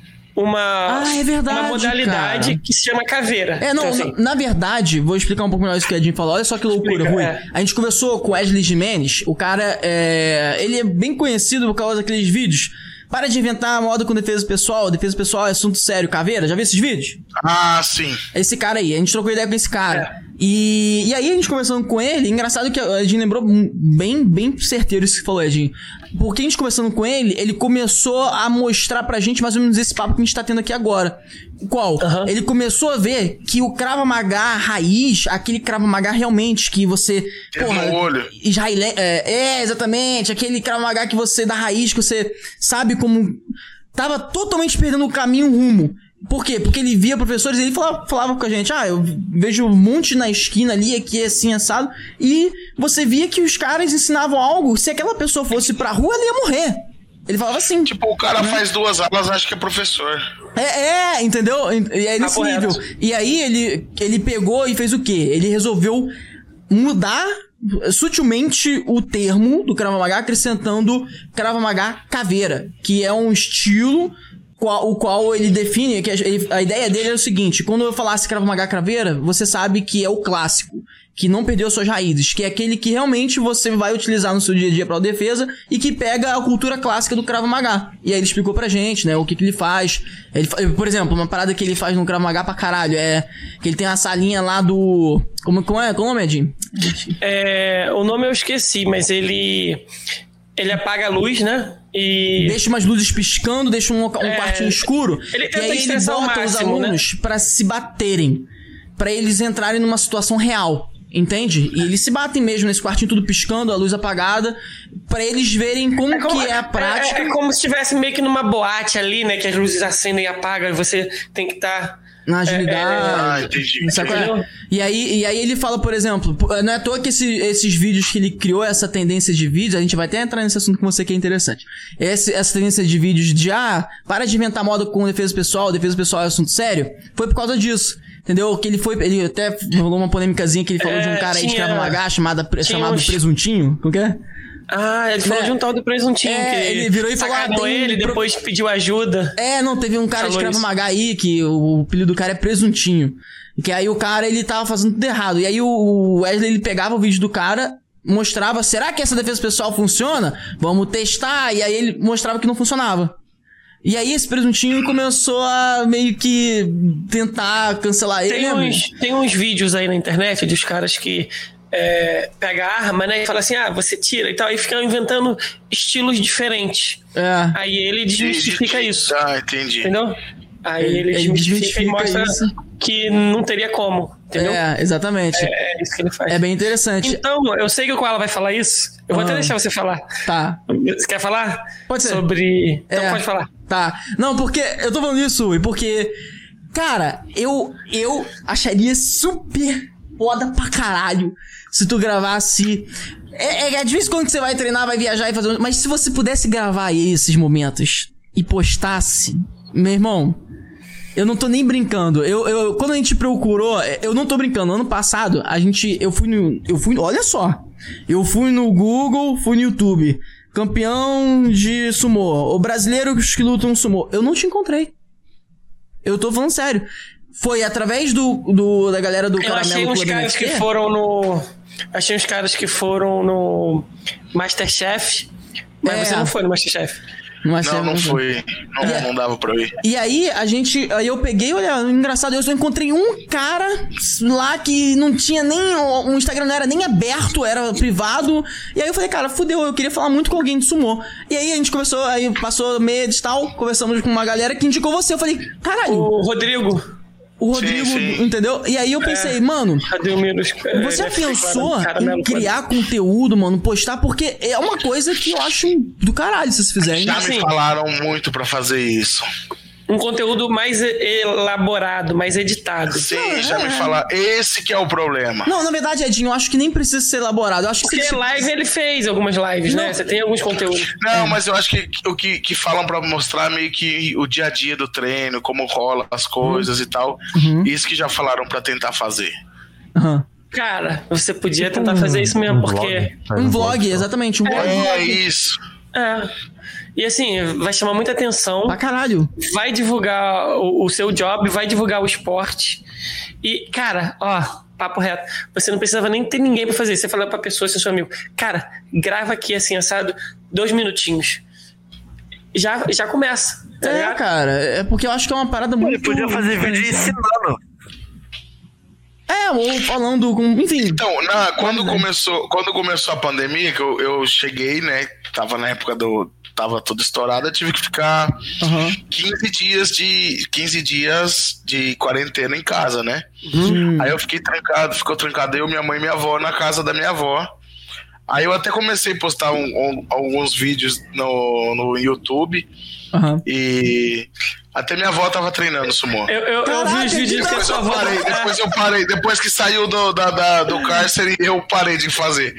B: uma,
A: Ah, é verdade,
B: uma modalidade
A: cara.
B: que se chama caveira.
A: É, não,
B: Então, assim,
A: na, na verdade, vou explicar um pouco melhor isso que o Edinho falou. Olha só que loucura,
B: Explica,
A: Rui.
B: é.
A: A gente conversou com o Wesley Jimenez. O cara, é... ele é bem conhecido por causa daqueles vídeos. Para de inventar moda com defesa pessoal. Defesa pessoal é assunto sério. Caveira, já viu esses vídeos?
C: Ah, sim.
A: Esse cara aí, a gente trocou ideia com esse cara. E, e aí, a gente conversando com ele, engraçado que o Edinho lembrou bem, bem certeiro isso que falou, Edinho. Porque a gente conversando com ele, ele começou a mostrar pra gente mais ou menos esse papo que a gente tá tendo aqui agora. Qual?
B: Aham.
A: Ele começou a ver que o Krav Maga raiz, aquele Krav Maga realmente que você...
C: Dedo no olho.
A: Israele... É, é, exatamente. Aquele Krav Maga que você, da raiz, que você sabe como... Tava totalmente perdendo o caminho, o rumo. Por quê? Porque ele via professores e ele falava, falava com a gente, ah, eu vejo um monte na esquina ali, aqui é assim, assado, e você via que os caras ensinavam algo, se aquela pessoa fosse pra rua, ela ia morrer. Ele falava assim.
C: Tipo, o cara
A: né?
C: faz duas aulas, acha que é professor.
A: É, é, entendeu? E é nesse
B: tá
A: nível. E aí ele, ele pegou e fez o quê? Ele resolveu mudar sutilmente o termo do Krav Maga, acrescentando Krav Maga caveira, que é um estilo qual, o qual ele define, que a, ele, a ideia dele é o seguinte, quando eu falasse Krav Maga caveira, você sabe que é o clássico, que não perdeu suas raízes, que é aquele que realmente você vai utilizar no seu dia a dia para defesa e que pega a cultura clássica do Krav Maga. E aí ele explicou pra gente, né, o que que ele faz. Ele, por exemplo, uma parada que ele faz no Krav Maga pra caralho é que ele tem uma salinha lá do... Como, como é? Como é o nome, Edinho?
B: É, o nome eu esqueci, mas ele... Ele apaga a luz, né? E...
A: Deixa umas luzes piscando, deixa um, um
B: É,
A: quartinho escuro.
B: ele
A: E
B: tenta
A: aí ele
B: extensão
A: bota
B: ao
A: os
B: máximo,
A: alunos pra se baterem. Pra eles entrarem numa situação real. Entende? E eles se batem mesmo nesse quartinho tudo piscando, a luz apagada, pra eles verem como,
B: como-
A: que é a prática.
B: É, é como se estivesse meio que numa boate ali, né? Que as luzes acendem e apagam e você tem que estar...
A: Na agilidade.
C: Ah, entendi.
A: Sabe qual é?
B: Entendeu?
A: E aí, e aí ele fala, por exemplo, não é à toa que esse, esses vídeos que ele criou, essa tendência de vídeos, a gente vai até entrar nesse assunto com você que é interessante. Esse, essa tendência de vídeos de, ah, para de inventar moda com defesa pessoal, defesa pessoal é assunto sério, foi por causa disso. Entendeu? Que ele foi, ele até rolou uma polêmicazinha que ele falou
B: É,
A: de um cara aí de
B: tinha-
A: Krav Maga chamado, chamado
B: uns-
A: Presuntinho. Como que é?
B: Ah, ele falou
A: Né?
B: de um tal do presuntinho,
A: É,
B: que
A: ele virou e falou, ah,
B: sacaneou
A: tem um
B: ele,
A: pro-
B: depois pediu ajuda.
A: É, não, teve um cara de
B: Falou
A: Krav
B: isso.
A: Maga aí, que o apelido do cara é Presuntinho. Que aí o cara, ele tava fazendo tudo errado. E aí o Wesley, ele pegava o vídeo do cara, mostrava, será que essa defesa pessoal funciona? Vamos testar. E aí ele mostrava que não funcionava. E aí esse Presuntinho começou a meio que tentar cancelar ele.
B: Tem
A: lembra?
B: uns, tem uns vídeos aí na internet dos caras que é, pegam a arma, né? E falam assim, ah, você tira e tal. E ficam inventando estilos diferentes.
A: É.
B: Aí ele desmistifica isso.
C: Ah, entendi.
B: Entendeu? Aí
A: Ele-
B: ele,
A: ele
B: desmistifica e
A: desmistifica
B: mostra
A: isso.
B: que não teria como. Entendeu?
A: É, exatamente.
B: É, é isso que ele faz.
A: É bem interessante.
B: Então, eu sei que o Koala vai falar isso. Eu vou
A: Ah.
B: até deixar você falar.
A: Tá.
B: Você quer falar?
A: Pode ser.
B: Sobre... Então
A: É.
B: pode falar.
A: Tá. Não, porque eu tô falando isso, Ui, porque, cara, eu, eu acharia super foda pra caralho se tu gravasse. É, é, é difícil quando você vai treinar, vai viajar e fazer. Mas se você pudesse gravar aí esses momentos e postasse, meu irmão. Eu não tô nem brincando. Eu, eu, quando a gente procurou, eu não tô brincando. Ano passado, a gente. Eu fui no. Eu fui. Olha só. Eu fui no Google, fui no YouTube. Campeão de sumô. O brasileiro que lutam sumô. Eu não te encontrei. Eu tô falando sério. Foi através do, do da galera do
B: Eu achei
A: Caramelo
B: uns
A: Club
B: caras que
A: N F T?
B: foram no... Achei uns caras que foram no Masterchef. Mas
A: É.
B: você não foi no Masterchef.
A: Mas
C: Não,
A: é-
C: não foi. Não,
A: É.
C: não dava pra eu ir.
A: E aí, a gente. Aí eu peguei, olha, engraçado, eu só encontrei um cara lá que não tinha nem. O Instagram não era nem aberto, era privado. E aí eu falei, cara, fudeu, eu queria falar muito com alguém de sumô. E aí a gente começou, aí passou meia de tal, conversamos com uma galera que indicou você. Eu falei, caralho,
B: O Rodrigo.
A: o Rodrigo,
C: sim.
A: entendeu? E aí eu pensei, mano.
B: Rodrigo Miros.
A: Você já pensou em criar conteúdo, mano, postar? Porque é uma coisa que eu acho do caralho se vocês fizerem.
C: Já
B: assim,
C: me falaram muito pra fazer isso.
B: Um conteúdo mais elaborado, mais editado.
C: Sim,
A: Não,
C: já
A: é.
C: me falaram. Esse que é o problema.
A: Não, na verdade, Edinho, eu acho que nem precisa ser elaborado. Eu acho que
B: Porque
A: se
B: live ele fez algumas lives, né?
A: Não.
B: Você tem alguns conteúdos.
C: Não, mas eu acho que o que, que falam pra mostrar meio que o dia a dia do treino, como rola as coisas e tal.
A: Uhum.
C: Isso que já falaram pra tentar fazer.
A: Aham.
B: Cara, você podia tentar fazer isso mesmo, porque...
A: Um vlog, exatamente, um vlog.
C: É isso.
B: É. E assim, vai chamar muita atenção.
A: Pra caralho.
B: Vai divulgar o, o seu job, vai divulgar o esporte. E, cara, ó, papo reto. Você não precisava nem ter ninguém pra fazer. Você fala pra pessoa, seu amigo, cara, grava aqui assim, assado, dois minutinhos. Já, já começa, tá
A: É,
B: ligado?
A: cara, é porque eu acho que é uma parada muito...
E: Ele podia fazer vídeo ensinando.
A: É, ou falando com... Enfim.
C: Então, na, quando,
A: Quando, né?
C: começou, quando começou a pandemia, que eu, eu cheguei, né? Tava na época do. Tava tudo estourado, eu tive que ficar
A: Aham.
C: quinze dias de. quinze dias de quarentena em casa, né?
A: Hum.
C: Aí eu fiquei trancado, ficou trancado eu, minha mãe e minha avó na casa da minha avó. Aí eu até comecei a postar um- um- alguns vídeos no, no YouTube
A: Aham.
C: e Até minha avó tava treinando sumô.
B: Eu, eu,
A: Caraca,
B: eu vi os vídeos que a
C: Depois
B: sua
C: eu
B: avó...
C: parei, depois eu parei. Depois que saiu do, da, da, do cárcere, eu parei de fazer.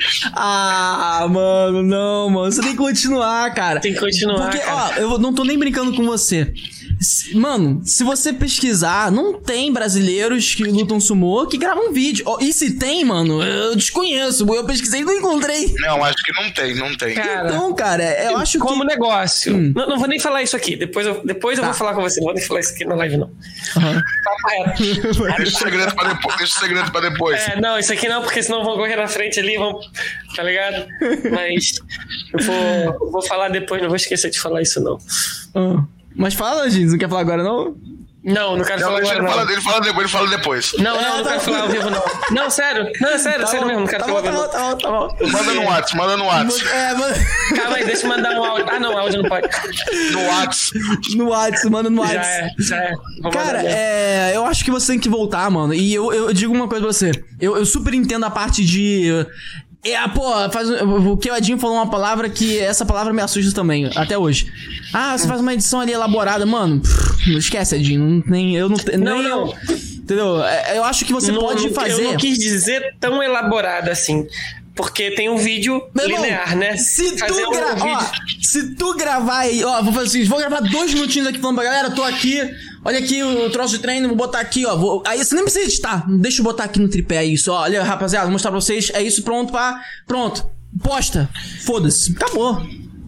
A: Ah, mano, não, mano. Você tem que continuar, cara.
B: Tem que continuar,
A: Porque,
B: cara.
A: ó, eu não tô nem brincando com você. Se- Mano, se você pesquisar, não tem brasileiros que lutam sumô que gravam vídeo. Ó, e se tem, mano, eu desconheço. Eu pesquisei e não encontrei.
C: Não, acho que não tem, não tem.
B: Cara,
A: Então, cara, eu acho
B: como
A: que...
B: negócio.
A: Hum.
B: Não, não vou nem falar isso aqui. Depois eu, depois eu
A: Tá.
B: vou falar com você. Não vou nem falar isso aqui na live, não.
A: Aham.
B: Tá correto.
C: Deixa o segredo pra depois. Deixa o segredo pra depois.
B: É, não, isso aqui não, porque senão vão correr na frente ali, vão. Tá ligado? Mas eu vou, eu vou falar depois, não vou esquecer de falar isso, não.
A: Ah. Mas fala, gente, não quer falar agora, não?
B: Não, não quero
C: Não,
B: falar
C: deixa
B: agora.
C: ele
B: Não.
C: falar, ele fala depois, ele fala depois.
B: Não,
A: É,
B: não, não
A: tá
B: quero
A: bom.
B: falar ao vivo, não. Não, sério. Não, é sério,
A: Tá
B: sério
A: bom,
B: mesmo, não quero
A: tá
B: falar
A: bom,
B: ao
A: tá
B: vivo.
A: bom, tá bom, tá bom.
C: Manda no WhatsApp, manda no WhatsApp.
A: É, mano,
B: Calma aí, deixa eu mandar um áudio. Ah, não, áudio não pode.
C: No WhatsApp.
A: no WhatsApp, manda no
B: Já
A: WhatsApp.
B: é, já é. Vou
A: Cara,
B: mandar mesmo.
A: é, eu acho que você tem que voltar, mano. E eu, eu digo uma coisa pra você. Eu, eu super entendo a parte de... É, pô, faz, o que o Edinho falou uma palavra que essa palavra me assusta também, até hoje. Ah, você faz uma edição ali elaborada. Mano, pff, não esquece, Edinho. Não tem, eu não, te-
B: Não,
A: nem
B: não.
A: eu- entendeu? É, Eu acho que você
B: Não-
A: pode
B: não-
A: fazer...
B: Eu não quis dizer tão elaborado assim. Porque tem um vídeo
A: Meu irmão,
B: linear, né?
A: Se
B: Fazer
A: tu,
B: um
A: gra...
B: vídeo-
A: ó, se tu gravar aí, ó, vou fazer o seguinte, vou gravar dois minutinhos aqui falando pra galera, tô aqui, olha aqui o troço de treino, vou botar aqui, ó, vou... aí você nem precisa editar, deixa eu botar aqui no tripé isso, ó, olha, rapaziada, vou mostrar pra vocês, é isso, pronto, pá, pronto, posta, foda-se, acabou.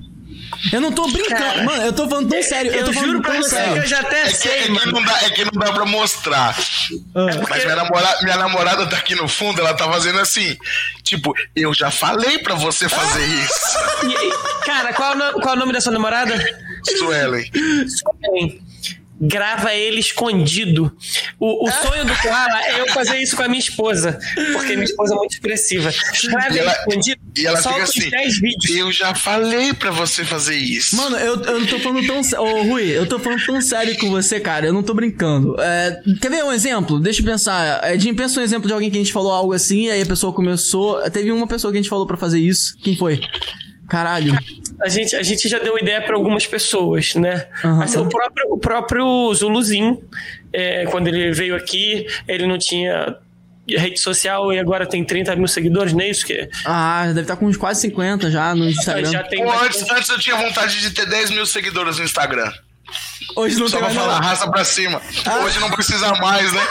A: Eu não tô brincando,
B: Cara,
A: mano, eu tô falando tão sério, eu,
B: Eu
A: tô falando
B: juro pra
A: tão
B: você
A: sério.
B: que eu já até
C: É que,
B: sei,
C: é, que
B: mano.
C: não dá, é que não dá pra mostrar. Mas minha namorada, minha namorada tá aqui no fundo, ela tá fazendo assim. Tipo, eu já falei pra você fazer isso.
B: E- e- cara, qual, é o no- qual é o nome da sua namorada?
C: Suelen.
B: Suelen. Grava ele escondido. O, o sonho do Koala é eu fazer isso com a minha esposa. Porque minha esposa é muito expressiva. Grava
C: E
B: ele
C: ela,
B: escondido.
C: e ela
B: solta
C: fica
B: os
C: assim.
B: dez vídeos.
C: Eu já falei pra você fazer isso.
A: Mano, eu, eu não tô falando tão sério. Ô, Rui, eu tô falando tão sério com você, cara. Eu não tô brincando. É, quer ver um exemplo? Deixa eu pensar. Edinho, pensa um exemplo de alguém que a gente falou algo assim, e aí a pessoa começou. Teve uma pessoa que a gente falou pra fazer isso. Quem foi? Caralho.
B: A gente, a gente já deu ideia pra algumas pessoas, né?
A: Aham.
B: Assim, o, próprio, o próprio Zuluzinho, é, quando ele veio aqui, ele não tinha rede social e agora tem trinta mil seguidores, não é isso? Que
A: Ah, deve estar com uns quase cinquenta já no Instagram.
B: já tem
C: Pô,
B: bastante-
C: antes, antes eu tinha vontade de ter dez mil seguidores no Instagram.
A: Hoje não
C: Só
A: tem
C: pra
A: mais
C: falar,
A: nada.
C: raça pra cima. Hoje não precisa mais, né?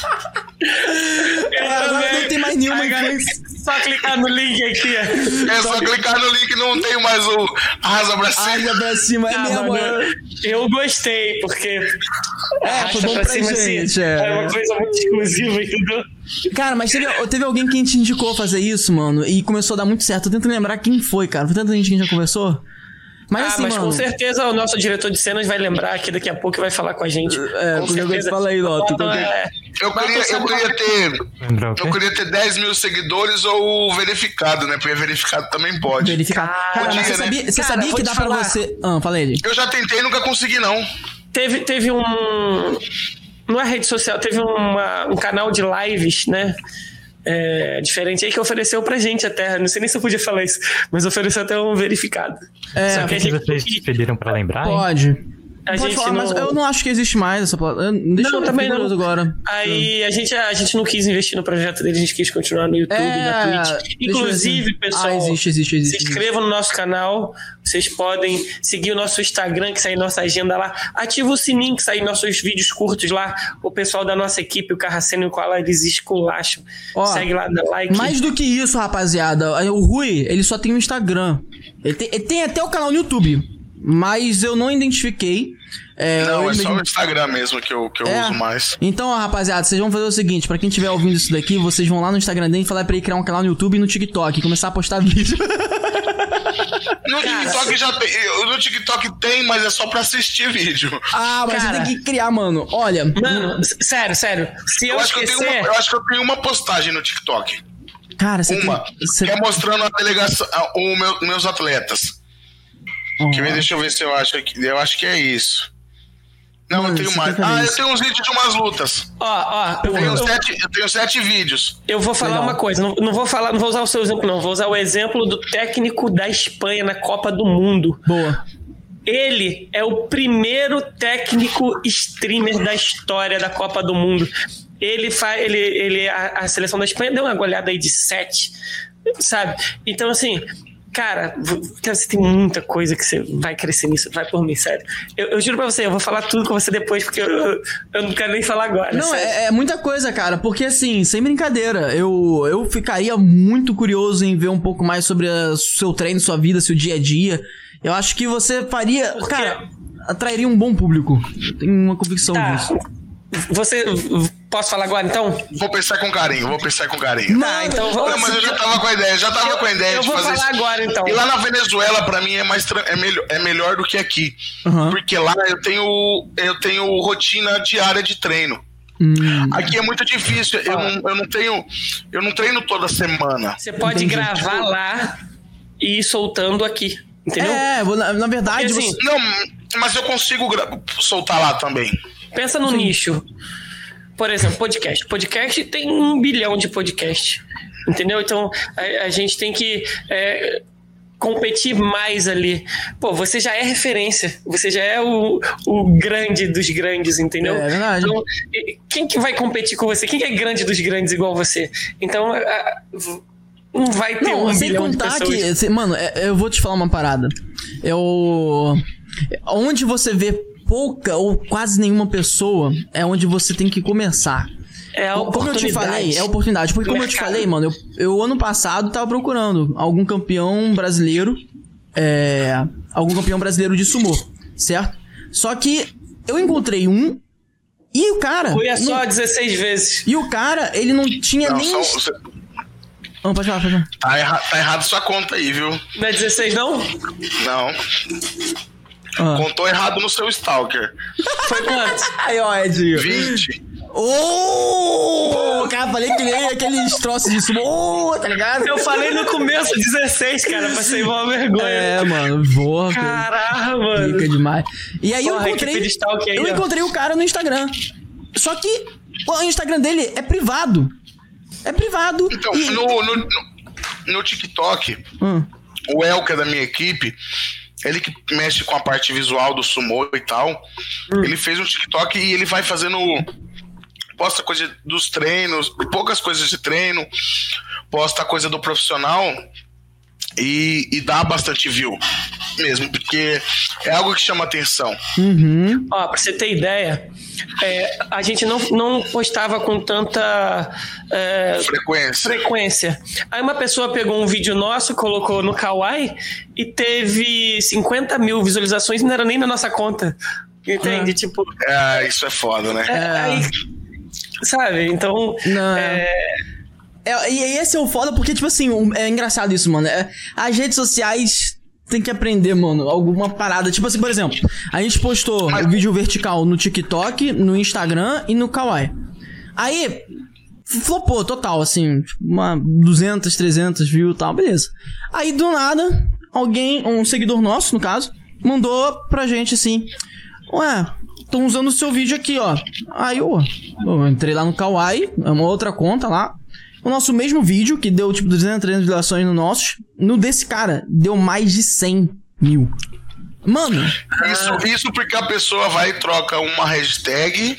B: Eu
A: agora
B: também.
A: não tem mais nenhuma
B: Agora,
A: influência.
B: Só clicar no link aqui.
C: É só clicar no link, não tem mais o arrasa pra cima.
A: Arrasa pra cima, é
B: Ah,
A: mesmo.
B: mano,
A: é.
B: eu gostei, porque
A: É,
B: arrasta
A: foi bom pra
B: cima,
A: gente,
B: assim,
A: é.
B: é uma coisa muito exclusiva, entendeu?
A: Cara, mas teve, teve alguém que a gente indicou fazer isso, mano, e começou a dar muito certo. Tô tentando lembrar quem foi, cara. Foi tanta gente que a gente já conversou. Mas
B: ah,
A: assim,
B: mas
A: mano.
B: com certeza o nosso diretor de cenas vai lembrar aqui daqui a pouco e vai falar com a gente.
A: É,
B: com
A: porque eu
B: certeza.
A: fala aí, Loto,
B: Então, é,
C: Eu queria, eu queria ter.
E: Lembrar o quê?
C: Eu queria ter dez mil seguidores ou verificado, né? Porque verificado também pode.
A: Verificar. Cara, mas
C: podia,
A: você
C: né?
A: sabia, você
B: Cara,
A: sabia
B: vou
A: que
B: te
A: dá pra
B: falar.
A: você. Ah, fala aí, gente.
C: Eu já tentei e nunca consegui, não.
B: Teve, teve um. Não é rede social, teve uma, um canal de lives, né? É, diferente aí que ofereceu pra gente até. Não sei nem se eu podia falar isso, mas ofereceu até um verificado.
A: É,
B: Só que a
E: O que
B: gente,
E: vocês pediram pra lembrar, hein?
A: Pode.
B: a
A: Pode
B: gente
A: falar, mas
B: não-
A: eu não acho que existe mais essa plataforma. Deixa
B: Não,
A: eu
B: também não.
A: curioso agora.
B: Aí a gente, a gente não quis investir no projeto dele, a gente quis continuar no YouTube, na Twitch.
A: deixa eu ver
B: Inclusive,
A: se-
B: pessoal,
A: Ah, existe, existe, existe.
B: se inscrevam no nosso canal. Vocês podem seguir o nosso Instagram, que sai nossa agenda lá. Ativa o sininho, que sai nossos vídeos curtos lá. O pessoal da nossa equipe, o Carraceno e o Koala, eles esculacham.
A: Ó,
B: Segue lá, dá like.
A: Mais do que isso, rapaziada, o Rui, ele só tem o Instagram. Ele tem, ele tem até o canal no YouTube, mas eu não identifiquei. É,
C: Não,
A: eu
C: é só
A: mesmo-
C: o Instagram mesmo que eu, que eu
A: É.
C: uso mais.
A: Então, ó, rapaziada, vocês vão fazer o seguinte, pra quem estiver ouvindo isso daqui, vocês vão lá no Instagram dele e falar pra ele criar um canal no YouTube e no TikTok e começar a postar vídeo.
C: No TikTok já tem. eu- No TikTok tem, mas é só pra assistir vídeo.
A: Ah, mas
B: Cara.
A: você tem que criar, mano. Olha,
B: Mano, s- sério, sério. Se eu,
C: Eu acho, que eu,
B: esquecer...
C: tenho uma, eu acho que eu tenho uma postagem no TikTok.
A: cara, você
C: Uma.
A: tem... Você...
C: Que é mostrando a delegação, a- o meu, meus atletas. Quer ver? Deixa eu ver se eu acho que. Eu acho que é isso. Não,
A: Mano,
C: eu tenho
A: você
C: mais.
A: tem que fazer
C: Ah, eu
A: isso.
C: tenho uns vídeos de umas lutas.
B: Ó, ó, eu,
C: Eu tenho,
B: eu,
C: sete, eu tenho sete vídeos.
B: eu vou falar
A: Legal.
B: uma coisa. Não, não vou falar, não vou usar o seu exemplo, não. Vou usar o exemplo do técnico da Espanha na Copa do Mundo.
A: Boa.
B: Ele é o primeiro técnico streamer da história da Copa do Mundo. Ele faz, ele, ele a, a seleção da Espanha deu uma goleada aí de sete, sabe? Então, assim, cara, você tem muita coisa que você vai crescer nisso, vai por mim, sério. Eu, eu juro pra você, eu vou falar tudo com você depois, porque eu, eu, eu não quero nem falar agora.
A: Não, é, é muita coisa, cara, porque assim, sem brincadeira, eu, eu ficaria muito curioso em ver um pouco mais sobre o seu treino, sua vida, seu dia a dia. Eu acho que você faria,
B: porque...
A: cara, atrairia um bom público. Eu tenho uma convicção
B: tá.
A: disso.
B: Você... Posso falar agora, então?
C: Vou pensar com carinho, vou pensar com carinho.
B: Tá, então...
C: Não, mas eu já tava com a ideia, já tava
B: eu,
C: com a ideia
B: eu
C: de
B: vou
C: fazer
B: falar
C: isso.
B: agora, então.
C: E lá na Venezuela, pra mim, é, mais, é, melhor, é melhor do que aqui.
A: Uhum.
C: Porque lá eu tenho, eu tenho rotina diária de treino.
A: Hum.
C: Aqui é muito difícil, eu não, eu não tenho... Eu não treino toda semana.
B: Você pode
A: Entendi.
B: gravar lá e ir soltando aqui, entendeu?
A: É, na, na verdade...
B: Porque, assim,
A: você...
C: Não, mas eu consigo gra- soltar lá também.
B: Pensa no
A: Sim.
B: nicho. Por exemplo, podcast. Podcast tem um bilhão de podcast. Entendeu? Então, a, a gente tem que é, competir mais ali. Pô, você já é referência. Você já é o, o grande dos grandes, entendeu?
A: É verdade.
B: Então, quem que vai competir com você? Quem que é grande dos grandes igual você? Então, a, não vai ter
A: Não,
B: um
A: sem
B: bilhão de
A: contar
B: pessoas.
A: que... se- Mano, é- eu vou te falar uma parada. Eu... Onde você vê pouca ou quase nenhuma pessoa, é onde você tem que começar.
B: É a
A: Como eu te
B: oportunidade.
A: falei, é oportunidade. Porque como eu te
B: Mercado.
A: falei, mano, eu, eu ano passado tava procurando algum campeão brasileiro, é, algum campeão brasileiro de sumô, certo? Só que eu encontrei um e o cara...
B: Fui é só
A: não-
B: dezesseis vezes.
A: e o cara, ele não tinha
C: Não,
A: nem...
C: só- você-
A: Não, pode falar, pode falar.
C: tá, erra, tá errado sua conta aí, viu?
B: Não é dezesseis, não?
C: Não.
A: Ah.
C: Contou errado no seu Stalker.
B: Foi quanto?
A: Aí, ó, Edinho.
C: vinte.
A: Ô! Cara, falei que nem aqueles troços de sumô, tá ligado?
B: Eu falei no começo dezesseis, cara, passei uma vergonha.
A: É, mano, porra.
B: Caraca, mano.
A: Fica demais. E aí
B: Porra,
A: eu
B: equipe
A: encontrei.
B: de stalker aí,
A: eu
B: ó.
A: encontrei o cara no Instagram. Só que pô, o Instagram dele é privado. É privado.
C: Então,
A: e...
C: no, no, no, no TikTok,
A: Hum.
C: o El, que é da minha equipe, ele que mexe com a parte visual do sumô e tal,
A: Hum.
C: ele fez um TikTok e ele vai fazendo... Posta coisa dos treinos, poucas coisas de treino, posta coisa do profissional e, e dá bastante view mesmo, porque é algo que chama atenção.
A: Uhum.
B: Ó, pra você ter ideia, é, a gente não, não postava com tanta é,
C: Frequência.
B: frequência. Aí uma pessoa pegou um vídeo nosso, colocou no Kawaii e teve cinquenta mil visualizações e não era nem na nossa conta. Entende?
A: Ah.
B: Tipo,
C: É, isso é foda, né?
B: é,
A: É.
B: aí, sabe? Então,
A: Não.
B: é,
A: É, e e esse é o foda porque, tipo assim, um- é engraçado isso, mano. É, as redes sociais tem que aprender, mano, alguma parada. Tipo assim, por exemplo, a gente postou o vídeo vertical no TikTok, no Instagram e no Kawaii. Aí, flopou total, assim, tipo, uma duzentas, trezentas views e tal, beleza. Aí, do nada, alguém, um seguidor nosso, no caso, mandou pra gente assim: ué, estão usando o seu vídeo aqui, ó. Aí eu, eu entrei lá no Kawaii, é uma outra conta lá. O nosso mesmo vídeo, que deu tipo duzentas, trezentas visualizações no nosso, no desse cara, deu mais de cem mil. Mano,
C: Isso, isso porque a pessoa vai e troca uma hashtag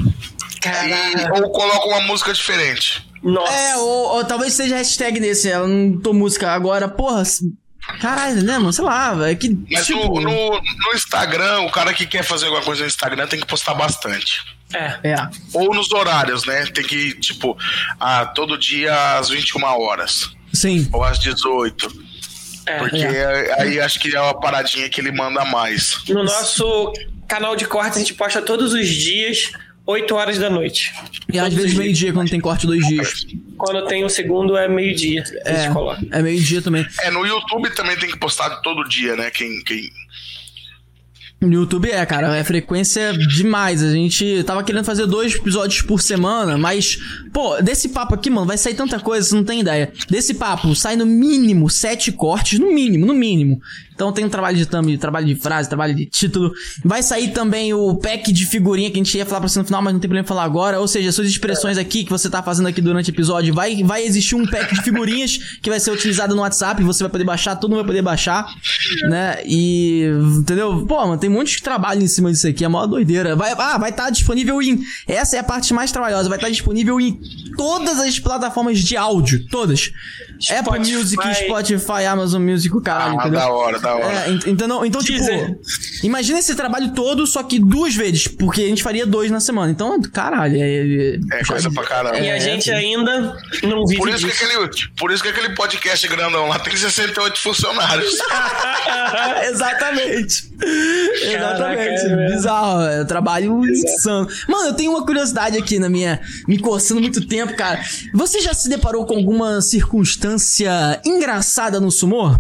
C: e, ou coloca uma música diferente.
B: nossa.
A: é, ou, ou talvez seja hashtag nesse, ela não tô música agora, porra. Caralho, né, mano? Sei lá, é que.
C: Mas
A: tipo,
C: no, no, no Instagram, o cara que quer fazer alguma coisa no Instagram tem que postar bastante.
B: É.
A: É.
C: Ou nos horários, né? Tem que, tipo, ah, todo dia às vinte e uma horas.
A: Sim.
C: Ou às dezoito.
B: É.
C: Porque aí acho que é uma paradinha que ele manda mais.
B: No nosso canal de cortes, a gente posta todos os dias, oito horas da noite.
A: E às
B: Todos
A: vezes
B: os
A: meio-dia, quando tem corte dois dias.
B: Quando tem o segundo, é meio-dia. A gente coloca.
A: É, é meio-dia também.
C: É, no YouTube também tem que postar todo dia, né? Quem, quem,
A: No YouTube é, cara, é frequência demais. A gente tava querendo fazer dois episódios por semana, mas, pô, desse papo aqui, mano, vai sair tanta coisa, você não tem ideia. Desse papo, sai no mínimo sete cortes, no mínimo, no mínimo. Então tem um trabalho de thumb, trabalho de frase, trabalho de título. Vai sair também o pack de figurinha que a gente ia falar pra você no final, mas não tem problema falar agora. Ou seja, suas expressões aqui que você tá fazendo aqui durante o episódio, vai, vai existir um pack de figurinhas que vai ser utilizado no WhatsApp, você vai poder baixar, todo mundo vai poder baixar, né? E, entendeu? Pô, mano, tem um monte de trabalho em cima disso aqui, é a maior doideira. Vai, ah, vai estar tá disponível em... Essa é a parte mais trabalhosa, vai estar tá disponível em todas as plataformas de áudio, todas. Spotify. Apple Music, Spotify, Amazon Music, o caralho,
C: ah,
A: entendeu?
C: Da hora, da hora.
A: É, então, então tipo, imagina esse trabalho todo, só que duas vezes, porque a gente faria dois na semana. Então, caralho, é...
C: É coisa pra caramba.
B: E a
A: é,
B: gente
A: é,
B: ainda não vive
C: por isso
B: disso.
C: Que aquele, por isso que aquele podcast grandão lá tem sessenta e oito funcionários.
A: Exatamente.
B: Caraca,
A: Exatamente.
B: é
A: Bizarro, é trabalho insano. Mano, eu tenho uma curiosidade aqui na minha... Me coçando muito tempo, cara. Você já se deparou com alguma circunstância engraçada no sumô?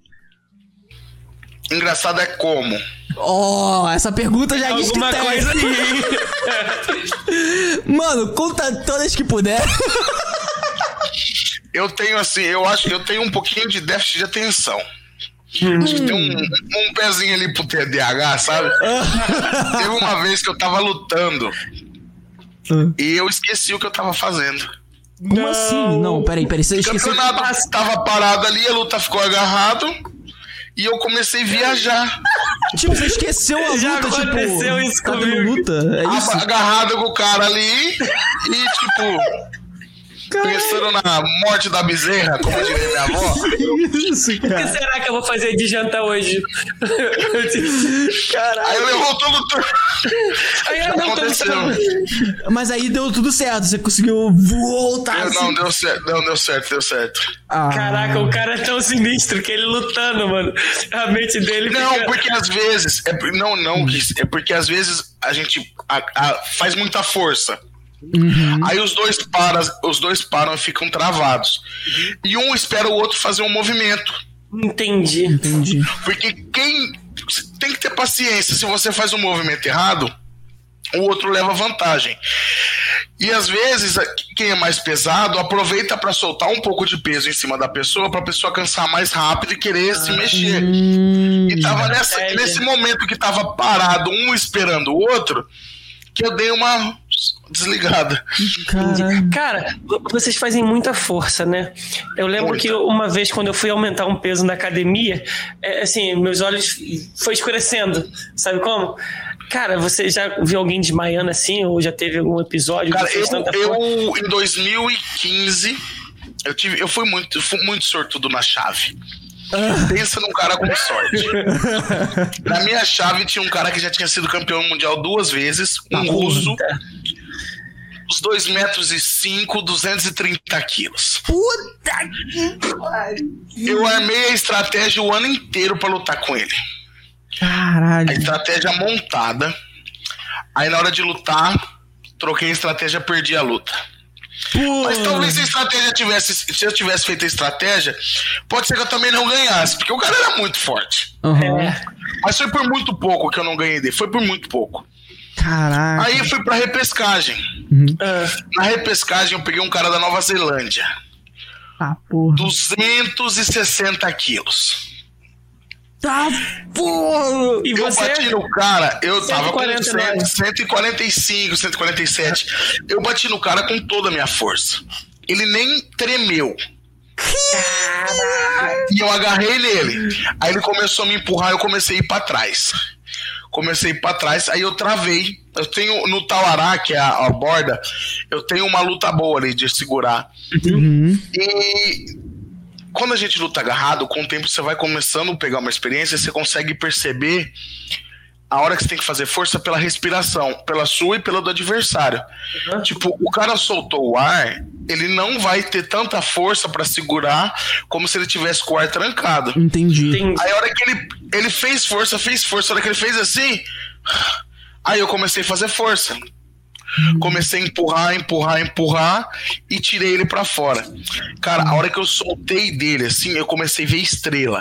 C: Engraçado é como?
A: Oh, essa pergunta já diz que
B: Alguma
A: tem.
B: coisa
A: Mano, conta todas que puder.
C: Eu tenho assim, eu acho que eu tenho um pouquinho de déficit de atenção. Hum. Acho que tem um, um pezinho ali pro T D A H, sabe? Teve uma vez que eu tava lutando hum. e eu esqueci o que eu tava fazendo.
A: Como não. assim? Não, peraí, peraí, você esqueceu.
C: O campeonato tava parado ali, a luta ficou agarrado e eu comecei a viajar.
A: Tipo, você esqueceu a luta,
B: já
A: tipo...
B: aconteceu isso
A: tá
B: comigo.
A: Luta, é isso?
C: Agarrado com o cara ali e, tipo... Pensando na morte da bezerra, como diria minha avó.
A: Isso, cara.
B: O que será que eu vou fazer de janta hoje?
A: Caralho.
C: Aí eu levou tudo.
B: Aí eu não
C: aconteceu.
A: Mas aí deu tudo certo, você conseguiu voltar.
C: Eu,
A: assim.
C: Não, deu certo, não, deu certo, deu certo.
A: Ah.
B: Caraca, o cara é tão sinistro que ele lutando, mano. A mente dele
C: Não,
B: fica...
C: porque às vezes. É, não, não, é porque às vezes a gente a, a, faz muita força. Uhum. Aí os dois param, os dois param e ficam travados. E um espera o outro fazer um movimento.
B: Entendi.
A: Entendi.
C: Porque quem tem que ter paciência. Se você faz um movimento errado, o outro leva vantagem. E às vezes quem é mais pesado aproveita para soltar um pouco de peso em cima da pessoa, para a pessoa cansar mais rápido e querer ah, se mexer. Hum, e tava nessa, é, nesse é. momento que tava parado, um esperando o outro, que eu dei uma desligada.
B: Caramba. Cara, vocês fazem muita força, né? Eu lembro Muita. que uma vez quando eu fui aumentar um peso na academia, é, assim, meus olhos foi escurecendo. Sabe como? Cara, você já viu alguém desmaiando assim? Ou já teve algum episódio?
C: Cara,
B: que fez
C: eu,
B: tanta
C: eu
B: força?
C: em dois mil e quinze eu, tive, eu fui muito, fui muito sortudo na chave. Pensa num cara com sorte. Na minha chave tinha um cara que já tinha sido campeão mundial duas vezes, um ah, russo, uns dois metros e cinco, duzentos e trinta quilos.
A: Puta que pariu!
C: Eu armei a estratégia o ano inteiro pra lutar com ele.
A: Caralho.
C: A estratégia montada. Aí na hora de lutar, troquei a estratégia, perdi a luta. Pô. Mas talvez se a estratégia tivesse, se eu tivesse feito a estratégia, pode ser que eu também não ganhasse, porque o cara era muito forte.
A: Uhum.
C: É. Mas foi por muito pouco que eu não ganhei dele, foi por muito pouco.
A: Caraca.
C: Aí eu fui pra repescagem.
A: Uhum.
C: Uh, na repescagem eu peguei um cara da Nova Zelândia.
A: Ah, porra.
C: duzentos e sessenta quilos.
A: Tá, porra!
B: E
C: eu
B: você?
C: bati no cara, eu
B: cento e quarenta,
C: tava com cento e quarenta e cinco, cento e quarenta e sete. Eu bati no cara com toda a minha força. Ele nem tremeu. E eu agarrei nele. Aí ele começou a me empurrar, eu comecei a ir pra trás. Comecei a ir pra trás, aí eu travei. Eu tenho no Tauará, que é a, a borda, eu tenho uma luta boa ali de segurar.
A: Uhum.
C: E quando a gente luta agarrado, com o tempo você vai começando a pegar uma experiência, você consegue perceber a hora que você tem que fazer força pela respiração, pela sua e pela do adversário. Uhum. Tipo, o cara soltou o ar, ele não vai ter tanta força pra segurar como se ele tivesse com o ar trancado.
A: Entendi.
B: Entendi.
C: Aí a hora que ele, ele fez força, fez força, a hora que ele fez assim, aí eu comecei a fazer força. Comecei a empurrar, empurrar, empurrar e tirei ele pra fora. Cara, a hora que eu soltei dele, assim, eu comecei a ver estrela.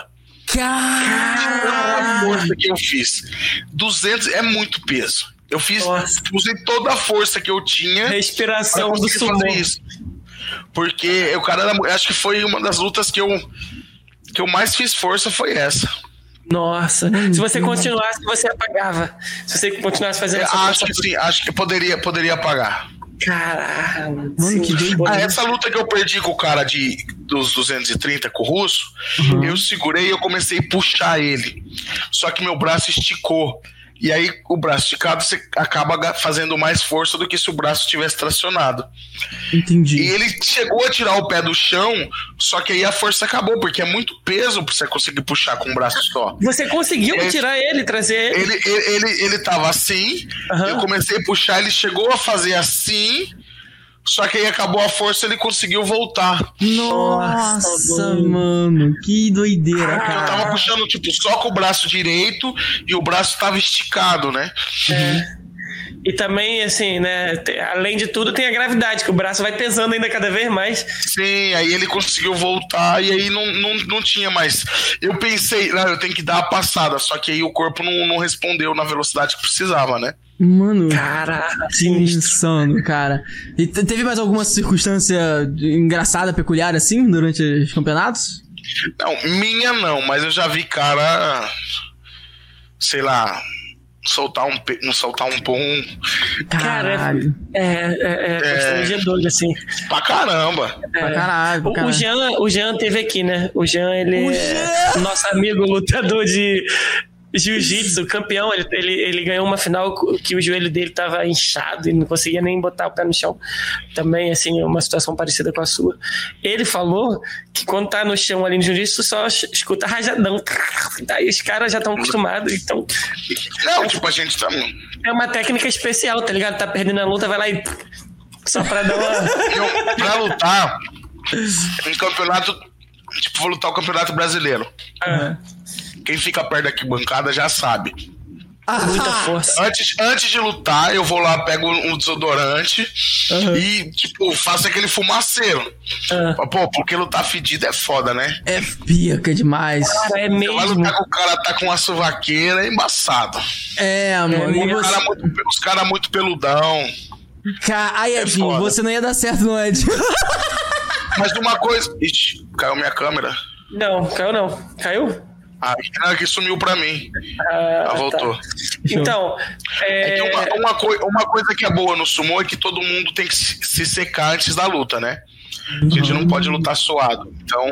A: Cara,
C: a força que eu fiz. duzentos é muito peso. Eu fiz, Nossa. usei toda a força que eu tinha.
B: Respiração do sumô.
C: Isso. Porque o cara, era, acho que foi uma das lutas que eu, que eu mais fiz força, foi essa.
B: Nossa, hum, se você continuasse, você apagava. Se você continuasse fazendo essa
C: Acho que sim, acho que poderia, poderia apagar.
B: Caraca, mano.
A: Que
C: ah, essa luta que eu perdi com o cara de, dos duzentos e trinta, com o russo, uhum. eu segurei e eu comecei a puxar ele. Só que meu braço esticou. E aí, o braço esticado, você acaba fazendo mais força do que se o braço tivesse tracionado.
A: Entendi.
C: E ele chegou a tirar o pé do chão, só que aí a força acabou, porque é muito peso pra você conseguir puxar com o braço só.
B: Você conseguiu
C: ele,
B: tirar ele, trazer ele?
C: Ele, ele, ele, ele tava assim, uhum. eu comecei a puxar, ele chegou a fazer assim... Só que aí acabou a força e ele conseguiu voltar.
A: Nossa, Nossa mano, que doideira,
C: ah,
A: cara.
C: Eu tava puxando, tipo, só com o braço direito e o braço tava esticado, né?
B: É. E também, assim, né, tem, além de tudo, tem a gravidade, que o braço vai pesando ainda cada vez mais.
C: Sim, aí ele conseguiu voltar e aí não, não, não tinha mais. Eu pensei, não, eu tenho que dar a passada, só que aí o corpo não, não respondeu na velocidade que precisava, né?
A: Mano,
B: caraca,
A: que insano, cara. E teve mais alguma circunstância engraçada, peculiar, assim, durante os campeonatos?
C: Não, minha não, mas eu já vi cara, sei lá, soltar um, um, soltar um pum.
B: Caralho. É, é, é, constrangedor, é, assim.
C: Pra caramba.
B: É,
A: pra caralho, pra caralho.
B: O Jean, o Jean teve aqui, né? O Jean, ele o é Jean. nosso amigo lutador de... Jiu-jitsu, campeão, ele, ele, ele ganhou uma final que o joelho dele tava inchado e não conseguia nem botar o pé no chão. Também, assim, uma situação parecida com a sua. Ele falou que quando tá no chão ali no jiu-jitsu, só escuta rajadão. Daí os caras já estão acostumados, então...
C: Não, tipo, a gente tá...
B: É uma técnica especial, tá ligado? Tá perdendo a luta, vai lá e... Só pra dar uma...
C: Eu, pra lutar, em campeonato... Tipo, vou lutar o Campeonato Brasileiro.
B: Aham.
C: Quem fica perto da arquibancada já sabe.
B: Ah, muita força.
C: Antes, antes de lutar, eu vou lá, pego um desodorante uhum. e, tipo, faço aquele fumaceiro. Uhum. Pô, porque lutar fedido é foda, né?
A: É pica demais.
B: Cara, é mesmo.
C: Vai lutar com o cara tá com uma suvaqueira, é embaçado.
A: É, mano.
C: É,
A: e
C: os
A: você...
C: caras muito, cara muito peludão.
A: Ca... Ai, Edinho, é você não ia dar certo, não, Edinho.
C: Mas uma coisa... Ixi, caiu minha câmera?
B: Não, caiu não. Caiu?
C: Ah, que sumiu pra mim.
B: Ah,
C: ah voltou.
B: Tá. Então, é...
C: é que uma, uma, coi- uma coisa que é boa no sumo é que todo mundo tem que se, se secar antes da luta, né? A gente não pode lutar suado. Então,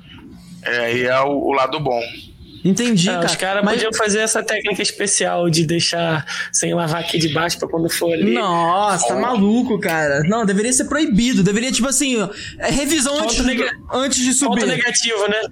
C: é, aí é o, o lado bom.
A: Entendi,
B: ah,
A: cara.
B: Os caras mas... podiam fazer essa técnica especial de deixar sem lavar aqui de baixo pra quando for ali.
A: Nossa, tá maluco, cara. Não, deveria ser proibido. Deveria, tipo assim, ó, é revisão antes, neg... antes de subir.
B: Ponto negativo, né?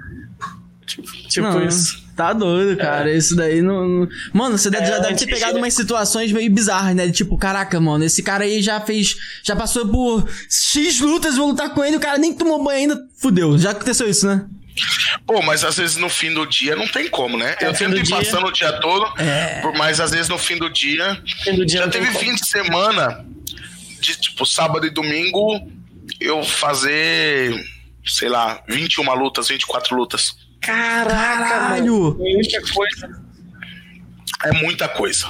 B: Tipo
A: não,
B: isso.
A: Tá doido, cara. É. Isso daí não. não... Mano, você é, já deve ter pegado umas situações meio bizarras, né? Tipo, caraca, mano, esse cara aí já fez. Já passou por X lutas, vou lutar com ele, o cara nem tomou banho ainda. Fudeu. Já aconteceu isso, né?
C: Pô, mas às vezes no fim do dia não tem como, né?
B: É,
C: eu tento ir passando o dia todo,
A: é.
C: mas às vezes no fim do dia.
B: Fim do dia
C: já teve fim de semana, de tipo sábado e domingo, eu fazer, sei lá, vinte e uma lutas, vinte e quatro lutas.
A: Caralho!
B: É muita coisa.
C: É muita coisa.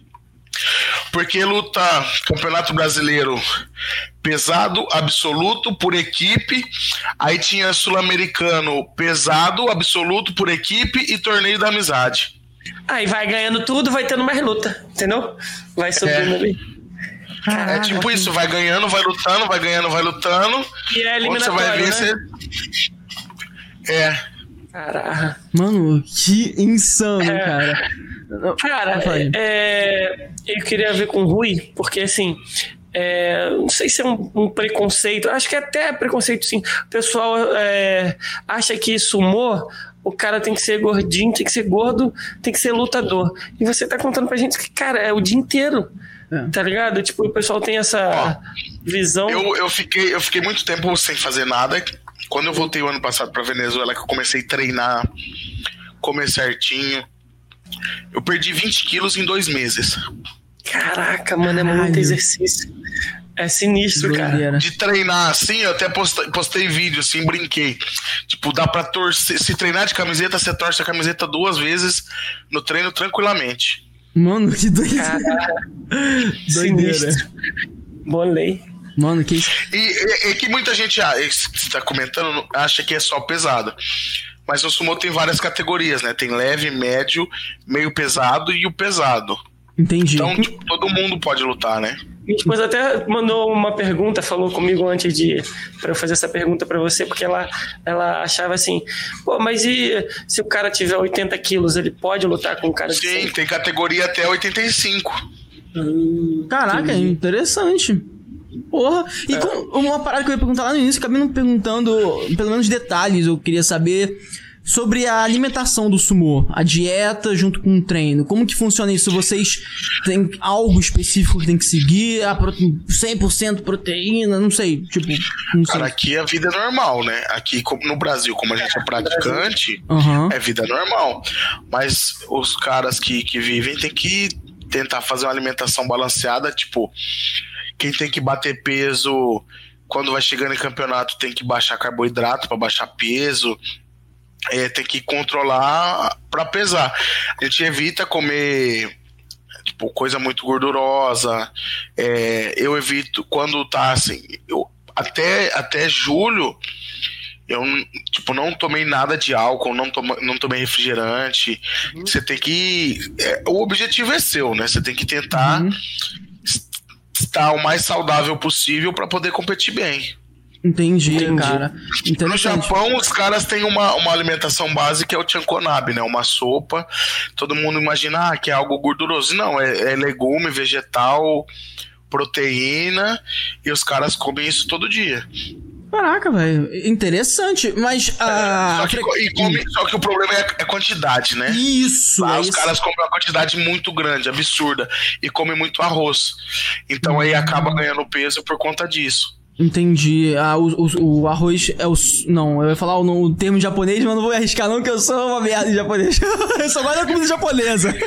C: Porque luta Campeonato Brasileiro pesado, absoluto, por equipe. Aí tinha Sul-Americano pesado, absoluto, por equipe e torneio da amizade.
B: Aí vai ganhando tudo, vai tendo mais luta, entendeu? Vai subindo
C: é.
B: ali.
C: Caraca. É tipo isso, vai ganhando, vai lutando, vai ganhando, vai lutando.
B: E é eliminatório,
C: você vai ver,
B: né?
C: Você... É.
B: Caraca.
A: Mano, que insano, é, cara.
B: Cara, é, eu queria ver com o Rui, porque assim, é, não sei se é um, um preconceito, acho que é até preconceito sim. O pessoal é, acha que sumô, o cara tem que ser gordinho, tem que ser gordo, tem que ser lutador. E você tá contando pra gente que, cara, é o dia inteiro. É. Tá ligado? Tipo, o pessoal tem essa Ó, visão.
C: Eu, eu, fiquei, eu fiquei muito tempo sem fazer nada. Quando eu voltei o ano passado pra Venezuela, que eu comecei a treinar, comer certinho, eu perdi vinte quilos em dois meses.
B: Caraca, mano, é muito exercício. É sinistro,
A: Doideira.
B: cara.
C: De treinar assim, eu até postei, postei vídeo assim, brinquei. Tipo, dá pra torcer. Se treinar de camiseta, você torce a camiseta duas vezes no treino tranquilamente.
A: Mano, que doideira. Doideira.
B: Sinistro. Bolei.
A: Mano, que isso.
C: E, e, e que muita gente ah, você tá comentando, acha que é só pesado. Mas o sumo tem várias categorias, né? Tem leve, médio, meio pesado e o pesado.
A: Entendi.
C: Então, tipo, todo mundo pode lutar, né?
B: Minha esposa até mandou uma pergunta, falou comigo antes de para eu fazer essa pergunta para você, porque ela, ela achava assim, pô, mas e se o cara tiver oitenta quilos, ele pode lutar com um cara de
C: Sim,
B: cem?
C: tem categoria até oitenta e cinco.
B: Hum,
A: Caraca, é interessante. Porra. E
B: É.
A: com uma parada que eu ia perguntar lá no início, acabei não perguntando, pelo menos detalhes, eu queria saber sobre a alimentação do sumô, a dieta junto com o treino. Como que funciona isso? Vocês têm algo específico que tem que seguir? A prote... cem por cento proteína? Não sei, tipo... Não sei.
C: Cara, aqui a vida é normal, né? Aqui como no Brasil, como a gente é praticante,
A: Aham.
C: é vida normal. Mas os caras que, que vivem tem que tentar fazer uma alimentação balanceada, tipo, quem tem que bater peso quando vai chegando em campeonato tem que baixar carboidrato para baixar peso. É, tem que controlar para pesar. A gente evita comer tipo, coisa muito gordurosa. É, eu evito quando tá assim. Eu, até, até julho eu tipo, não tomei nada de álcool, não, toma, não tomei refrigerante. Uhum. Você tem que. É, o objetivo é seu, né? Você tem que tentar uhum. estar o mais saudável possível para poder competir bem.
A: Entendi, Entendi. cara.
C: No Japão, os caras têm uma, uma alimentação básica, que é o chankonabe, né? Uma sopa. Todo mundo imagina ah, que é algo gorduroso. Não, é, é legume, vegetal, proteína, e os caras comem isso todo dia.
A: Caraca, velho. Interessante, mas...
C: Ah, só, que, e come, só que o problema é a quantidade, né?
A: Isso,
C: Lá,
A: é
C: os
A: isso.
C: caras comem uma quantidade muito grande, absurda, e comem muito arroz. Então aí acaba ganhando peso por conta disso.
A: Entendi. Ah, o, o, o arroz é o... Não, eu ia falar o, o termo japonês, mas não vou arriscar não, que eu sou uma merda em japonês. Eu só gosto da comida japonesa.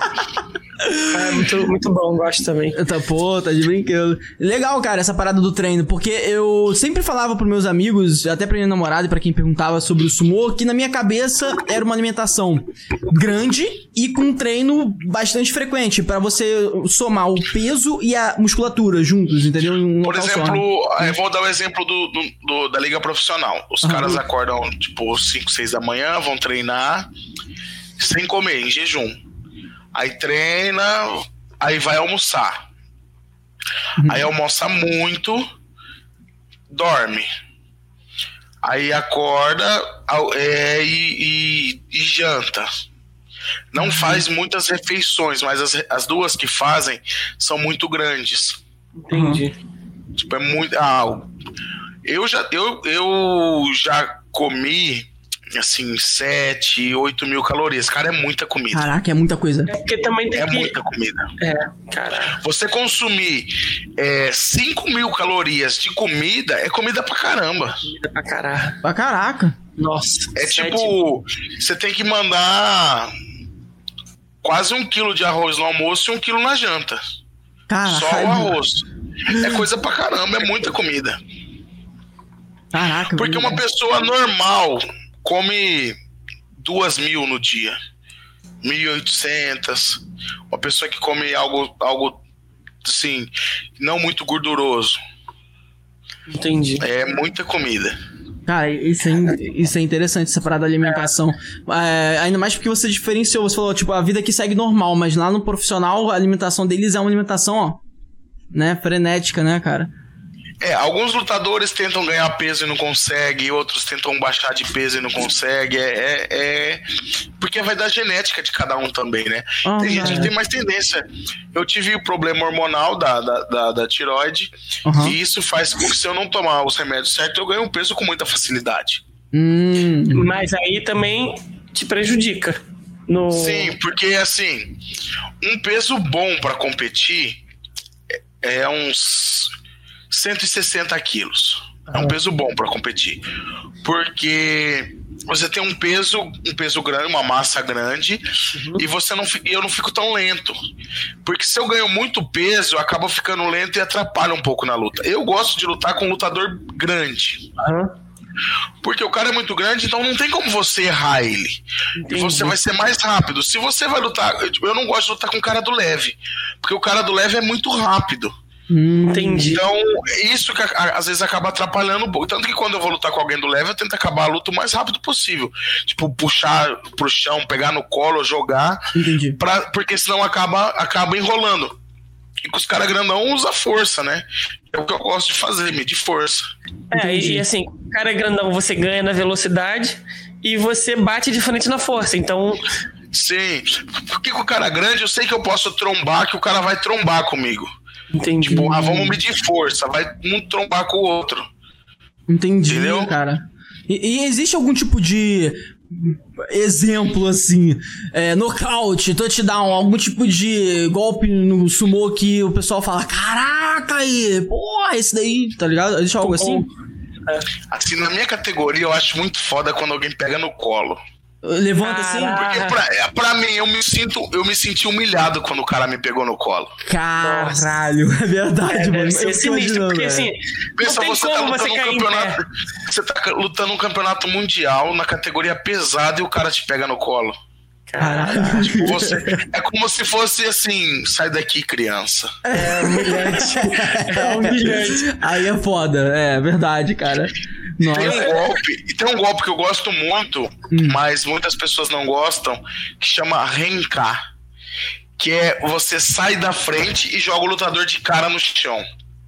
B: É muito, muito bom, gosto também.
A: Tá, pô, tá de brinquedo. Legal, cara, essa parada do treino, porque eu sempre falava pros meus amigos, até pra minha namorada e pra quem perguntava sobre o sumô, que na minha cabeça era uma alimentação grande e com um treino bastante frequente, pra você somar o peso e a musculatura juntos, entendeu? Um
C: Por exemplo, eu vou dar o um exemplo do, do, do, da liga profissional. Os uhum. caras acordam, tipo, cinco, seis da manhã, vão treinar sem comer, em jejum. Aí treina, aí vai almoçar. Uhum. Aí almoça muito, dorme. Aí acorda é, e, e, e janta. Não uhum. faz muitas refeições, mas as, as duas que fazem são muito grandes.
B: Entendi.
C: Tipo, é muito... Ah, eu já, eu, eu já comi... assim, sete, oito mil calorias. Cara, é muita comida.
A: Caraca, é muita coisa.
B: É porque também tem
C: É
B: que...
C: muita comida.
B: É, cara.
C: Você consumir é, cinco mil calorias de comida é comida pra caramba.
B: Comida pra caralho.
A: Pra caraca.
B: Nossa.
C: É
B: sete...
C: tipo, você tem que mandar quase um quilo de arroz no almoço e um quilo na janta.
A: Caralho.
C: Só o arroz. É coisa pra caramba, é muita comida.
A: Caraca.
C: Porque uma pessoa normal come duas mil no dia, mil e oitocentas. Uma pessoa que come algo, algo assim, não muito gorduroso.
B: Entendi.
C: É muita comida.
A: Cara, isso é, isso é interessante, essa parada da alimentação. É, ainda mais porque você diferenciou, você falou, tipo, a vida aqui segue normal, mas lá no profissional, a alimentação deles é uma alimentação, ó, né, frenética, né, cara?
C: É, alguns lutadores tentam ganhar peso e não conseguem, outros tentam baixar de peso e não conseguem. É, é, é... porque vai da genética de cada um também, né? Oh, tem gente que tem mais tendência. Eu tive o problema hormonal da, da, da, da tireoide, uhum. e isso faz com que, se eu não tomar os remédios certos, eu ganho peso com muita facilidade.
A: Hum.
B: Mas aí também te prejudica. No...
C: Sim, porque assim, um peso bom para competir é uns cento e sessenta quilos. É um peso bom para competir. Porque você tem um peso, um peso grande, uma massa grande, uhum. e você não, eu não fico tão lento. Porque se eu ganho muito peso, eu acabo ficando lento e atrapalha um pouco na luta. Eu gosto de lutar com um lutador grande. Uhum. Porque o cara é muito grande, então não tem como você errar ele. Entendi. E você vai ser mais rápido. Se você vai lutar... Eu não gosto de lutar com o cara do leve. Porque o cara do leve é muito rápido.
B: Entendi.
C: Então, isso que às vezes acaba atrapalhando um pouco. Tanto que quando eu vou lutar com alguém do leve, eu tento acabar a luta o mais rápido possível. Tipo, puxar pro chão, pegar no colo, jogar.
A: Entendi.
C: Pra, porque senão acaba, acaba enrolando. E com os caras grandão usa força, né? É o que eu gosto de fazer, medir força.
B: É, e, e assim, o cara é grandão, você ganha na velocidade e você bate de frente na força, então...
C: Sim, porque com o cara grande eu sei que eu posso trombar, que o cara vai trombar comigo.
B: Entendi.
C: Tipo, ah, vamos medir força, vai um trombar com o outro.
A: Entendi,
C: entendeu?
A: Cara. E, e existe algum tipo de... exemplo assim, é, nocaute, touchdown, algum tipo de golpe no sumo que o pessoal fala, caraca aí, porra, esse daí, tá ligado? Existe algo assim?
C: É. Assim, na minha categoria eu acho muito foda quando alguém pega no colo.
A: Levanta assim?
C: Porque pra, pra mim, eu me sinto, eu me senti humilhado quando o cara me pegou no colo.
A: Caralho, é verdade,
B: é,
A: mano.
B: Eu sinistro, porque assim,
C: pensa,
B: não tem
C: você
B: como
C: tá lutando
B: você
C: um
B: cair
C: campeonato, você tá lutando um campeonato mundial na categoria pesada e o cara te pega no colo.
A: Caralho.
C: Tipo, você, é como se fosse assim, sai daqui, criança.
A: É humilhante. É humilhante. Aí é foda, é verdade, cara. Nossa.
C: Tem um golpe, e tem um golpe que eu gosto muito, hum. mas muitas pessoas não gostam, que chama Renká, que é você sai da frente e joga o lutador de cara no chão.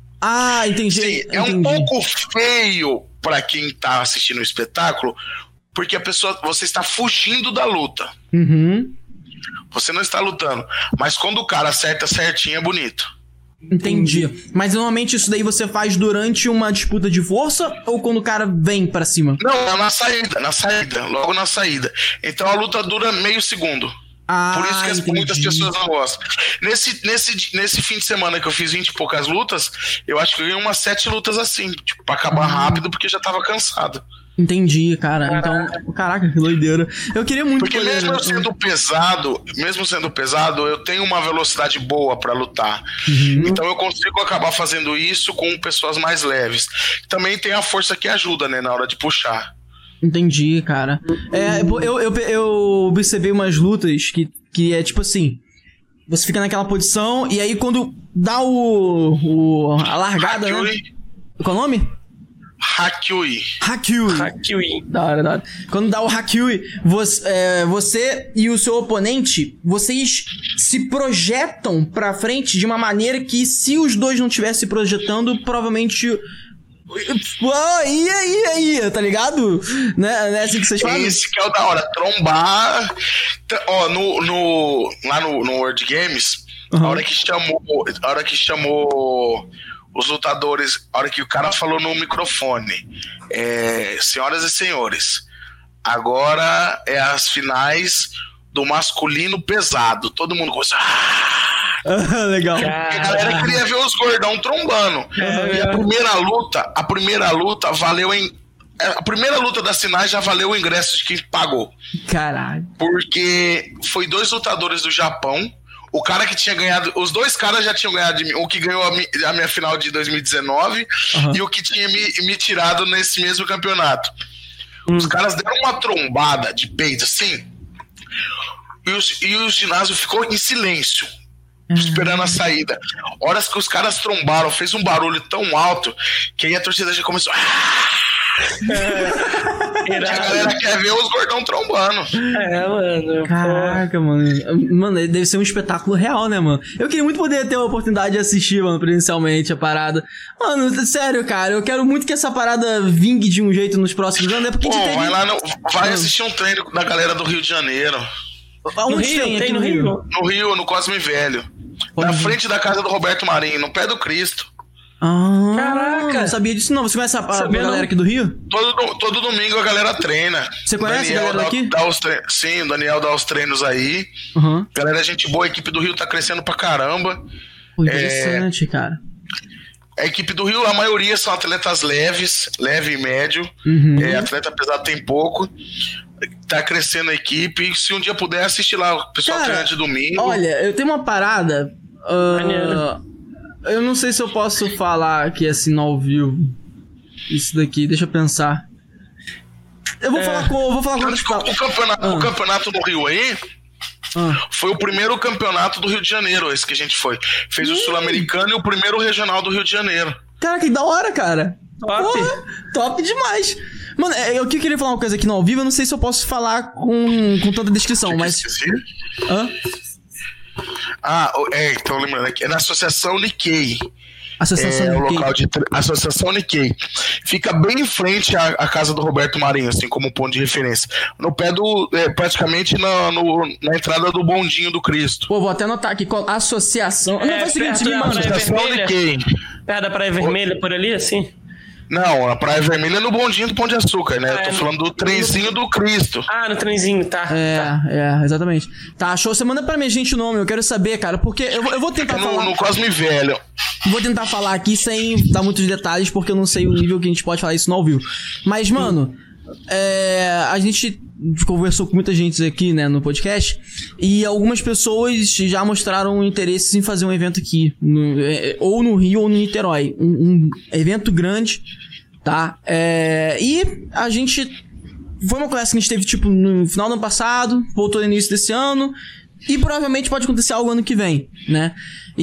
A: Ah, entendi.
C: Sim, é
A: entendi.
C: um pouco feio pra quem tá assistindo o espetáculo, porque a pessoa, você está fugindo da luta.
A: Uhum.
C: Você não está lutando, mas quando o cara acerta certinho é bonito.
A: Entendi. Mas normalmente isso daí você faz durante uma disputa de força ou quando o cara vem pra cima?
C: Não, na saída, na saída, logo na saída. Então a luta dura meio segundo.
A: Ah,
C: por isso que as,
A: entendi.
C: muitas pessoas não gostam. Nesse, nesse, nesse fim de semana que eu fiz vinte e poucas lutas, eu acho que eu ganhei umas sete lutas assim, tipo, pra acabar ah. rápido, porque já tava cansado.
A: Entendi, cara. Caraca. Então, caraca, que doideira. Eu queria muito
C: Porque
A: poder...
C: mesmo sendo pesado, mesmo sendo pesado, eu tenho uma velocidade boa pra lutar. Uhum. Então eu consigo acabar fazendo isso com pessoas mais leves. Também tem a força que ajuda, né, na hora de puxar.
A: Entendi, cara. É, eu, eu, eu observei umas lutas que, que é tipo assim... Você fica naquela posição e aí quando dá o... o a largada, Hakyui. Né? Qual é o nome?
C: Hakyui.
A: Hakyui.
B: Hakyui.
A: Da hora, da hora. Quando dá o Hakyui, você, é, você e o seu oponente, vocês se projetam pra frente de uma maneira que se os dois não estivessem se projetando, provavelmente... Oh, ia, ia, ia, tá ligado? Né? Não é assim que vocês fazem?
C: Esse que é o da hora, trombar. Ó, no, no, lá no, no World Games, uhum. a hora que chamou... A hora que chamou... Os lutadores, a hora que o cara falou no microfone, é, senhoras e senhores, agora é as finais do masculino pesado. Todo mundo começou. Ah!
A: Legal.
C: Porque a galera queria ver os gordão trombando. É, e a primeira luta, a primeira luta valeu em. A primeira luta das finais já valeu o ingresso de quem pagou.
A: Caralho.
C: Porque foi dois lutadores do Japão. O cara que tinha ganhado... Os dois caras já tinham ganhado de mim. O que ganhou a, mi, a minha final de dois mil e dezenove uhum. e o que tinha me, me tirado nesse mesmo campeonato. Hum. Os caras deram uma trombada de peito, assim. E, os, e o ginásio ficou em silêncio. Uhum. Esperando a saída. Horas que os caras trombaram, fez um barulho tão alto que aí a torcida já começou... É, a galera quer ver os gordão trombando.
B: É, mano.
A: Caraca, mano. Mano, deve ser um espetáculo real, né, mano? Eu queria muito poder ter a oportunidade de assistir, mano, presencialmente a parada. Mano, sério, cara, eu quero muito que essa parada vingue de um jeito nos próximos anos, né? Porque
C: Pô,
A: teve...
C: vai lá, no, vai assistir um treino da galera do Rio de Janeiro.
A: Onde
B: no Rio,
A: tem,
B: tem
A: aqui
B: no
A: no
B: Rio?
A: Rio?
C: No Rio, no Cosme Velho. Pode na ir. Frente da casa do Roberto Marinho, no pé do Cristo.
A: Ah,
B: caraca,
A: não sabia disso não. Você conhece a, a, a galera
B: não.
A: aqui do Rio?
C: Todo, todo domingo a galera treina.
A: Você conhece
C: Daniel
A: a galera daqui?
C: Dá, dá os tre... Sim, o Daniel dá os treinos aí.
A: Uhum.
C: Galera, gente boa, a equipe do Rio tá crescendo pra caramba.
A: Pô, interessante, é... cara.
C: A equipe do Rio, a maioria são atletas leves, leve e médio.
A: Uhum.
C: É, atleta pesado tem pouco. Tá crescendo a equipe. E se um dia puder, assistir lá o pessoal treinando de domingo.
A: Olha, eu tenho uma parada. Uh, eu não sei se eu posso falar aqui assim no ao vivo. Isso daqui, deixa eu pensar. Eu vou é. falar com. Eu vou falar com
C: o, o, campeonato, ah. o campeonato do Rio aí. Ah. Foi o primeiro campeonato do Rio de Janeiro, esse que a gente foi. Fez hum. o Sul-Americano e o primeiro regional do Rio de Janeiro.
A: Cara, que da hora, cara.
B: Top.
A: Porra, top demais. Mano, eu queria falar uma coisa aqui no ao vivo, eu não sei se eu posso falar com, com tanta descrição, Você mas... Hã?
C: Ah, é, então lembrando aqui, é na Associação Nikkei.
A: Associação
C: é
A: Nikkei.
C: o local de tre... Associação Nikkei. Fica bem em frente à, à casa do Roberto Marinho, assim, como ponto de referência. No pé do... É, praticamente na, no, na entrada do Bondinho do Cristo.
A: Pô, vou até anotar aqui, Associação...
B: É,
A: não, faz o seguinte, mano.
C: Associação Nikkei.
B: Perto da Praia Vermelha, por ali, assim?
C: Não, a Praia Vermelha é no Bondinho do Pão de Açúcar, né? Ah, eu tô é falando do trenzinho do Cristo.
B: Ah, no trenzinho, tá.
A: É,
B: tá.
A: é, exatamente. Tá, show. Você manda pra minha gente o nome, eu quero saber, cara, porque eu, eu vou tentar
C: é no,
A: falar...
C: no Cosme Velho.
A: Vou tentar falar aqui sem dar muitos detalhes, porque eu não sei o nível que a gente pode falar isso no ao vivo. Mas, mano, é, a gente conversou com muita gente aqui, né, no podcast, e algumas pessoas já mostraram interesse em fazer um evento aqui, no, ou no Rio ou no Niterói. Um, um evento grande, tá? É, e a gente... Foi uma conversa que a gente teve, tipo, no final do ano passado, voltou no início desse ano, e provavelmente pode acontecer algo ano que vem, né?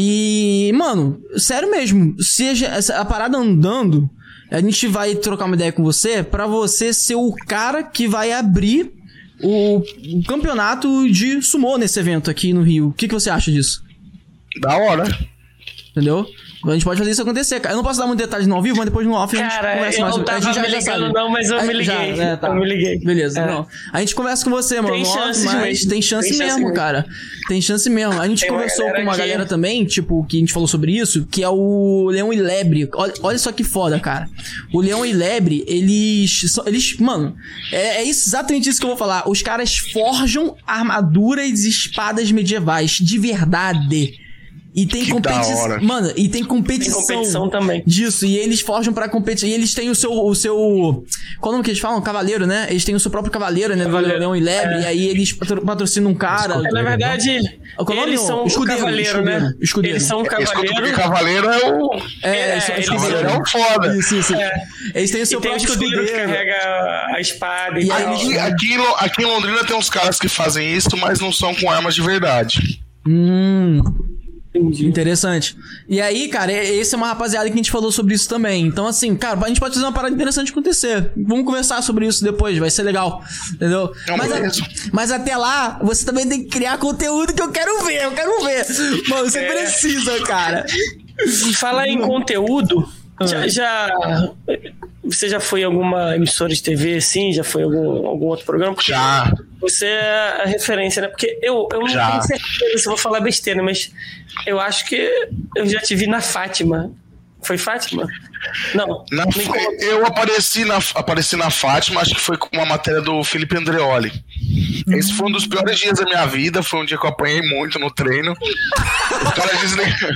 A: E, mano, sério mesmo, seja a parada andando... A gente vai trocar uma ideia com você pra você ser o cara que vai abrir o, o campeonato de sumô nesse evento aqui no Rio. O que, que você acha disso?
C: Da hora.
A: Entendeu? A gente pode fazer isso acontecer, cara. Eu não posso dar muitos detalhes no ao vivo, mas depois no off
B: cara,
A: a gente conversa mais.
B: Eu não tava
A: a gente já,
B: me
A: já
B: ligando
A: sabe.
B: não, mas eu
A: a,
B: me liguei.
A: Já, é, tá.
B: Eu me liguei.
A: Beleza,
B: é.
A: não. A gente conversa com você, mano.
B: Tem chance
A: mas
B: mesmo.
A: tem chance
B: tem
A: mesmo,
B: chance
A: cara. Tem chance mesmo. A gente
B: tem
A: conversou
B: uma
A: com uma
B: que...
A: galera também, tipo, que a gente falou sobre isso, que é o Leão e Lebre. Olha, olha só que foda, cara. O Leão e Lebre, eles... Eles, mano, é, é exatamente isso que eu vou falar. Os caras forjam armaduras e espadas medievais, de verdade. E tem competição. Mano, e tem competição.
B: Tem competição também.
A: Disso. E eles forjam pra competir. E eles têm o seu. O seu qual o nome que eles falam? Cavaleiro, né? Eles têm o seu próprio cavaleiro, né? Cavaleiro. Leão e Lebre. É. E aí eles patrocinam um cara.
B: É, na verdade, eles são escudeiro, o cavaleiro, escudeiro, né?
A: Escudeiro.
B: Eles são o cavaleiro.
C: Porque cavaleiro é o.
A: É, é, é
C: eles cavaleiro é o foda.
A: Isso, isso. É. Eles têm o seu
B: e
A: próprio
B: tem escudeiro.
A: escudeiro.
B: Que carrega a espada e,
A: e
B: tal.
C: Aqui, aqui, aqui em Londrina tem uns caras que fazem isso, mas não são com armas de verdade.
A: Hum. Entendi. Interessante. E aí, cara, esse é uma rapaziada que a gente falou sobre isso também. Então, assim, cara, a gente pode fazer uma parada interessante acontecer. Vamos conversar sobre isso depois, vai ser legal. Entendeu?
C: Não,
A: mas, a, mas até lá, você também tem que criar conteúdo que eu quero ver, eu quero ver. Mano, você é. precisa, cara.
B: Falar em conteúdo, ah. já, já. Você já foi em alguma emissora de T V, assim? Já foi em algum, algum outro programa? Porque
C: já.
B: Você é a referência, né? Porque eu, eu não já. tenho certeza se eu vou falar besteira, mas eu acho que eu já te vi na Fátima. Foi Fátima? Não.
C: Na, eu apareci na, apareci na Fátima, acho que foi com uma matéria do Felipe Andreoli. Hum. Esse foi um dos piores dias da minha vida. Foi um dia que eu apanhei muito no treino. Os caras desligaram.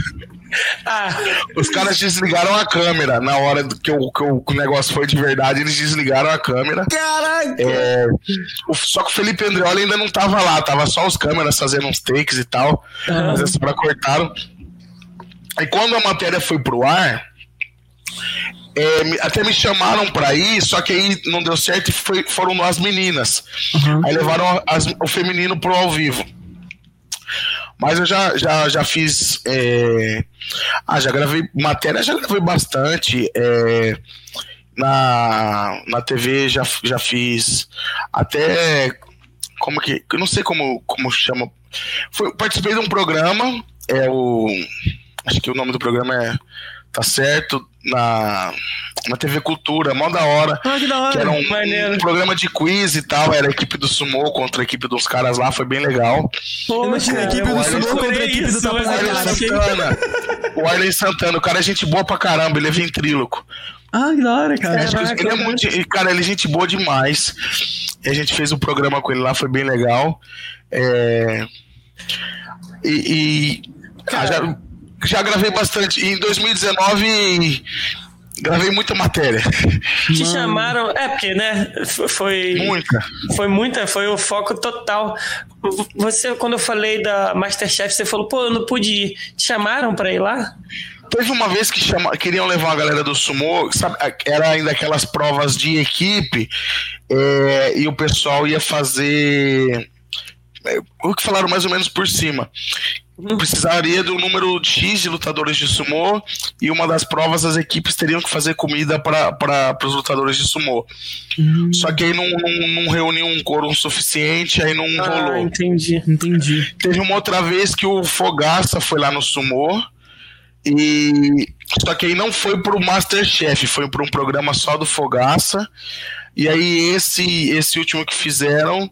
C: Ah. Os caras desligaram a câmera na hora que, eu, que, eu, que o negócio foi de verdade. Eles desligaram a câmera.
A: Caraca!
C: É, o, só que o Felipe Andreoli ainda não tava lá. Tava só os câmeras fazendo uns takes e tal. Uhum. Mas eles cortaram. E quando a matéria foi pro ar, é, até me chamaram pra ir, só que aí não deu certo e foi, foram as meninas. Uhum. Aí levaram as, o feminino pro ao vivo. Mas eu já, já, já fiz. É... Ah, já gravei matéria, já gravei bastante. É... Na, na T V já, já fiz até. Como que. Eu não sei como, como chama. Foi, participei de um programa. É o. Acho que o nome do programa é. Tá certo. Na, na T V Cultura, mó da hora.
A: Ah, que da hora.
C: Que era um, um programa de quiz e tal. Era a equipe do Sumô contra a equipe dos caras lá. Foi bem legal.
A: Pô, imagina a equipe do Sumô contra a equipe do Tapa na Cara.
C: Santana. O Arley Santana. O cara é gente boa pra caramba. Ele é ventríloco.
A: Ah, que da hora, cara.
C: É, ele é muito, cara, ele é gente boa demais. E a gente fez um programa com ele lá. Foi bem legal. É... E... e... Ah, já... já gravei bastante. Em dois mil e dezenove, gravei muita matéria.
B: Te Mano. chamaram... É, porque, né? Foi...
C: Muita.
B: Foi muita, foi o foco total. Você, quando eu falei da Masterchef, você falou, pô, eu não pude ir. Te chamaram pra ir lá?
C: Teve uma vez que chama, queriam levar a galera do Sumo, sabe, era ainda aquelas provas de equipe, é, e o pessoal ia fazer... É, o que falaram mais ou menos por cima. Precisaria do número X de lutadores de Sumo, e uma das provas as equipes teriam que fazer comida para os lutadores de Sumo. Uhum. Só que aí não, não, não reuniu um quórum suficiente, aí não
B: ah,
C: rolou.
B: Entendi, entendi.
C: Teve uma outra vez que o Fogaça foi lá no Sumo, e só que aí não foi pro Masterchef, foi para um programa só do Fogaça. E aí esse, esse último que fizeram,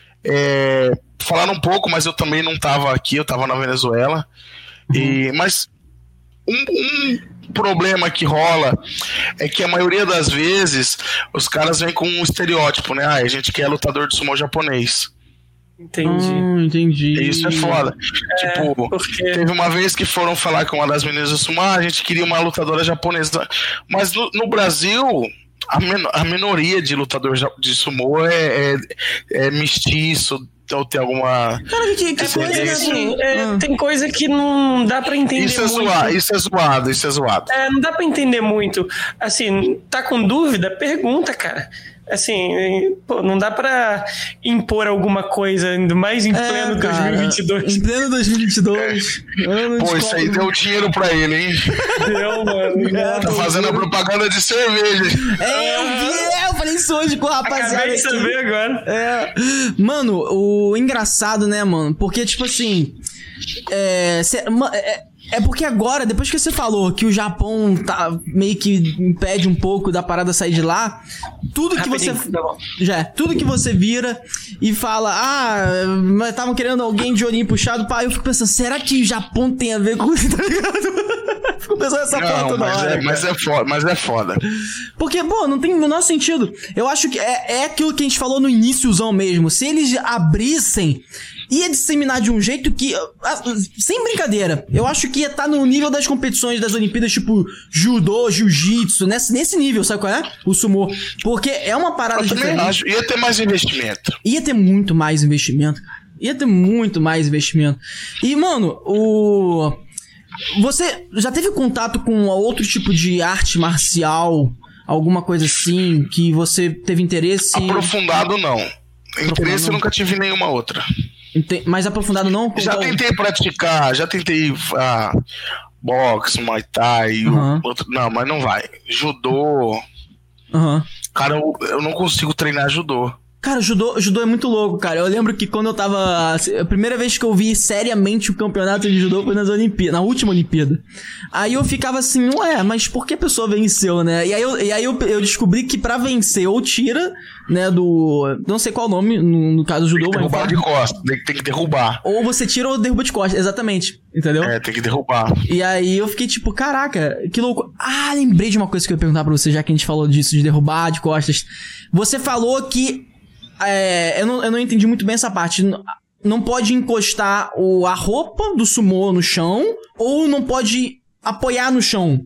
C: é, falaram um pouco, mas eu também não estava aqui, eu estava na Venezuela. Uhum. E, mas um, um problema que rola é que a maioria das vezes os caras vêm com um estereótipo, né? Ah, a gente quer lutador de sumo japonês.
B: Entendi.
A: Hum, entendi.
C: E isso é foda. É, tipo, porque... teve uma vez que foram falar com uma das meninas do sumo, ah, a gente queria uma lutadora japonesa. Mas no, no Brasil, a, men a minoria de lutador de sumo é, é, é mestiço, ou tem alguma...
B: Cara, que, que coisa, assim, é, hum. tem coisa que não dá pra entender
C: isso é
B: muito.
C: Zoado, isso é zoado, isso é zoado.
B: É, não dá pra entender muito. Assim, tá com dúvida? Pergunta, cara. Assim, pô, não dá pra impor alguma coisa, ainda mais em pleno é, dois mil e vinte e dois.
A: Em pleno dois mil e vinte e dois.
C: É. Pô, isso aí deu dinheiro pra ele, hein?
B: Deu, mano.
C: É, tá fazendo a propaganda de cerveja.
A: É, eu vi, é, eu falei isso hoje com o rapaziada.
B: Acabei de saber agora.
A: É. Mano, o engraçado, né, mano? Porque, tipo assim. É. Cê, é É porque agora, depois que você falou que o Japão tá meio que impede um pouco da parada sair de lá, tudo que Rapidinho, você tá já é, tudo que você vira e fala, ah, mas estavam querendo alguém de olhinho puxado, pá, eu fico pensando, será que o Japão tem a ver com isso, tá ligado? Fico pensando nessa porra toda
C: mas
A: hora.
C: É, mas é foda, mas é foda.
A: Porque, pô, não tem o menor sentido. Eu acho que é, é aquilo que a gente falou no iníciozão mesmo. Se eles abrissem, ia disseminar de um jeito que, sem brincadeira, eu acho que ia estar no nível das competições das Olimpíadas, tipo judô, jiu-jitsu, nesse, nesse nível, sabe qual é? O sumo. Porque é uma parada
C: eu
A: diferente.
C: Também acho. Ia ter mais investimento.
A: Ia ter muito mais investimento, cara. Ia ter muito mais investimento. E, mano, o... Você já teve contato com outro tipo de arte marcial, alguma coisa assim, que você teve interesse?
C: Aprofundado, não. Aprofundado, interesse não. Eu nunca tive nenhuma outra.
A: Mais aprofundado não?
C: Já
A: qual?
C: tentei praticar, já tentei ah, boxe, muay thai, uhum. outro, não, mas não vai. Judô.
A: Uhum.
C: Cara, eu, eu não consigo treinar judô.
A: Cara, judô, judô é muito louco, cara. Eu lembro que quando eu tava... A primeira vez que eu vi seriamente o campeonato de judô foi nas Olimpíadas, na última Olimpíada. Aí eu ficava assim, ué, mas por que a pessoa venceu, né? E aí eu, e aí eu, eu descobri que pra vencer, ou tira, né, do... Não sei qual o nome, no, no caso do judô.
C: Tem que derrubar de costas, tem, tem que derrubar.
A: Ou você tira ou derruba de costas, exatamente. Entendeu?
C: É, tem que derrubar.
A: E aí eu fiquei tipo, caraca, que louco. Ah, lembrei de uma coisa que eu ia perguntar pra você, já que a gente falou disso, de derrubar de costas. Você falou que... É, eu, não, eu não entendi muito bem essa parte. Não, não pode encostar o, a roupa do sumô no chão, ou não pode apoiar no chão?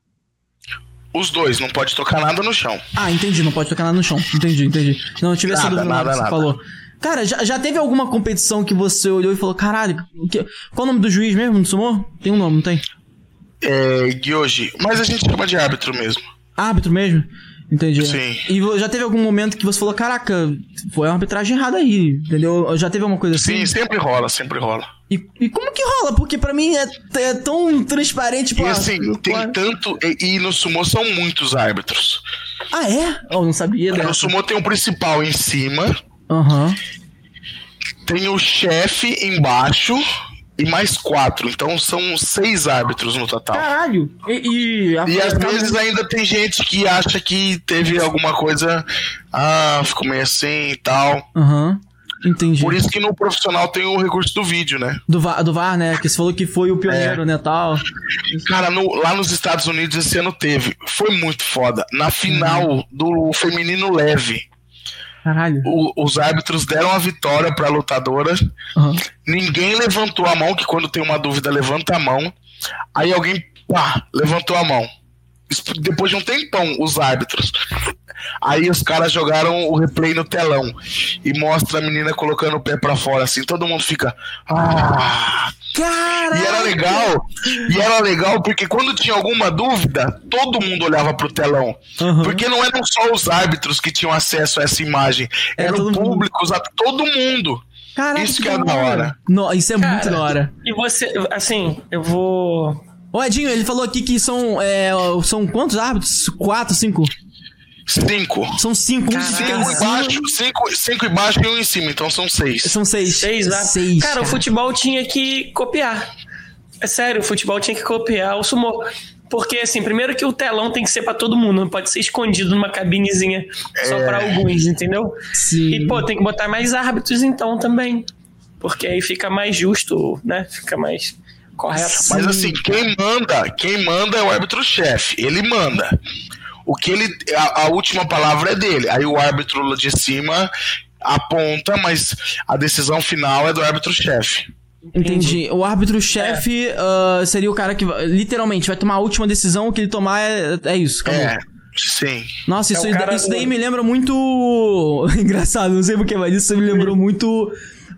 C: Os dois, não pode tocar nada no chão.
A: Ah, entendi, não pode tocar nada no chão. Entendi, entendi. Não, eu tive essa dúvida que você falou. Cara, já, já teve alguma competição que você olhou e falou, caralho, que, qual o nome do juiz mesmo no sumô? Tem um nome, não tem?
C: É, Gyoji, mas a gente chama de árbitro mesmo.
A: Árbitro mesmo? Entendi.
C: Sim.
A: E já teve algum momento que você falou, caraca, foi uma arbitragem errada aí, entendeu? Já teve alguma coisa assim?
C: Sim, sempre rola, sempre rola.
A: E, e como que rola? Porque pra mim é, é tão transparente. Tipo,
C: e assim, tem claro. tanto... E, e no sumô são muitos árbitros.
A: Ah, é? Eu não sabia.
C: No sumô tem o principal em cima.
A: Aham. Uhum.
C: Tem o chefe embaixo... E mais quatro, então são seis árbitros no total.
A: Caralho! E, e, a
C: e às vezes ainda tem gente que acha que teve alguma coisa, ah, ficou meio assim e tal.
A: Aham, uhum. Entendi.
C: Por isso que no profissional tem o recurso do vídeo, né?
A: Do V A R, do V A R, né? Que você falou que foi o pioneiro, é. né, tal.
C: Cara, no, lá nos Estados Unidos esse ano teve. Foi muito foda. Na final uhum. do feminino leve,
A: Caralho.
C: O, os árbitros deram a vitória pra lutadora.
A: Uhum.
C: Ninguém levantou a mão, que quando tem uma dúvida, levanta a mão. Aí alguém, pá, levantou a mão. Depois de um tempão, os árbitros. Aí os caras jogaram o replay no telão e mostra a menina colocando o pé pra fora, assim, todo mundo fica... Ah!
A: Caraca!
C: E era legal, e era legal porque quando tinha alguma dúvida, todo mundo olhava pro telão. Uhum. Porque não eram só os árbitros que tinham acesso a essa imagem, era o público, mundo. todo mundo.
A: Caraca,
C: isso que é da hora.
A: No, isso é Cara, muito da hora.
B: E você, assim, eu vou...
A: Ô Edinho, ele falou aqui que são, é, são quantos árbitros? Quatro, cinco?
C: Cinco.
A: São cinco. Um
C: cinco, embaixo, cinco, cinco embaixo e um em cima, então são seis.
A: São seis.
B: Seis, né?
A: seis
B: cara, cara, o futebol tinha que copiar. É sério, o futebol tinha que copiar o sumô. Porque, assim, primeiro que o telão tem que ser pra todo mundo, não pode ser escondido numa cabinezinha só é... pra alguns, entendeu?
A: Sim.
B: E, pô, tem que botar mais árbitros então também. Porque aí fica mais justo, né? Fica mais... correto.
C: Mas assim, quem manda, quem manda é o árbitro-chefe. Ele manda. O que ele. A, a última palavra é dele. Aí o árbitro de cima aponta, mas a decisão final é do árbitro-chefe.
A: Entendi. O árbitro-chefe é. uh, seria o cara que literalmente vai tomar a última decisão, o que ele tomar é, é isso. Acabou.
C: É. Sim.
A: Nossa, isso,
B: é
A: isso daí me lembra muito. Engraçado, não sei porquê, mas isso me lembrou muito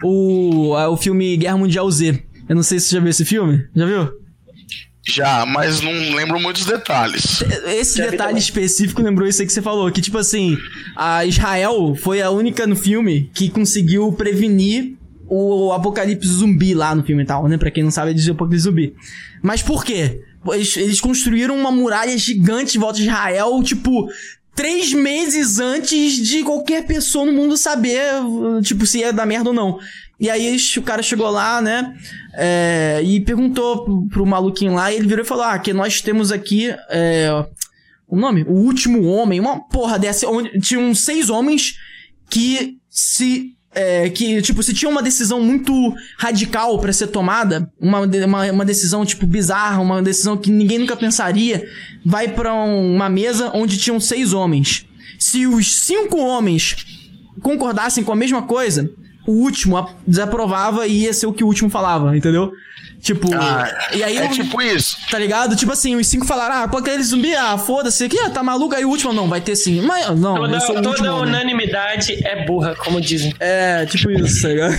A: o, o filme Guerra Mundial Z. Eu não sei se você já viu esse filme. Já viu?
C: Já, mas não lembro muitos detalhes.
A: Esse já detalhe específico lembrou isso aí que você falou. Que tipo assim, a Israel foi a única no filme que conseguiu prevenir o apocalipse zumbi lá no filme e tal, né? Pra quem não sabe, é de apocalipse zumbi. Mas por quê? Eles, eles construíram uma muralha gigante em volta de Israel, tipo... Três meses antes de qualquer pessoa no mundo saber, tipo, se ia dar merda ou não. E aí o cara chegou lá, né, é, e perguntou pro, pro maluquinho lá, e ele virou e falou, ah, que nós temos aqui, é, o nome? O Último Homem, uma porra dessa, onde tinham seis homens que se... É, que, tipo, se tinha uma decisão muito radical pra ser tomada, uma, uma, uma decisão, tipo, bizarra, uma decisão que ninguém nunca pensaria, vai pra um, uma mesa onde tinham seis homens. Se os cinco homens concordassem com a mesma coisa, o último desaprovava e ia ser o que o último falava, entendeu? Tipo,
C: ah,
A: e aí...
C: É
A: eu,
C: tipo isso.
A: Tá ligado? Tipo assim, os cinco falaram, ah, qual que é aquele zumbi? Ah, foda-se, aqui, ah, tá maluco? Aí o último, não, vai ter sim. Mas, não,
B: toda,
A: eu sou o
B: toda
A: último homem.
B: Unanimidade é burra, como dizem.
A: É, tipo isso, tá ligado?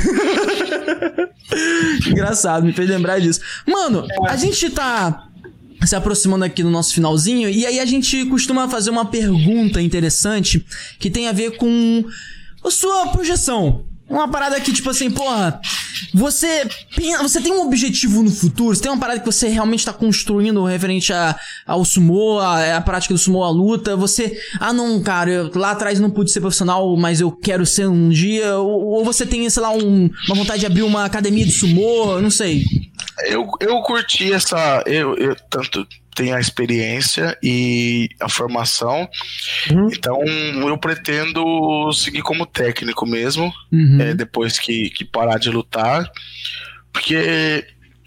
A: Engraçado, me fez lembrar disso. Mano, a gente tá se aproximando aqui do nosso finalzinho, e aí a gente costuma fazer uma pergunta interessante que tem a ver com a sua projeção. Uma parada que, tipo assim, porra, você, você tem um objetivo no futuro? Você tem uma parada que você realmente tá construindo referente a, ao sumô, a, a prática do sumô, a luta? Você, ah não, cara, eu, lá atrás não pude ser profissional, mas eu quero ser um dia. Ou, ou você tem, sei lá, um, uma vontade de abrir uma academia de sumô, não sei.
C: Eu, eu curti essa... Eu, eu tanto... Tem a experiência e a formação. Uhum. Então eu pretendo seguir como técnico mesmo, uhum. é, depois que, que parar de lutar, porque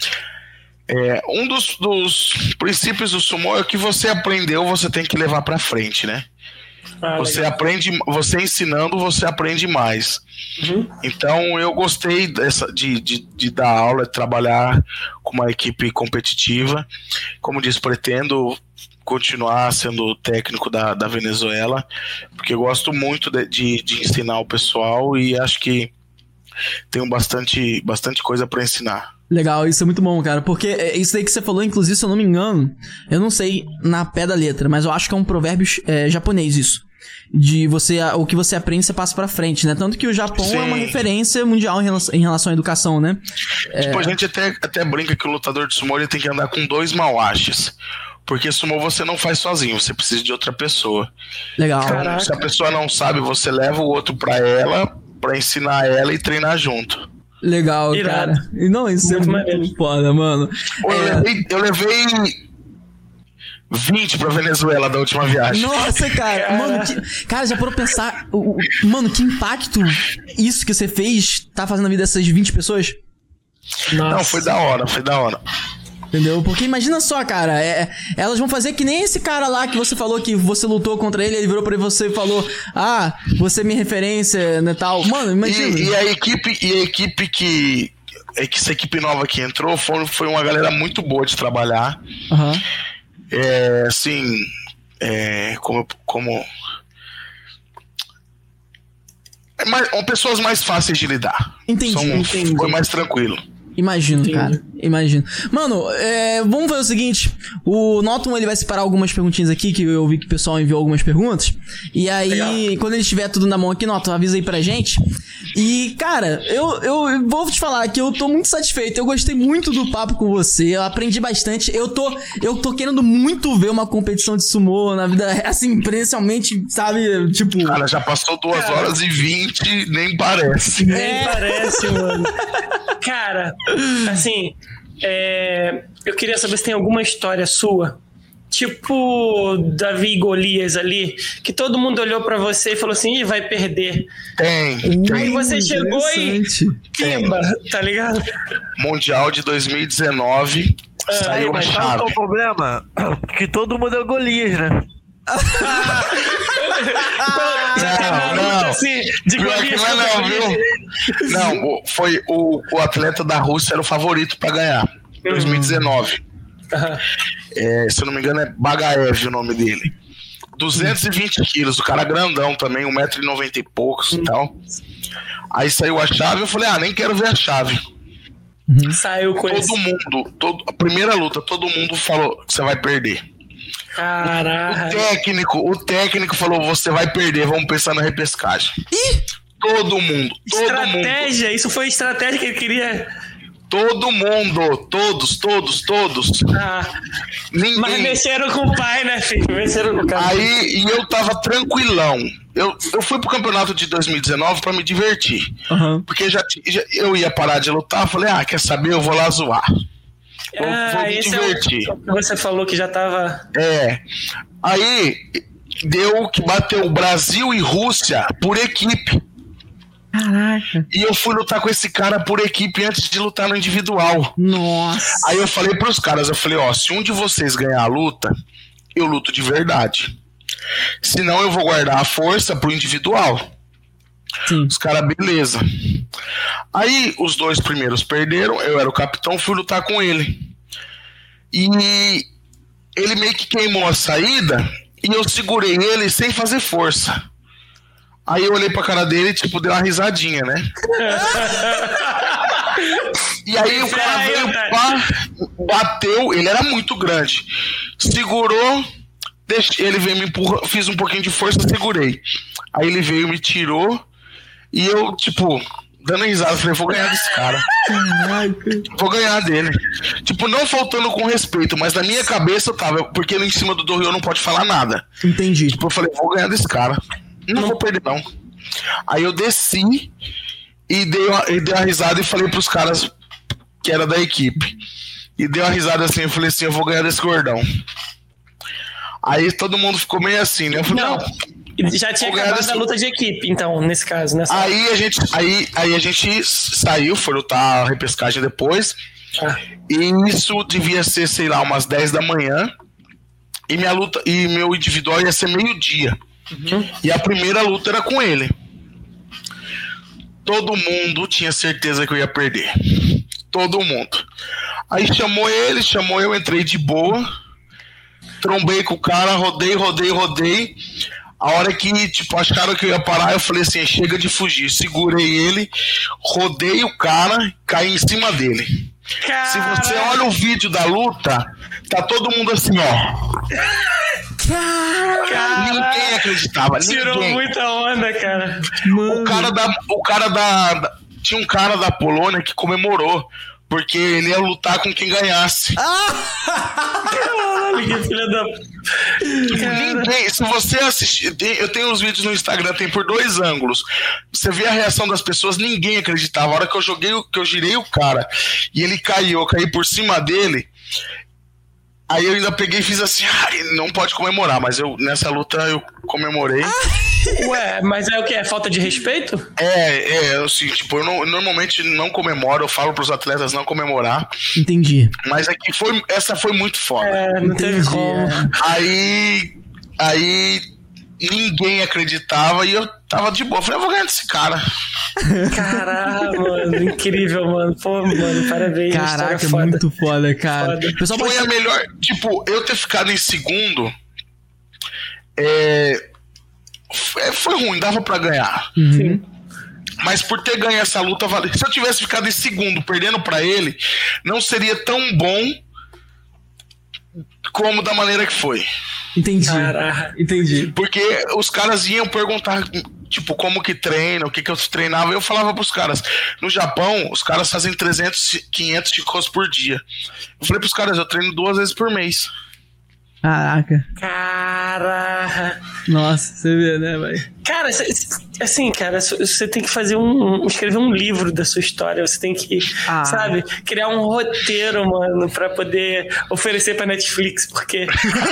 C: é, um dos, dos princípios do sumo é que você aprendeu, você tem que levar pra frente, né? Ah, você legal. aprende, você ensinando, você aprende mais. Uhum. Então eu gostei dessa, de, de, de dar aula, de trabalhar com uma equipe competitiva. Como disse, pretendo continuar sendo técnico da, da Venezuela, porque eu gosto muito de, de, de ensinar o pessoal e acho que tenho bastante, bastante coisa para ensinar.
A: Legal, isso é muito bom, cara, porque isso aí que você falou, inclusive, se eu não me engano, eu não sei na pé da letra, mas eu acho que é um provérbio é, japonês isso. De você, o que você aprende, você passa pra frente, né? Tanto que o Japão Sim. é uma referência mundial em relação, em relação à educação, né?
C: Tipo,
A: é...
C: a gente até, até brinca que o lutador de sumo ele tem que andar com dois mawashis. Porque sumo você não faz sozinho, você precisa de outra pessoa.
A: Legal.
C: Então, se a pessoa não sabe, você leva o outro pra ela, pra ensinar ela e treinar junto.
A: Legal, Irado. Cara. E não, isso muito é muito maneiro. Foda, mano.
C: Pô, é... eu, levei, eu levei vinte pra Venezuela da última viagem.
A: Nossa, cara. Mano, que... cara, já parou pra pensar... O, o... Mano, que impacto isso que você fez tá fazendo na vida dessas vinte pessoas?
C: Nossa. Não, foi da hora, foi da hora.
A: Entendeu? Porque imagina só, cara, é, elas vão fazer que nem esse cara lá que você falou que você lutou contra ele, ele virou pra você e falou, ah, você é minha referência, né, tal. Mano, imagina.
C: E, e a equipe, e a equipe que, essa equipe nova que entrou foi, foi uma galera muito boa de trabalhar.
A: Aham. Uhum.
C: É, assim, é, como... como é mais, são pessoas mais fáceis de lidar.
A: Entendi,
C: São,
A: entendi.
C: Foi mais tranquilo.
A: Imagino,
B: Entendi.
A: cara. Imagino. Mano, é, vamos fazer o seguinte. O Noton, ele vai separar algumas perguntinhas aqui, que eu vi que o pessoal enviou algumas perguntas. E aí, legal, quando ele estiver tudo na mão aqui, Noton, avisa aí pra gente. E, cara, eu, eu vou te falar que eu tô muito satisfeito. Eu gostei muito do papo com você. Eu aprendi bastante. Eu tô, eu tô querendo muito ver uma competição de sumô na vida, assim, presencialmente, sabe? Tipo...
C: Cara, já passou duas cara, horas e vinte, nem parece.
B: Nem é. parece, mano. Cara, assim, é, eu queria saber se tem alguma história sua, tipo Davi e Golias ali, que todo mundo olhou pra você e falou assim, ih, vai perder.
C: Tem, tem.
B: Aí você chegou e pimba, tá ligado?
C: Mundial de dois mil e dezenove, ah, saiu
E: mas qual é o problema? Que todo mundo é Golias, né?
C: Não, não.
B: Assim, de
C: não, não, viu? Não, foi o, o atleta da Rússia era o favorito pra ganhar. Em dois mil e dezenove. Uhum. É, se eu não me engano, é Bagaev o nome dele. duzentos e vinte quilos, o cara grandão também, um metro e noventa e poucos e tal. Aí saiu a chave, eu falei, ah, nem quero ver a chave.
B: Uhum. Saiu com
C: todo
B: esse.
C: mundo, todo, a primeira luta, todo mundo falou que você vai perder.
B: Caraca.
C: O técnico, o técnico falou, você vai perder, vamos pensar na repescagem. Ih! Todo mundo, todo
B: estratégia,
C: mundo.
B: Isso foi estratégia que ele queria.
C: Todo mundo, todos, todos, todos.
B: Ah, ninguém... Mas mexeram com o pai, né, filho? Mexeram com o cara.
C: Aí, e eu tava tranquilão. Eu, eu fui pro campeonato de dois mil e dezenove pra me divertir. Uhum. Porque já, já, eu ia parar de lutar, falei, ah, quer saber, eu vou lá zoar. Vou,
B: ah,
C: vou me divertir.
B: É o... Você falou que já tava...
C: É. Aí, deu que bateu Brasil e Rússia por equipe.
A: Caraca.
C: E eu fui lutar com esse cara por equipe antes de lutar no individual.
A: Nossa.
C: Aí eu falei pros caras, eu falei, ó, se um de vocês ganhar a luta, eu luto de verdade. Senão eu vou guardar a força pro individual. Sim. Os caras, beleza. Aí os dois primeiros perderam, eu era o capitão, fui lutar com ele. E ele meio que queimou a saída e eu segurei ele sem fazer força. Aí eu olhei pra cara dele e, tipo, dei uma risadinha, né? E aí o cara veio, pá, bateu, ele era muito grande. Segurou, deixei, ele veio me empurrar, fiz um pouquinho de força, segurei. Aí ele veio, me tirou, e eu, tipo, dando risada, falei, vou ganhar desse cara. Vou ganhar dele. Tipo, não faltando com respeito, mas na minha cabeça eu tava, porque em cima do Dorrio não pode falar nada.
A: Entendi.
C: Tipo, eu falei, vou ganhar desse cara. Não, não vou perder, não. Aí eu desci e dei uma, e dei uma risada e falei pros caras que era da equipe. E dei uma risada assim, eu falei assim, eu vou ganhar desse gordão. Aí todo mundo ficou meio assim, né? Eu falei, não.
B: não já tinha acabado desse... a luta de equipe, então, nesse caso, né?
C: Aí a gente, aí, aí a gente saiu, foi lutar a repescagem depois. Ah. E isso devia ser, sei lá, umas dez da manhã. E minha luta, e meu individual ia ser meio-dia. Uhum. E a primeira luta era com ele. Todo mundo tinha certeza que eu ia perder. Todo mundo. Aí chamou ele, chamou eu, entrei de boa. Trombei com o cara, rodei, rodei, rodei. A hora que, tipo, acharam que eu ia parar, eu falei assim, chega de fugir. Segurei ele, rodei o cara, caí em cima dele. Cara... Se você olha o vídeo da luta, tá todo mundo assim, ó.
B: Cara...
C: Ninguém acreditava.
B: Tirou
C: ninguém.
B: muita onda, cara.
C: Mano. O cara da. O cara da, da. Tinha um cara da Polônia que comemorou. Porque ele ia lutar com quem ganhasse.
B: Caralho, que filha da.
C: Ninguém. Se você assistir. Eu tenho os vídeos no Instagram, tem por dois ângulos. Você vê a reação das pessoas, ninguém acreditava. A hora que eu joguei, que eu girei o cara e ele caiu, eu caí por cima dele. Aí eu ainda peguei e fiz assim, ai, não pode comemorar, mas eu nessa luta eu comemorei.
B: Ué, mas é o que? É falta de respeito?
C: É, é, assim, tipo, eu não, normalmente não comemoro, eu falo pros atletas não comemorar.
A: Entendi.
C: Mas aqui foi, essa foi muito foda.
B: É, não teve
A: Entendi,
B: como.
A: é.
C: Aí, aí ninguém acreditava e eu tava de boa. Falei, eu vou ganhar desse cara.
B: Caralho, mano, incrível, mano. Pô, mano, parabéns.
A: Caraca,
B: foda.
A: muito foda, cara.
B: Foda.
A: O pessoal
C: Foi
A: pode...
C: a melhor, tipo, eu ter ficado em segundo, é, foi, foi ruim, dava pra ganhar.
A: Uhum.
C: Mas por ter ganho essa luta, valeu. Se eu tivesse ficado em segundo, perdendo pra ele, não seria tão bom como da maneira que foi.
A: Entendi.
B: Caraca.
A: Entendi.
C: Porque os caras iam perguntar, tipo, como que treina, o que que eu treinava, e eu falava pros caras, no Japão, os caras fazem trezentos, quinhentos chicos por dia. Eu falei pros caras, eu treino duas vezes por mês.
A: Caraca.
B: Caraca.
A: Nossa, você vê, né, velho?
B: Cara, cê- assim, cara, você tem que fazer um. escrever um livro da sua história. Você tem que,
A: Ah.
B: sabe, criar um roteiro, mano, pra poder oferecer pra Netflix. Porque,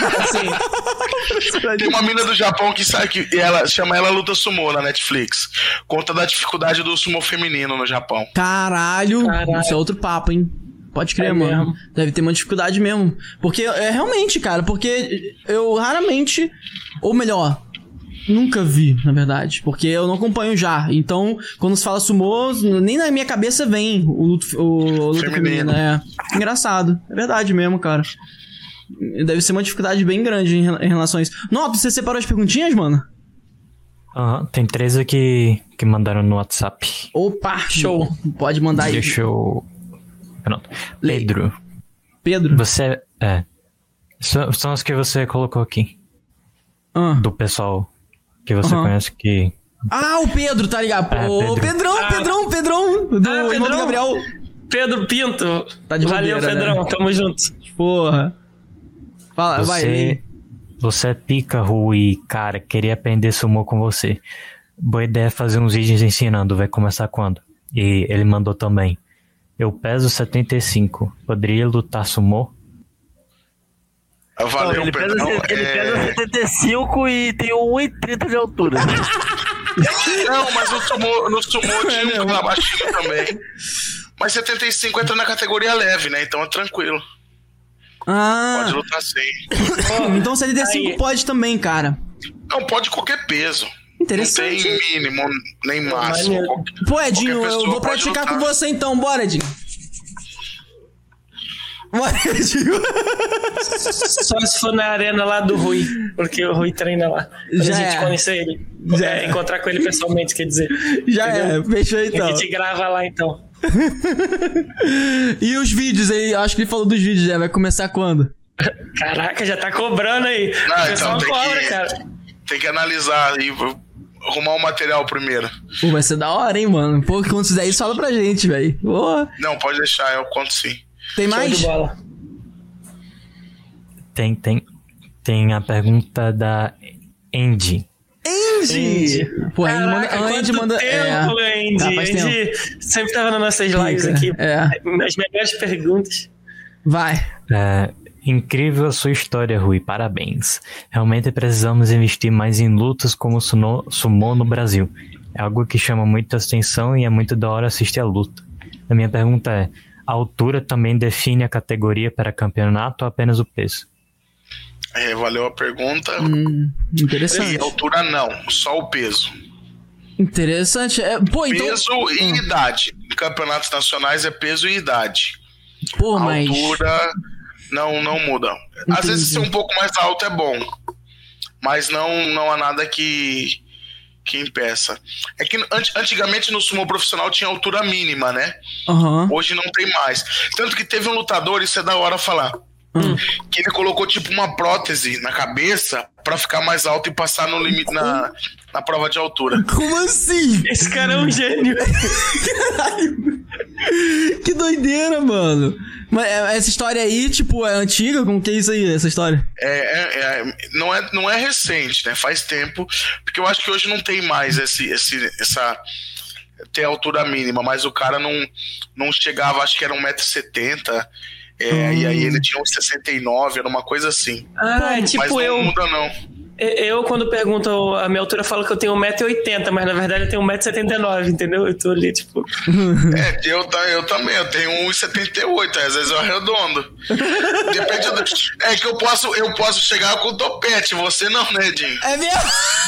B: assim,
C: Tem uma mina do Japão que sabe que ela chama ela Luta Sumo na Netflix. Conta da dificuldade do sumo feminino no Japão.
A: Caralho,
B: Caralho.
A: isso é outro papo, hein? Pode crer,
B: É
A: mano.
B: mesmo.
A: Deve ter uma dificuldade mesmo. Porque, é realmente, cara, porque eu raramente, ou melhor, nunca vi, na verdade. Porque eu não acompanho já. Então, quando se fala sumô, nem na minha cabeça vem o luto, o, o luta
C: Feminino.
A: feminina. É engraçado. É verdade mesmo, cara. Deve ser uma dificuldade bem grande em, rela- em relação a isso. Noto, você separou as perguntinhas, mano?
F: Aham, tem três aqui que mandaram no WhatsApp.
A: Opa,
B: Show.
A: Pode mandar aí.
F: Deixa eu... Pronto.
A: Lê.
F: Pedro,
A: Pedro?
F: você... É. São, são as que você colocou aqui.
A: Ah.
F: Do pessoal que você
A: Aham.
F: conhece que...
A: Ah, o Pedro, tá ligado?
F: É,
A: Ô,
F: Pedro.
A: Pedrão,
B: Ah.
A: Pedrão, Pedrão, do
B: Ah,
A: irmão do
B: Pedrão.
A: Gabriel.
B: Pedro Pinto.
A: Tá de
B: Valeu,
A: bobeira,
B: Pedrão.
A: né?
B: Tamo junto.
A: Porra. Fala, vai.
F: Você,
A: Lê.
F: você é pica, Rui, cara, queria aprender sumô com você. Boa ideia fazer uns vídeos ensinando, vai começar quando? E ele mandou também. Eu peso setenta e cinco, poderia lutar sumô?
C: Ah, Valeu,
E: Não, ele pesa,
C: Pedrão.
E: ele
C: É,
E: pesa setenta e cinco e tem um e trinta de altura.
C: Não, mas no sumô, no sumô tinha um lá baixinho também. Mas setenta e cinco entra na categoria leve, né? Então é tranquilo.
A: Ah,
C: Pode lutar sem.
A: então setenta e cinco
B: Aí.
A: pode também, cara.
C: Não, pode qualquer peso. Não
A: Interessante.
C: tem mínimo, nem máximo.
B: maneiro.
C: Qualquer-
A: Pô, Edinho,
C: qualquer
A: eu
C: pessoa
A: vou
C: pode
A: praticar
C: lutar.
A: com você então, bora, Edinho. Bora, Edinho.
B: Só se for na arena lá do Rui, porque o Rui treina lá. Pra
A: Já
B: gente
A: é.
B: conhecer ele.
A: Já
B: É,
A: é.
B: encontrar com ele pessoalmente, quer dizer.
A: Já é, fechou
B: A
A: então.
B: gente grava lá então.
A: E os vídeos aí, acho que ele falou dos vídeos, já vai começar quando?
B: Caraca, já tá cobrando aí.
C: Não,
B: o pessoal
C: então tem
B: cobra,
C: que-
B: cara.
C: Tem que analisar e arrumar o material primeiro.
A: Pô, vai ser da hora, hein, mano. Pô, quando fizer isso, fala pra gente, velho. Pô,
C: Não, pode deixar, eu conto sim.
A: tem
B: Show
A: mais?
B: de bola.
F: Tem, tem, tem a pergunta da Andy.
A: Andy! Pô, a Andy manda.
B: Caraca,
A: A Andy
B: quanto
A: manda.
B: tempo,
A: é,
B: Andy.
A: Tá, faz tempo.
B: Andy sempre tava nas nossas lives
A: Fica,
B: aqui.
A: é.
B: As melhores perguntas.
A: Vai.
F: É, incrível a sua história, Rui, parabéns. Realmente precisamos investir mais em lutas como sumo, sumô no Brasil. É algo que chama muita atenção e é muito da hora assistir a luta. A minha pergunta é, a altura também define a categoria para campeonato ou apenas o peso?
C: É, valeu a pergunta.
A: Hum, interessante.
C: E altura não, só o peso.
A: Interessante. É, pô, então.
C: Peso e
A: Hum.
C: idade. Em campeonatos nacionais é peso e idade.
A: Pô,
C: A
A: mas.
C: altura não, não muda. Às
A: Entendi.
C: vezes ser um pouco mais alto é bom. Mas não, não há nada que, que impeça. É que an- antigamente no sumo profissional tinha altura mínima, né?
A: Aham.
C: Hoje não tem mais. Tanto que teve um lutador, isso é da hora falar,
A: Hum.
C: que ele colocou tipo uma prótese na cabeça pra ficar mais alto e passar no limite na, na prova de altura.
A: Como assim?
B: Esse cara é um gênio.
A: Que doideira, mano. Mas é, essa história aí, tipo, é antiga? Como que é isso aí, essa história?
C: É, é- é- não, é, não é recente, né? Faz tempo, porque eu acho que hoje não tem mais esse, esse, essa ter altura mínima, mas o cara não, não chegava, acho que era um metro e setenta. É, hum. E aí ele tinha uns sessenta e nove, era uma coisa assim.
B: Ah, é tipo
C: mas não
B: eu.
C: muda, não.
B: Eu, quando pergunto a minha altura, falo que eu tenho um metro e oitenta, mas na verdade eu tenho um metro e setenta e nove, entendeu? Eu tô ali, tipo...
C: É, eu, eu também, eu tenho um metro e setenta e oito, às vezes eu arredondo. Depende do... É que eu posso, eu posso chegar com o topete, você não, né, Edinho?
A: É mesmo?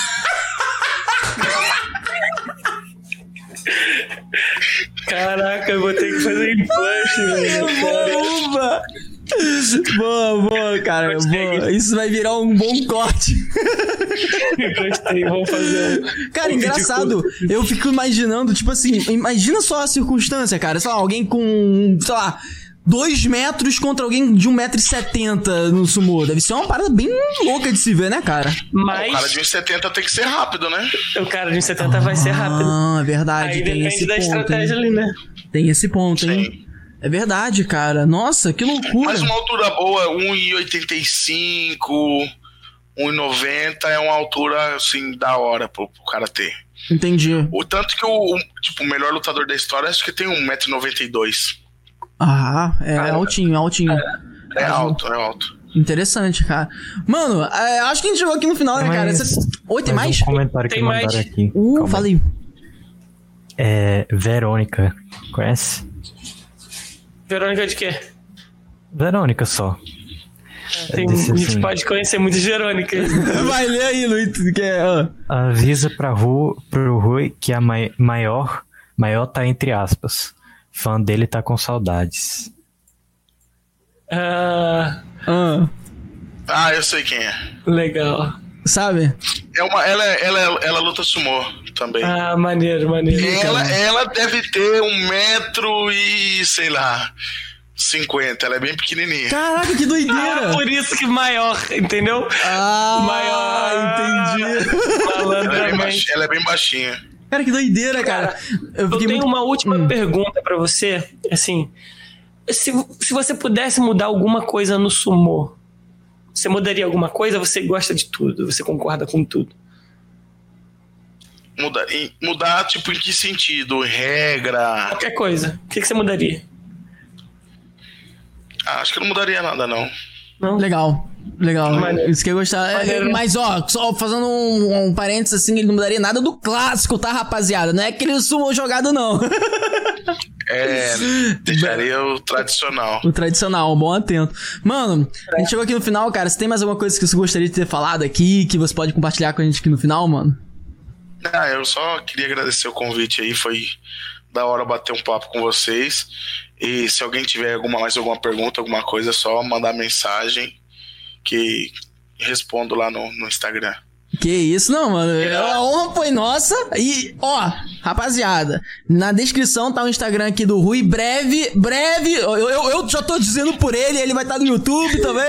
B: Caraca, eu vou ter que fazer implante, velho.
A: Boa, boa, boa, cara. Boa. Isso vai virar um bom corte.
B: Gostei, vamos fazer um...
A: Cara,
B: um
A: engraçado. Eu fico imaginando, tipo assim, imagina só a circunstância, cara. Sei lá, alguém com, sei lá, dois metros contra alguém de um metro e setenta no sumô. Deve ser uma parada bem louca de se ver, né, cara?
B: Mas...
C: O cara de um e setenta tem que ser rápido, né?
B: O cara de um e setenta ah, vai ser rápido.
A: Ah, é verdade.
B: Aí
A: tem
B: depende
A: esse
B: da
A: ponto,
B: estratégia, hein? Ali, né?
A: Tem esse ponto,
C: Sim.
A: hein? É verdade, cara. Nossa, que loucura.
C: Mas uma altura boa, um e oitenta e cinco, um e noventa é uma altura, assim, da hora pro, pro cara ter.
A: Entendi.
C: O tanto que o, tipo, o melhor lutador da história acho que tem um metro e noventa e dois.
A: Ah, é ah, altinho, altinho.
C: É, é alto, é alto.
A: Interessante, cara. Mano, é, acho que a gente chegou aqui no final, né, cara? Você... Oi, tem mais?
F: Um comentário
B: tem
F: que
B: mais.
F: mandaram aqui.
A: Uh, falei.
F: É, Verônica, conhece?
B: Verônica de quê?
F: Verônica só.
B: Tem, a gente assim, pode conhecer muitas Verônicas.
A: Vai ler aí, Luiz. Que é, ó.
F: Avisa pra Ru, pro Rui que a mai, maior, maior tá entre aspas. Fã dele tá com saudades.
B: Ah,
A: ah.
C: ah eu sei quem é.
B: Legal.
A: Sabe?
C: É uma, ela, ela, ela, ela luta sumô também.
B: Ah, maneiro, maneiro.
C: Ela, ela deve ter um metro e, sei lá, cinquenta. Ela é bem pequenininha.
A: Caraca, que doideira.
B: Ah, por isso que maior, entendeu?
A: Ah,
B: maior.
A: Entendi.
C: Ela é, bem baixinha, ela é bem baixinha.
A: Cara, que doideira, cara.
B: cara eu, eu tenho muito... uma última hum. pergunta pra você. Assim, se, se você pudesse mudar alguma coisa no sumô, você mudaria alguma coisa? Você gosta de tudo? Você concorda com tudo?
C: Mudar, mudar tipo, em que sentido? Regra?
B: Qualquer coisa. O que, que você mudaria?
C: Ah, acho que não mudaria nada, não.
B: Não?
A: Legal. Legal.
B: Maneiro.
A: Isso que eu gostava.
B: Maneiro.
A: Mas, ó, só fazendo um, um parênteses assim, ele não mudaria nada do clássico, tá, rapaziada? Não é aquele sumo jogado, não.
C: É, deixaria o tradicional.
A: O tradicional, um bom atento. Mano, a gente chegou aqui no final, cara. Você tem mais alguma coisa que você gostaria de ter falado aqui, que você pode compartilhar com a gente aqui no final, mano?
C: Ah, eu só queria agradecer o convite aí, foi da hora bater um papo com vocês. E se alguém tiver alguma, mais alguma pergunta, alguma coisa, é só mandar mensagem que respondo lá no, no Instagram.
A: Que isso, não, mano. A honra foi nossa. E, ó, rapaziada, na descrição tá o Instagram aqui do Rui. Breve, breve. Eu, eu, eu já tô dizendo por ele, ele vai estar tá no YouTube também.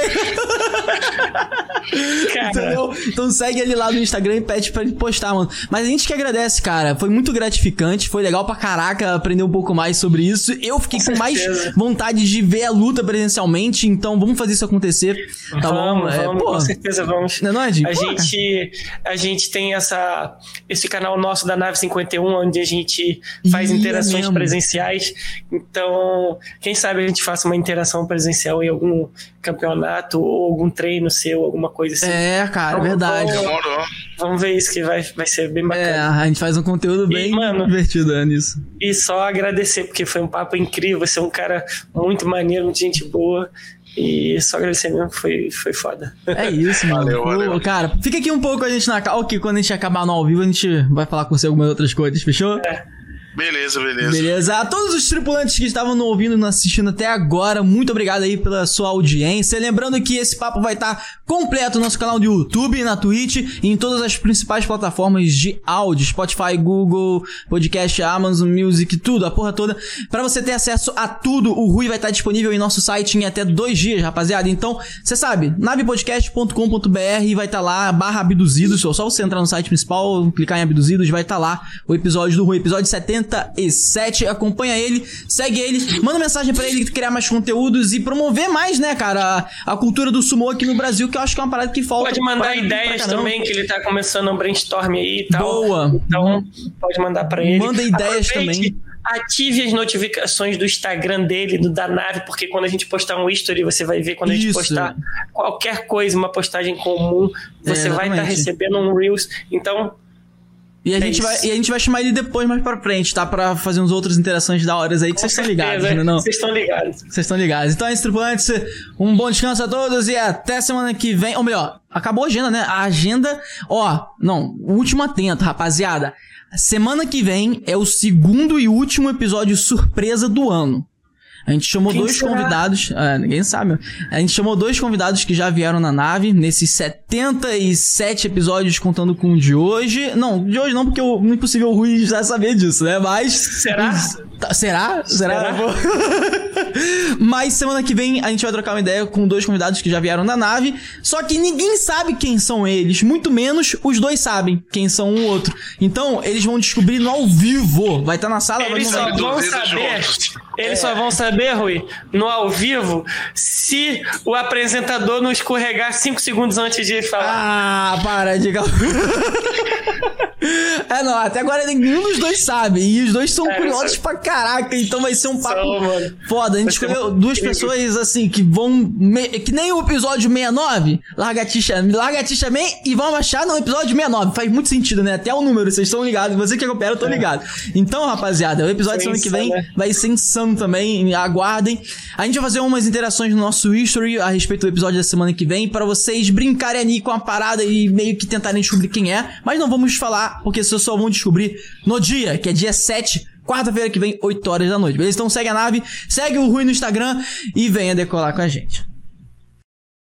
A: Entendeu? Então segue ele lá no Instagram e pede pra ele postar, mano. Mas a gente que agradece, cara. Foi muito gratificante. Foi legal pra caraca aprender um pouco mais sobre isso. Eu fiquei com, com mais vontade de ver a luta presencialmente. Então vamos fazer isso acontecer. Tá
B: vamos,
A: bom?
B: Vamos,
A: é,
B: com certeza vamos.
A: Não é, não é, Jim?
B: A gente, a gente tem essa, esse canal nosso da Nave cinquenta e um, onde a gente faz Ih, interações é presenciais. Então, quem sabe a gente faça uma interação presencial em algum campeonato ou algum treino seu, alguma coisa assim.
A: É, cara, então, verdade.
B: Vamos, vamos ver isso, que vai, vai ser bem bacana.
A: É, a gente faz um conteúdo bem e, mano, divertido é, nisso.
B: E só agradecer, porque foi um papo incrível. Você é um cara muito maneiro, muito gente boa. E só agradecer mesmo, foi, foi foda.
A: É isso, mano.
C: Valeu, valeu.
A: Cara, fica aqui um pouco a gente na calma, que quando a gente acabar no ao vivo, a gente vai falar com você algumas outras coisas, fechou?
B: É.
C: Beleza, beleza.
A: Beleza. A todos os tripulantes que estavam nos ouvindo e nos assistindo até agora, muito obrigado aí pela sua audiência. Lembrando que esse papo vai estar completo no nosso canal do YouTube, na Twitch e em todas as principais plataformas de áudio, Spotify, Google, Podcast, Amazon Music, tudo, a porra toda. Pra você ter acesso a tudo, o Rui vai estar disponível em nosso site em até dois dias, rapaziada. Então, você sabe, navepodcast ponto com ponto b r vai estar lá, barra abduzidos, só você entrar no site principal, clicar em abduzidos, vai estar lá o episódio do Rui, episódio setenta e sete, acompanha ele, segue ele, manda mensagem pra ele criar mais conteúdos e promover mais, né, cara, a, a cultura do sumo aqui no Brasil, que eu acho que é uma parada que falta.
B: Pode mandar
A: pra,
B: ideias
A: pra
B: também, que ele tá começando um brainstorm aí e tal.
A: Boa.
B: Então, pode mandar pra ele.
A: Manda ideias
B: aproveite,
A: também.
B: Ative as notificações do Instagram dele, do da nave, porque quando a gente postar um history, você vai ver quando a gente
A: Isso.
B: postar qualquer coisa, uma postagem comum, você
A: É,
B: vai estar
A: exatamente.
B: recebendo um Reels. Então,
A: E a,
B: É
A: gente
B: isso.
A: vai, e a gente vai chamar ele depois, mais pra frente, tá? Pra fazer uns outras interações da hora aí que vocês estão ligados, né? Não?
B: Vocês estão ligados.
A: Vocês estão ligados. Então é isso, tripulantes. Um bom descanso a todos e até semana que vem. Ou melhor, acabou a agenda, né? A agenda... Ó, não, último atento, rapaziada. Semana que vem é o segundo e último episódio surpresa do ano. A gente chamou
B: Quem
A: dois
B: será?
A: convidados... É, ninguém sabe. A gente chamou dois convidados que já vieram na nave nesses setenta e sete episódios, contando com o de hoje. Não, de hoje não, porque o Impossível Rui já sabia disso, né? Mas...
B: Será?
A: Tá, será? Será?
B: Será?
A: Mas semana que vem a gente vai trocar uma ideia com dois convidados que já vieram na nave. Só que ninguém sabe quem são eles. Muito menos os dois sabem quem são um outro. Então, eles vão descobrir no ao vivo. Vai estar na sala,
B: Eles
A: vai
B: só vão saber, eles só vão saber, Rui, no ao vivo, se o apresentador não escorregar cinco segundos antes de falar.
A: Ah, para de... É, não, até agora nenhum dos dois sabe. E os dois são
B: É,
A: curiosos
B: isso-
A: pra caraca. Então vai ser um papo
B: São, mano.
A: foda. A gente
B: Vai ser
A: escolheu
B: muito
A: duas
B: incrível.
A: pessoas, assim, que vão... me- Que nem o episódio sessenta e nove. Largatixa, Largatixa Man e vão achar no episódio sessenta e nove. Faz muito sentido, né? Até o número, vocês estão ligados. Você que acompanha, eu tô ligado. Então, rapaziada, o episódio
B: Foi
A: semana que vem
B: insano, né?
A: vai ser insano também. Aguardem. A gente vai fazer umas interações no nosso history a respeito do episódio da semana que vem, pra vocês brincarem ali com a parada e meio que tentarem descobrir quem é. Mas não vamos falar, porque vocês só vão descobrir no dia, que é dia sete, quarta-feira que vem, oito horas da noite. Beleza? Então segue a nave, segue o Rui no Instagram e venha decolar com a gente.